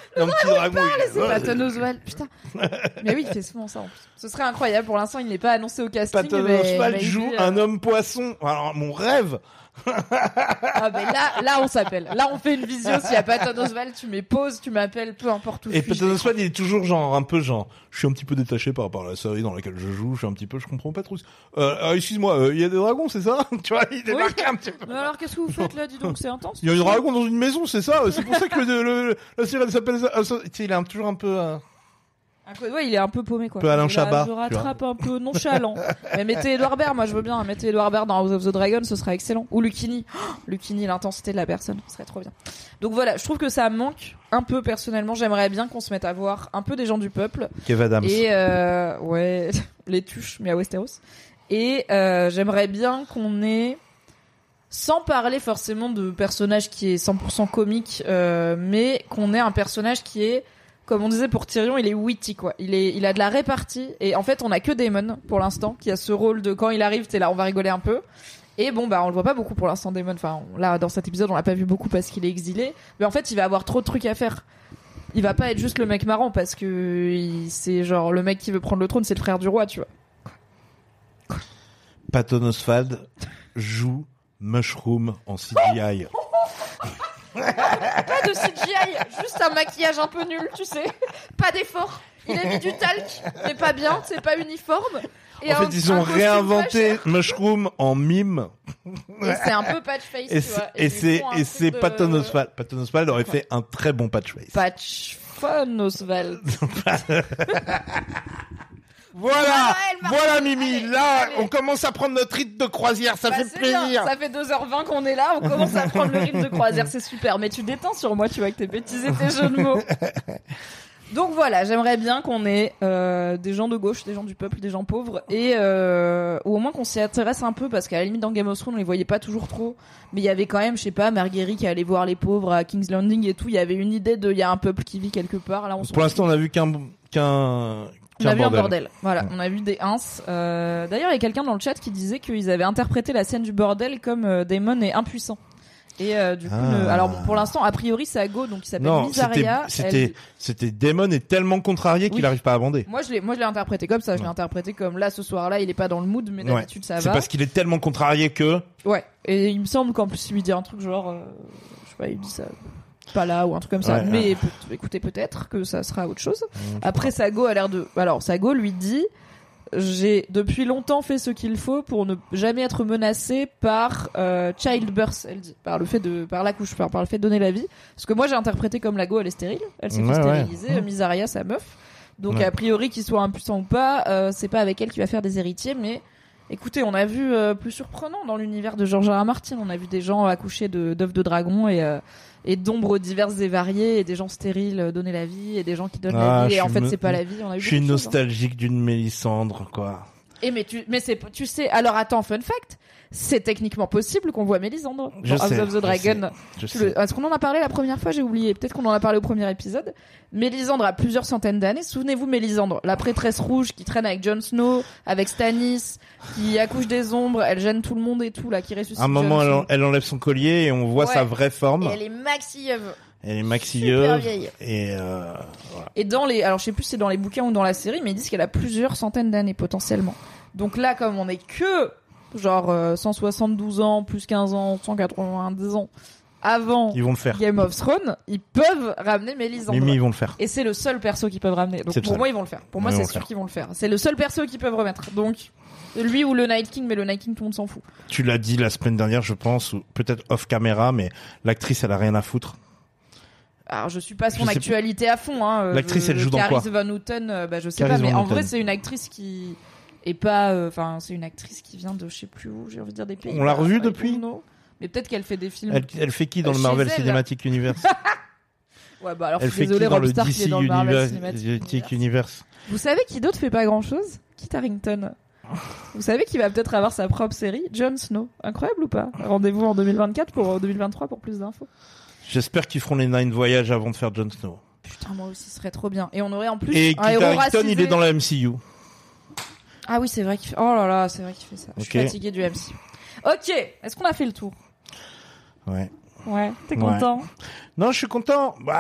Un petit dragon. Parle, il- c'est Ouais. Patton Oswalt, putain. Mais oui, il fait souvent ça en plus. Ce serait incroyable. Pour l'instant, il n'est pas annoncé au casting. Patton mais, Oswalt mais il joue dit, un euh, homme poisson. Alors, mon rêve. Ah ben là, là on s'appelle. Là on fait une visio. S'il y a Patton Oswalt, tu mets pause, tu m'appelles, peu importe où je Et suis. je Patton vais- Oswalt, il est toujours genre, un peu genre, je suis un petit peu détaché par rapport à la série dans laquelle je joue, je suis un petit peu, je comprends pas trop. Euh, euh, excuse-moi, euh, il y a des dragons, c'est ça? Tu vois, il débarque un petit peu. Mais alors qu'est-ce que vous faites là, dis donc, c'est intense. Il y a des dragons dans une maison, c'est ça? C'est pour ça que le, le, le- la série, elle s'appelle ça. euh, ça- Tu sais, il est un- toujours un peu, euh, Un peu- Ouais, il est un peu paumé quoi. Un peu Alain Il a- Chabat, Je tu rattrape un peu nonchalant. Mais mettez Edouard Baird, moi je veux bien. Mettez Edouard Baird dans House of the Dragon, ce sera excellent. Ou Lucchini. Oh, Lucchini, l'intensité de la personne, ce serait trop bien. Donc voilà, je trouve que ça manque un peu personnellement. J'aimerais bien qu'on se mette à voir un peu des gens du peuple. Kev Adams. Et euh, ouais, les tuches, mais à Westeros. Et euh, j'aimerais bien qu'on ait, sans parler forcément de personnage qui est cent pour cent comique, euh, mais qu'on ait un personnage qui est, comme on disait pour Tyrion, il est witty quoi. Il est, il a de la répartie. Et en fait, on a que Daemon pour l'instant qui a ce rôle de quand il arrive, t'es là, on va rigoler un peu. Et bon bah on le voit pas beaucoup pour l'instant Daemon. Enfin là dans cet épisode on l'a pas vu beaucoup parce qu'il est exilé. Mais en fait il va avoir trop de trucs à faire. Il va pas être juste le mec marrant parce que il- c'est genre le mec qui veut prendre le trône, c'est le frère du roi, tu vois. Patton Oswalt joue Mushroom en C G I. Pas de C G I, juste un maquillage un peu nul, tu sais. Pas d'effort. Il a mis du talc, mais pas bien, c'est pas uniforme. Et En un- fait, ils un ont costume réinventé pas Mushroom en mime. cher. Et c'est un peu patch face, Et tu vois. c'est, et ils c'est, font un et truc c'est de- Patton Oswalt. Patton Oswalt aurait Quoi fait un très bon patch face. Patch fun Oswald. Voilà, Ah ouais, elle voilà marche. Mimi, Allez, là, allez. on commence à prendre notre rythme de croisière, ça Bah, fait c'est plaisir. bien, ça fait deux heures vingt qu'on est là, on commence à prendre le rythme de croisière, c'est super. Mais tu détends sur moi, tu vois, avec tes bêtises et tes jeux de mots. Donc voilà, j'aimerais bien qu'on ait euh, des gens de gauche, des gens du peuple, des gens pauvres, et euh, ou au moins qu'on s'y intéresse un peu, parce qu'à la limite dans Game of Thrones on les voyait pas toujours trop, mais il y avait quand même, je sais pas, Marguerite qui allait voir les pauvres à King's Landing et tout, il y avait une idée de, il y a un peuple qui vit quelque part, là on s'en Pour l'instant, on a vu qu'un, qu'un, on a qu'un vu bordel. un bordel. Voilà, Ouais. on a vu des ins. Euh, d'ailleurs, il y a quelqu'un dans le chat qui disait qu'ils avaient interprété la scène du bordel comme euh, Daemon est impuissant. Et euh, du coup, Ah. le- alors bon, pour l'instant, a priori, c'est Ago, donc il s'appelle Non, c'était, Misaria. c'était, Elle- c'était Daemon est tellement contrarié qu'il Oui. arrive pas à bander. Moi, je l'ai, moi, je l'ai interprété comme ça. Je l'ai Ouais. interprété comme là, ce soir-là, il est pas dans le mood, mais Ouais. d'habitude, ça C'est va. parce qu'il est tellement contrarié que, Ouais. Et il me semble qu'en plus, il lui dit un truc genre, euh, je sais pas, il dit ça. Pas là ou un truc comme ça. Ouais, mais ouais. peut- écoutez, peut-être que ça sera autre chose. Après, Sago a l'air de. Alors, Sago lui dit. J'ai depuis longtemps fait ce qu'il faut pour ne jamais être menacé par euh, childbirth, elle dit, par le fait de, par l'accouchement, par, par le fait de donner la vie. Parce que moi j'ai interprété comme Lago, elle est stérile, elle s'est Ouais, fait ouais. stériliser, Mmh. euh, Misaria sa meuf. Donc Ouais. a priori qu'il soit impuissant ou pas, euh, c'est pas avec elle qu'il va faire des héritiers, mais écoutez, on a vu euh, plus surprenant dans l'univers de George R. R. Martin, on a vu des gens accoucher de d'œufs de dragon et euh, et d'ombres diverses et variées, et des gens stériles euh, donner la vie, et des gens qui donnent Ah, la vie, je et en suis fait me- c'est pas la vie. On a eu je suis beaucoup de choses, hein. nostalgique d'une Mélissandre, quoi. Et mais tu, mais c'est, tu sais, alors attends, fun fact, c'est techniquement possible qu'on voit Mélisandre dans Je House sais, of the je Dragon. Je Tu sais. le- Est-ce qu'on en a parlé la première fois? J'ai oublié. Peut-être qu'on en a parlé au premier épisode. Mélisandre a plusieurs centaines d'années. Souvenez-vous, Mélisandre, la prêtresse rouge qui traîne avec Jon Snow, avec Stannis, qui accouche des ombres, elle gêne tout le monde et tout, là, qui ressuscite. À un moment, Jon elle, Snow. en- elle enlève son collier et on voit Ouais. sa vraie forme. Et elle est maxilleuse. Elle est super maxilleuse. vieille. Et euh, voilà. Et dans les, alors je sais plus si c'est dans les bouquins ou dans la série, mais ils disent qu'elle a plusieurs centaines d'années potentiellement. Donc là, comme on est que genre euh, cent soixante-douze ans, plus quinze ans, cent quatre-vingt-dix ans avant Ils vont le faire. Game of Thrones, ils peuvent ramener Mélisandre. Mimi, ils vont le faire. Et c'est le seul perso qu'ils peuvent ramener. Donc C'est le pour seul. moi, ils vont le faire. Pour moi, Ouais, ils c'est vont le sûr faire. qu'ils vont le faire. C'est le seul perso qu'ils peuvent remettre. Donc lui ou le Night King, mais le Night King, tout le monde s'en fout. Tu l'as dit la semaine dernière, je pense, ou peut-être off caméra, mais l'actrice, elle a rien à foutre. Alors je suis pas son Je sais actualité à fond. Hein. L'actrice, Je- elle joue dans Caris quoi Van Houten, euh, bah je sais Caris pas, mais Van en vrai Houten. c'est une actrice qui est pas, enfin c'est une actrice qui vient de je sais plus où, j'ai envie de dire des pays. On l'a revue depuis Mais peut-être qu'elle fait des films. Elle, elle fait qui dans Euh, le chez Marvel elle. Cinematic Universe? Ouais bah alors Elle je suis fait désolée qui dans Rob le Stark D qui est C dans le Marvel Universe, Cinematic Universe. Universe? Vous savez qui d'autre fait pas grand chose? Kit Harington. Vous savez qu'il va peut-être avoir sa propre série, Jon Snow. Incroyable ou pas? Rendez-vous en deux mille vingt-quatre pour euh, deux mille vingt-trois pour plus d'infos. J'espère qu'ils feront les Nine Voyages avant de faire Jon Snow. Putain moi aussi ce serait trop bien. Et on aurait en plus Et un Kit héros Harington, racisé. il est dans la M C U. Ah oui, c'est vrai qu'il fait. Oh là là, c'est vrai qu'il fait ça. Je suis Ok. fatiguée du M C U. Ok, est-ce qu'on a fait le tour? Ouais. Ouais, t'es Ouais. content? Non, je suis content. Bah,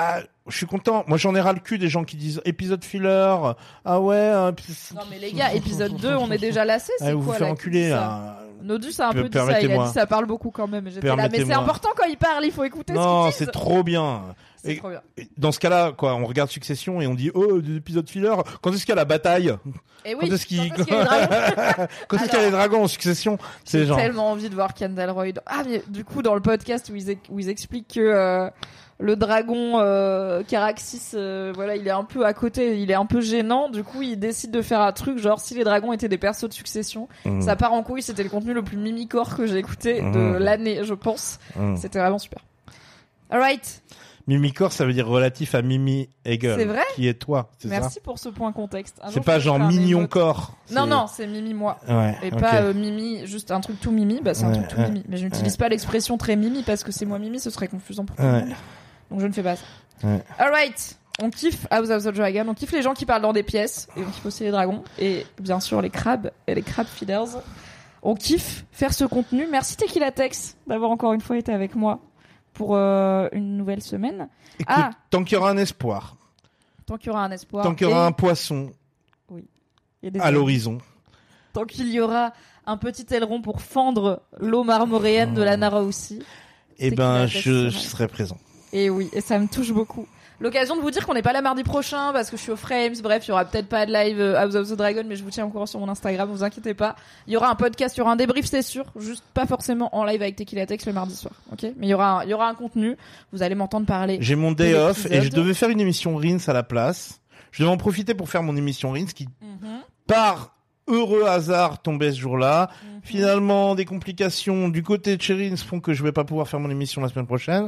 je suis content. Moi, j'en ai ras le cul des gens qui disent épisode filler. Ah ouais. Euh, non mais les gars, épisode deux, on est déjà lassés. C'est allez, quoi vous là, faire enculer ça là. Nodus a un peu dit ça. Il a dit ça parle beaucoup quand même. J'étais là, mais c'est important quand il parle. Il faut écouter. Non, ce qu'ils c'est trop bien. C'est et, trop bien. Dans ce cas-là, quoi, on regarde Succession et on dit oh des épisodes filler. Quand est-ce qu'il y a la bataille? Et oui. Quand est-ce qu'il quand est-ce qu'il y a les dragons Quand est-ce qu'il y a les dragons en Succession? C'est J'ai genre. tellement envie de voir Kendall Roy. Ah mais du coup dans le podcast où ils, où ils expliquent que euh, le dragon euh, Caraxis, euh, voilà, il est un peu à côté, il est un peu gênant. Du coup, il décide de faire un truc genre si les dragons étaient des persos de Succession. Mmh. Ça part en couille. C'était le contenu le plus mimicore que j'ai écouté mmh. de l'année, je pense. Mmh. C'était vraiment super. Alright. Mimicore, ça veut dire relatif à Mimi Hegel. C'est vrai? Qui est toi, c'est Merci ça pour ce point contexte. Un c'est pas genre mignon corps. Non, non, c'est Mimi moi. Ouais, et okay. pas euh, Mimi, juste un truc tout Mimi. Bah, c'est ouais, un truc tout ouais, Mimi. Mais je n'utilise ouais. pas l'expression très Mimi parce que c'est moi Mimi, ce serait confusant pour tout le ouais. monde. Donc je ne fais pas ça. Ouais. Alright. On kiffe House of the Dragon. On kiffe les gens qui parlent dans des pièces. Et on kiffe aussi les dragons. Et bien sûr, les crabes et les crab feeders. On kiffe faire ce contenu. Merci Tequila Tex d'avoir encore une fois été avec moi pour euh, une nouvelle semaine. Écoute, ah, tant qu'il y aura un espoir. Tant qu'il y aura un espoir. Tant qu'il y aura et... un poisson. Oui. Il y a des à ailes. L'horizon. Tant qu'il y aura un petit aileron pour fendre l'eau marmoréenne mmh. de la Nara aussi. Eh ben, je, je serai présent. Et oui, et ça me touche beaucoup. L'occasion de vous dire qu'on n'est pas là mardi prochain parce que je suis au Frames. Bref, il y aura peut-être pas de live House of the Dragon, mais je vous tiens au courant sur mon Instagram. Vous inquiétez pas. Il y aura un podcast, il y aura un débrief, c'est sûr. Juste pas forcément en live avec Tequila Tex le mardi soir. Ok? Mais il y aura, un, il y aura un contenu. Vous allez m'entendre parler. J'ai mon day off et je devais faire une émission Rins à la place. Je devais en profiter pour faire mon émission Rins qui, mm-hmm. par heureux hasard, tombait ce jour-là. Mm-hmm. Finalement, des complications du côté de Cherins font que je vais pas pouvoir faire mon émission la semaine prochaine.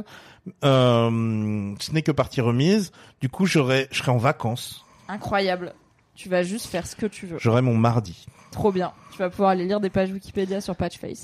Euh, ce n'est que partie remise. Du coup, j'aurai, je serai en vacances. Incroyable. Tu vas juste faire ce que tu veux. J'aurai mon mardi. Trop bien. Tu vas pouvoir aller lire des pages Wikipédia sur Patchface.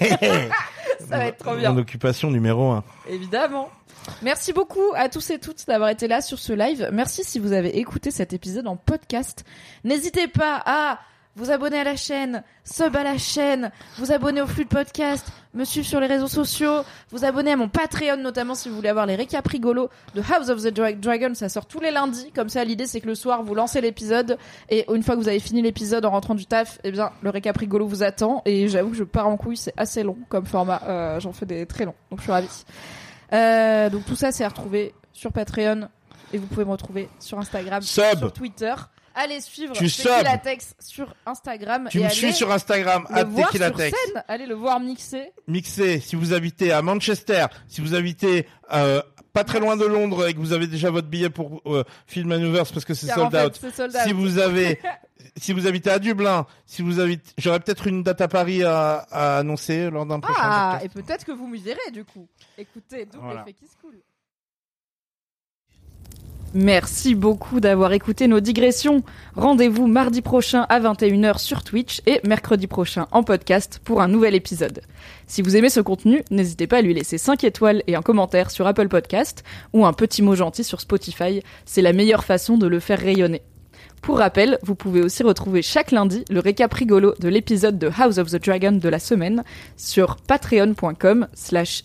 Ça va être trop bien. Mon occupation numéro un. Évidemment. Merci beaucoup à tous et toutes d'avoir été là sur ce live. Merci si vous avez écouté cet épisode en podcast. N'hésitez pas à vous abonner à la chaîne, sub à la chaîne, vous abonner au flux de podcast, me suivre sur les réseaux sociaux, vous abonner à mon Patreon notamment si vous voulez avoir les récaps rigolos de House of the Dra- Dragon. Ça sort tous les lundis. Comme ça, l'idée c'est que le soir vous lancez l'épisode et une fois que vous avez fini l'épisode en rentrant du taf, eh bien le récap rigolo vous attend. Et j'avoue que je pars en couille, c'est assez long comme format. Euh, j'en fais des très longs, donc je suis ravie. Euh, donc tout ça c'est à retrouver sur Patreon et vous pouvez me retrouver sur Instagram, Sub. sur Twitter. Allez suivre tu Tequila Tex sur Instagram. Tu et me allez suis sur Instagram à Tequila Tex. Allez le voir mixer. Mixer. Si vous habitez à Manchester, si vous habitez euh, pas très loin de Londres et que vous avez déjà votre billet pour euh, Film Maneuvers parce que c'est sold, en fait, out. c'est sold out. Si vous avez, si vous habitez à Dublin, si vous habitez, j'aurai peut-être une date à Paris à, à annoncer lors d'un prochain Ah, podcast. et peut-être que vous me verrez du coup. Écoutez, double voilà. effet qui se coule. Merci beaucoup d'avoir écouté nos digressions. Rendez-vous mardi prochain à vingt et une heures sur Twitch et mercredi prochain en podcast pour un nouvel épisode. Si vous aimez ce contenu, n'hésitez pas à lui laisser cinq étoiles et un commentaire sur Apple Podcast ou un petit mot gentil sur Spotify. C'est la meilleure façon de le faire rayonner. Pour rappel, vous pouvez aussi retrouver chaque lundi le récap rigolo de l'épisode de House of the Dragon de la semaine sur patreon.com slash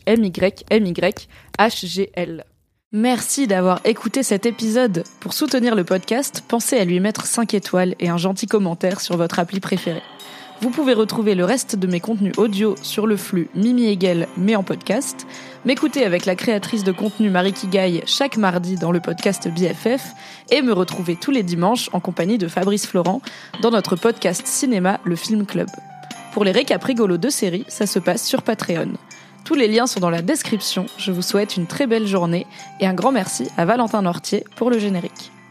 mymyhgl. Merci d'avoir écouté cet épisode. Pour soutenir le podcast, pensez à lui mettre cinq étoiles et un gentil commentaire sur votre appli préférée. Vous pouvez retrouver le reste de mes contenus audio sur le flux Mimi Hegel, mais en podcast, m'écouter avec la créatrice de contenu Marie Kigaille chaque mardi dans le podcast B F F et me retrouver tous les dimanches en compagnie de Fabrice Florent dans notre podcast cinéma Le Film Club. Pour les récaps rigolos de séries, ça se passe sur Patreon. Tous les liens sont dans la description. Je vous souhaite une très belle journée et un grand merci à Valentin Nortier pour le générique.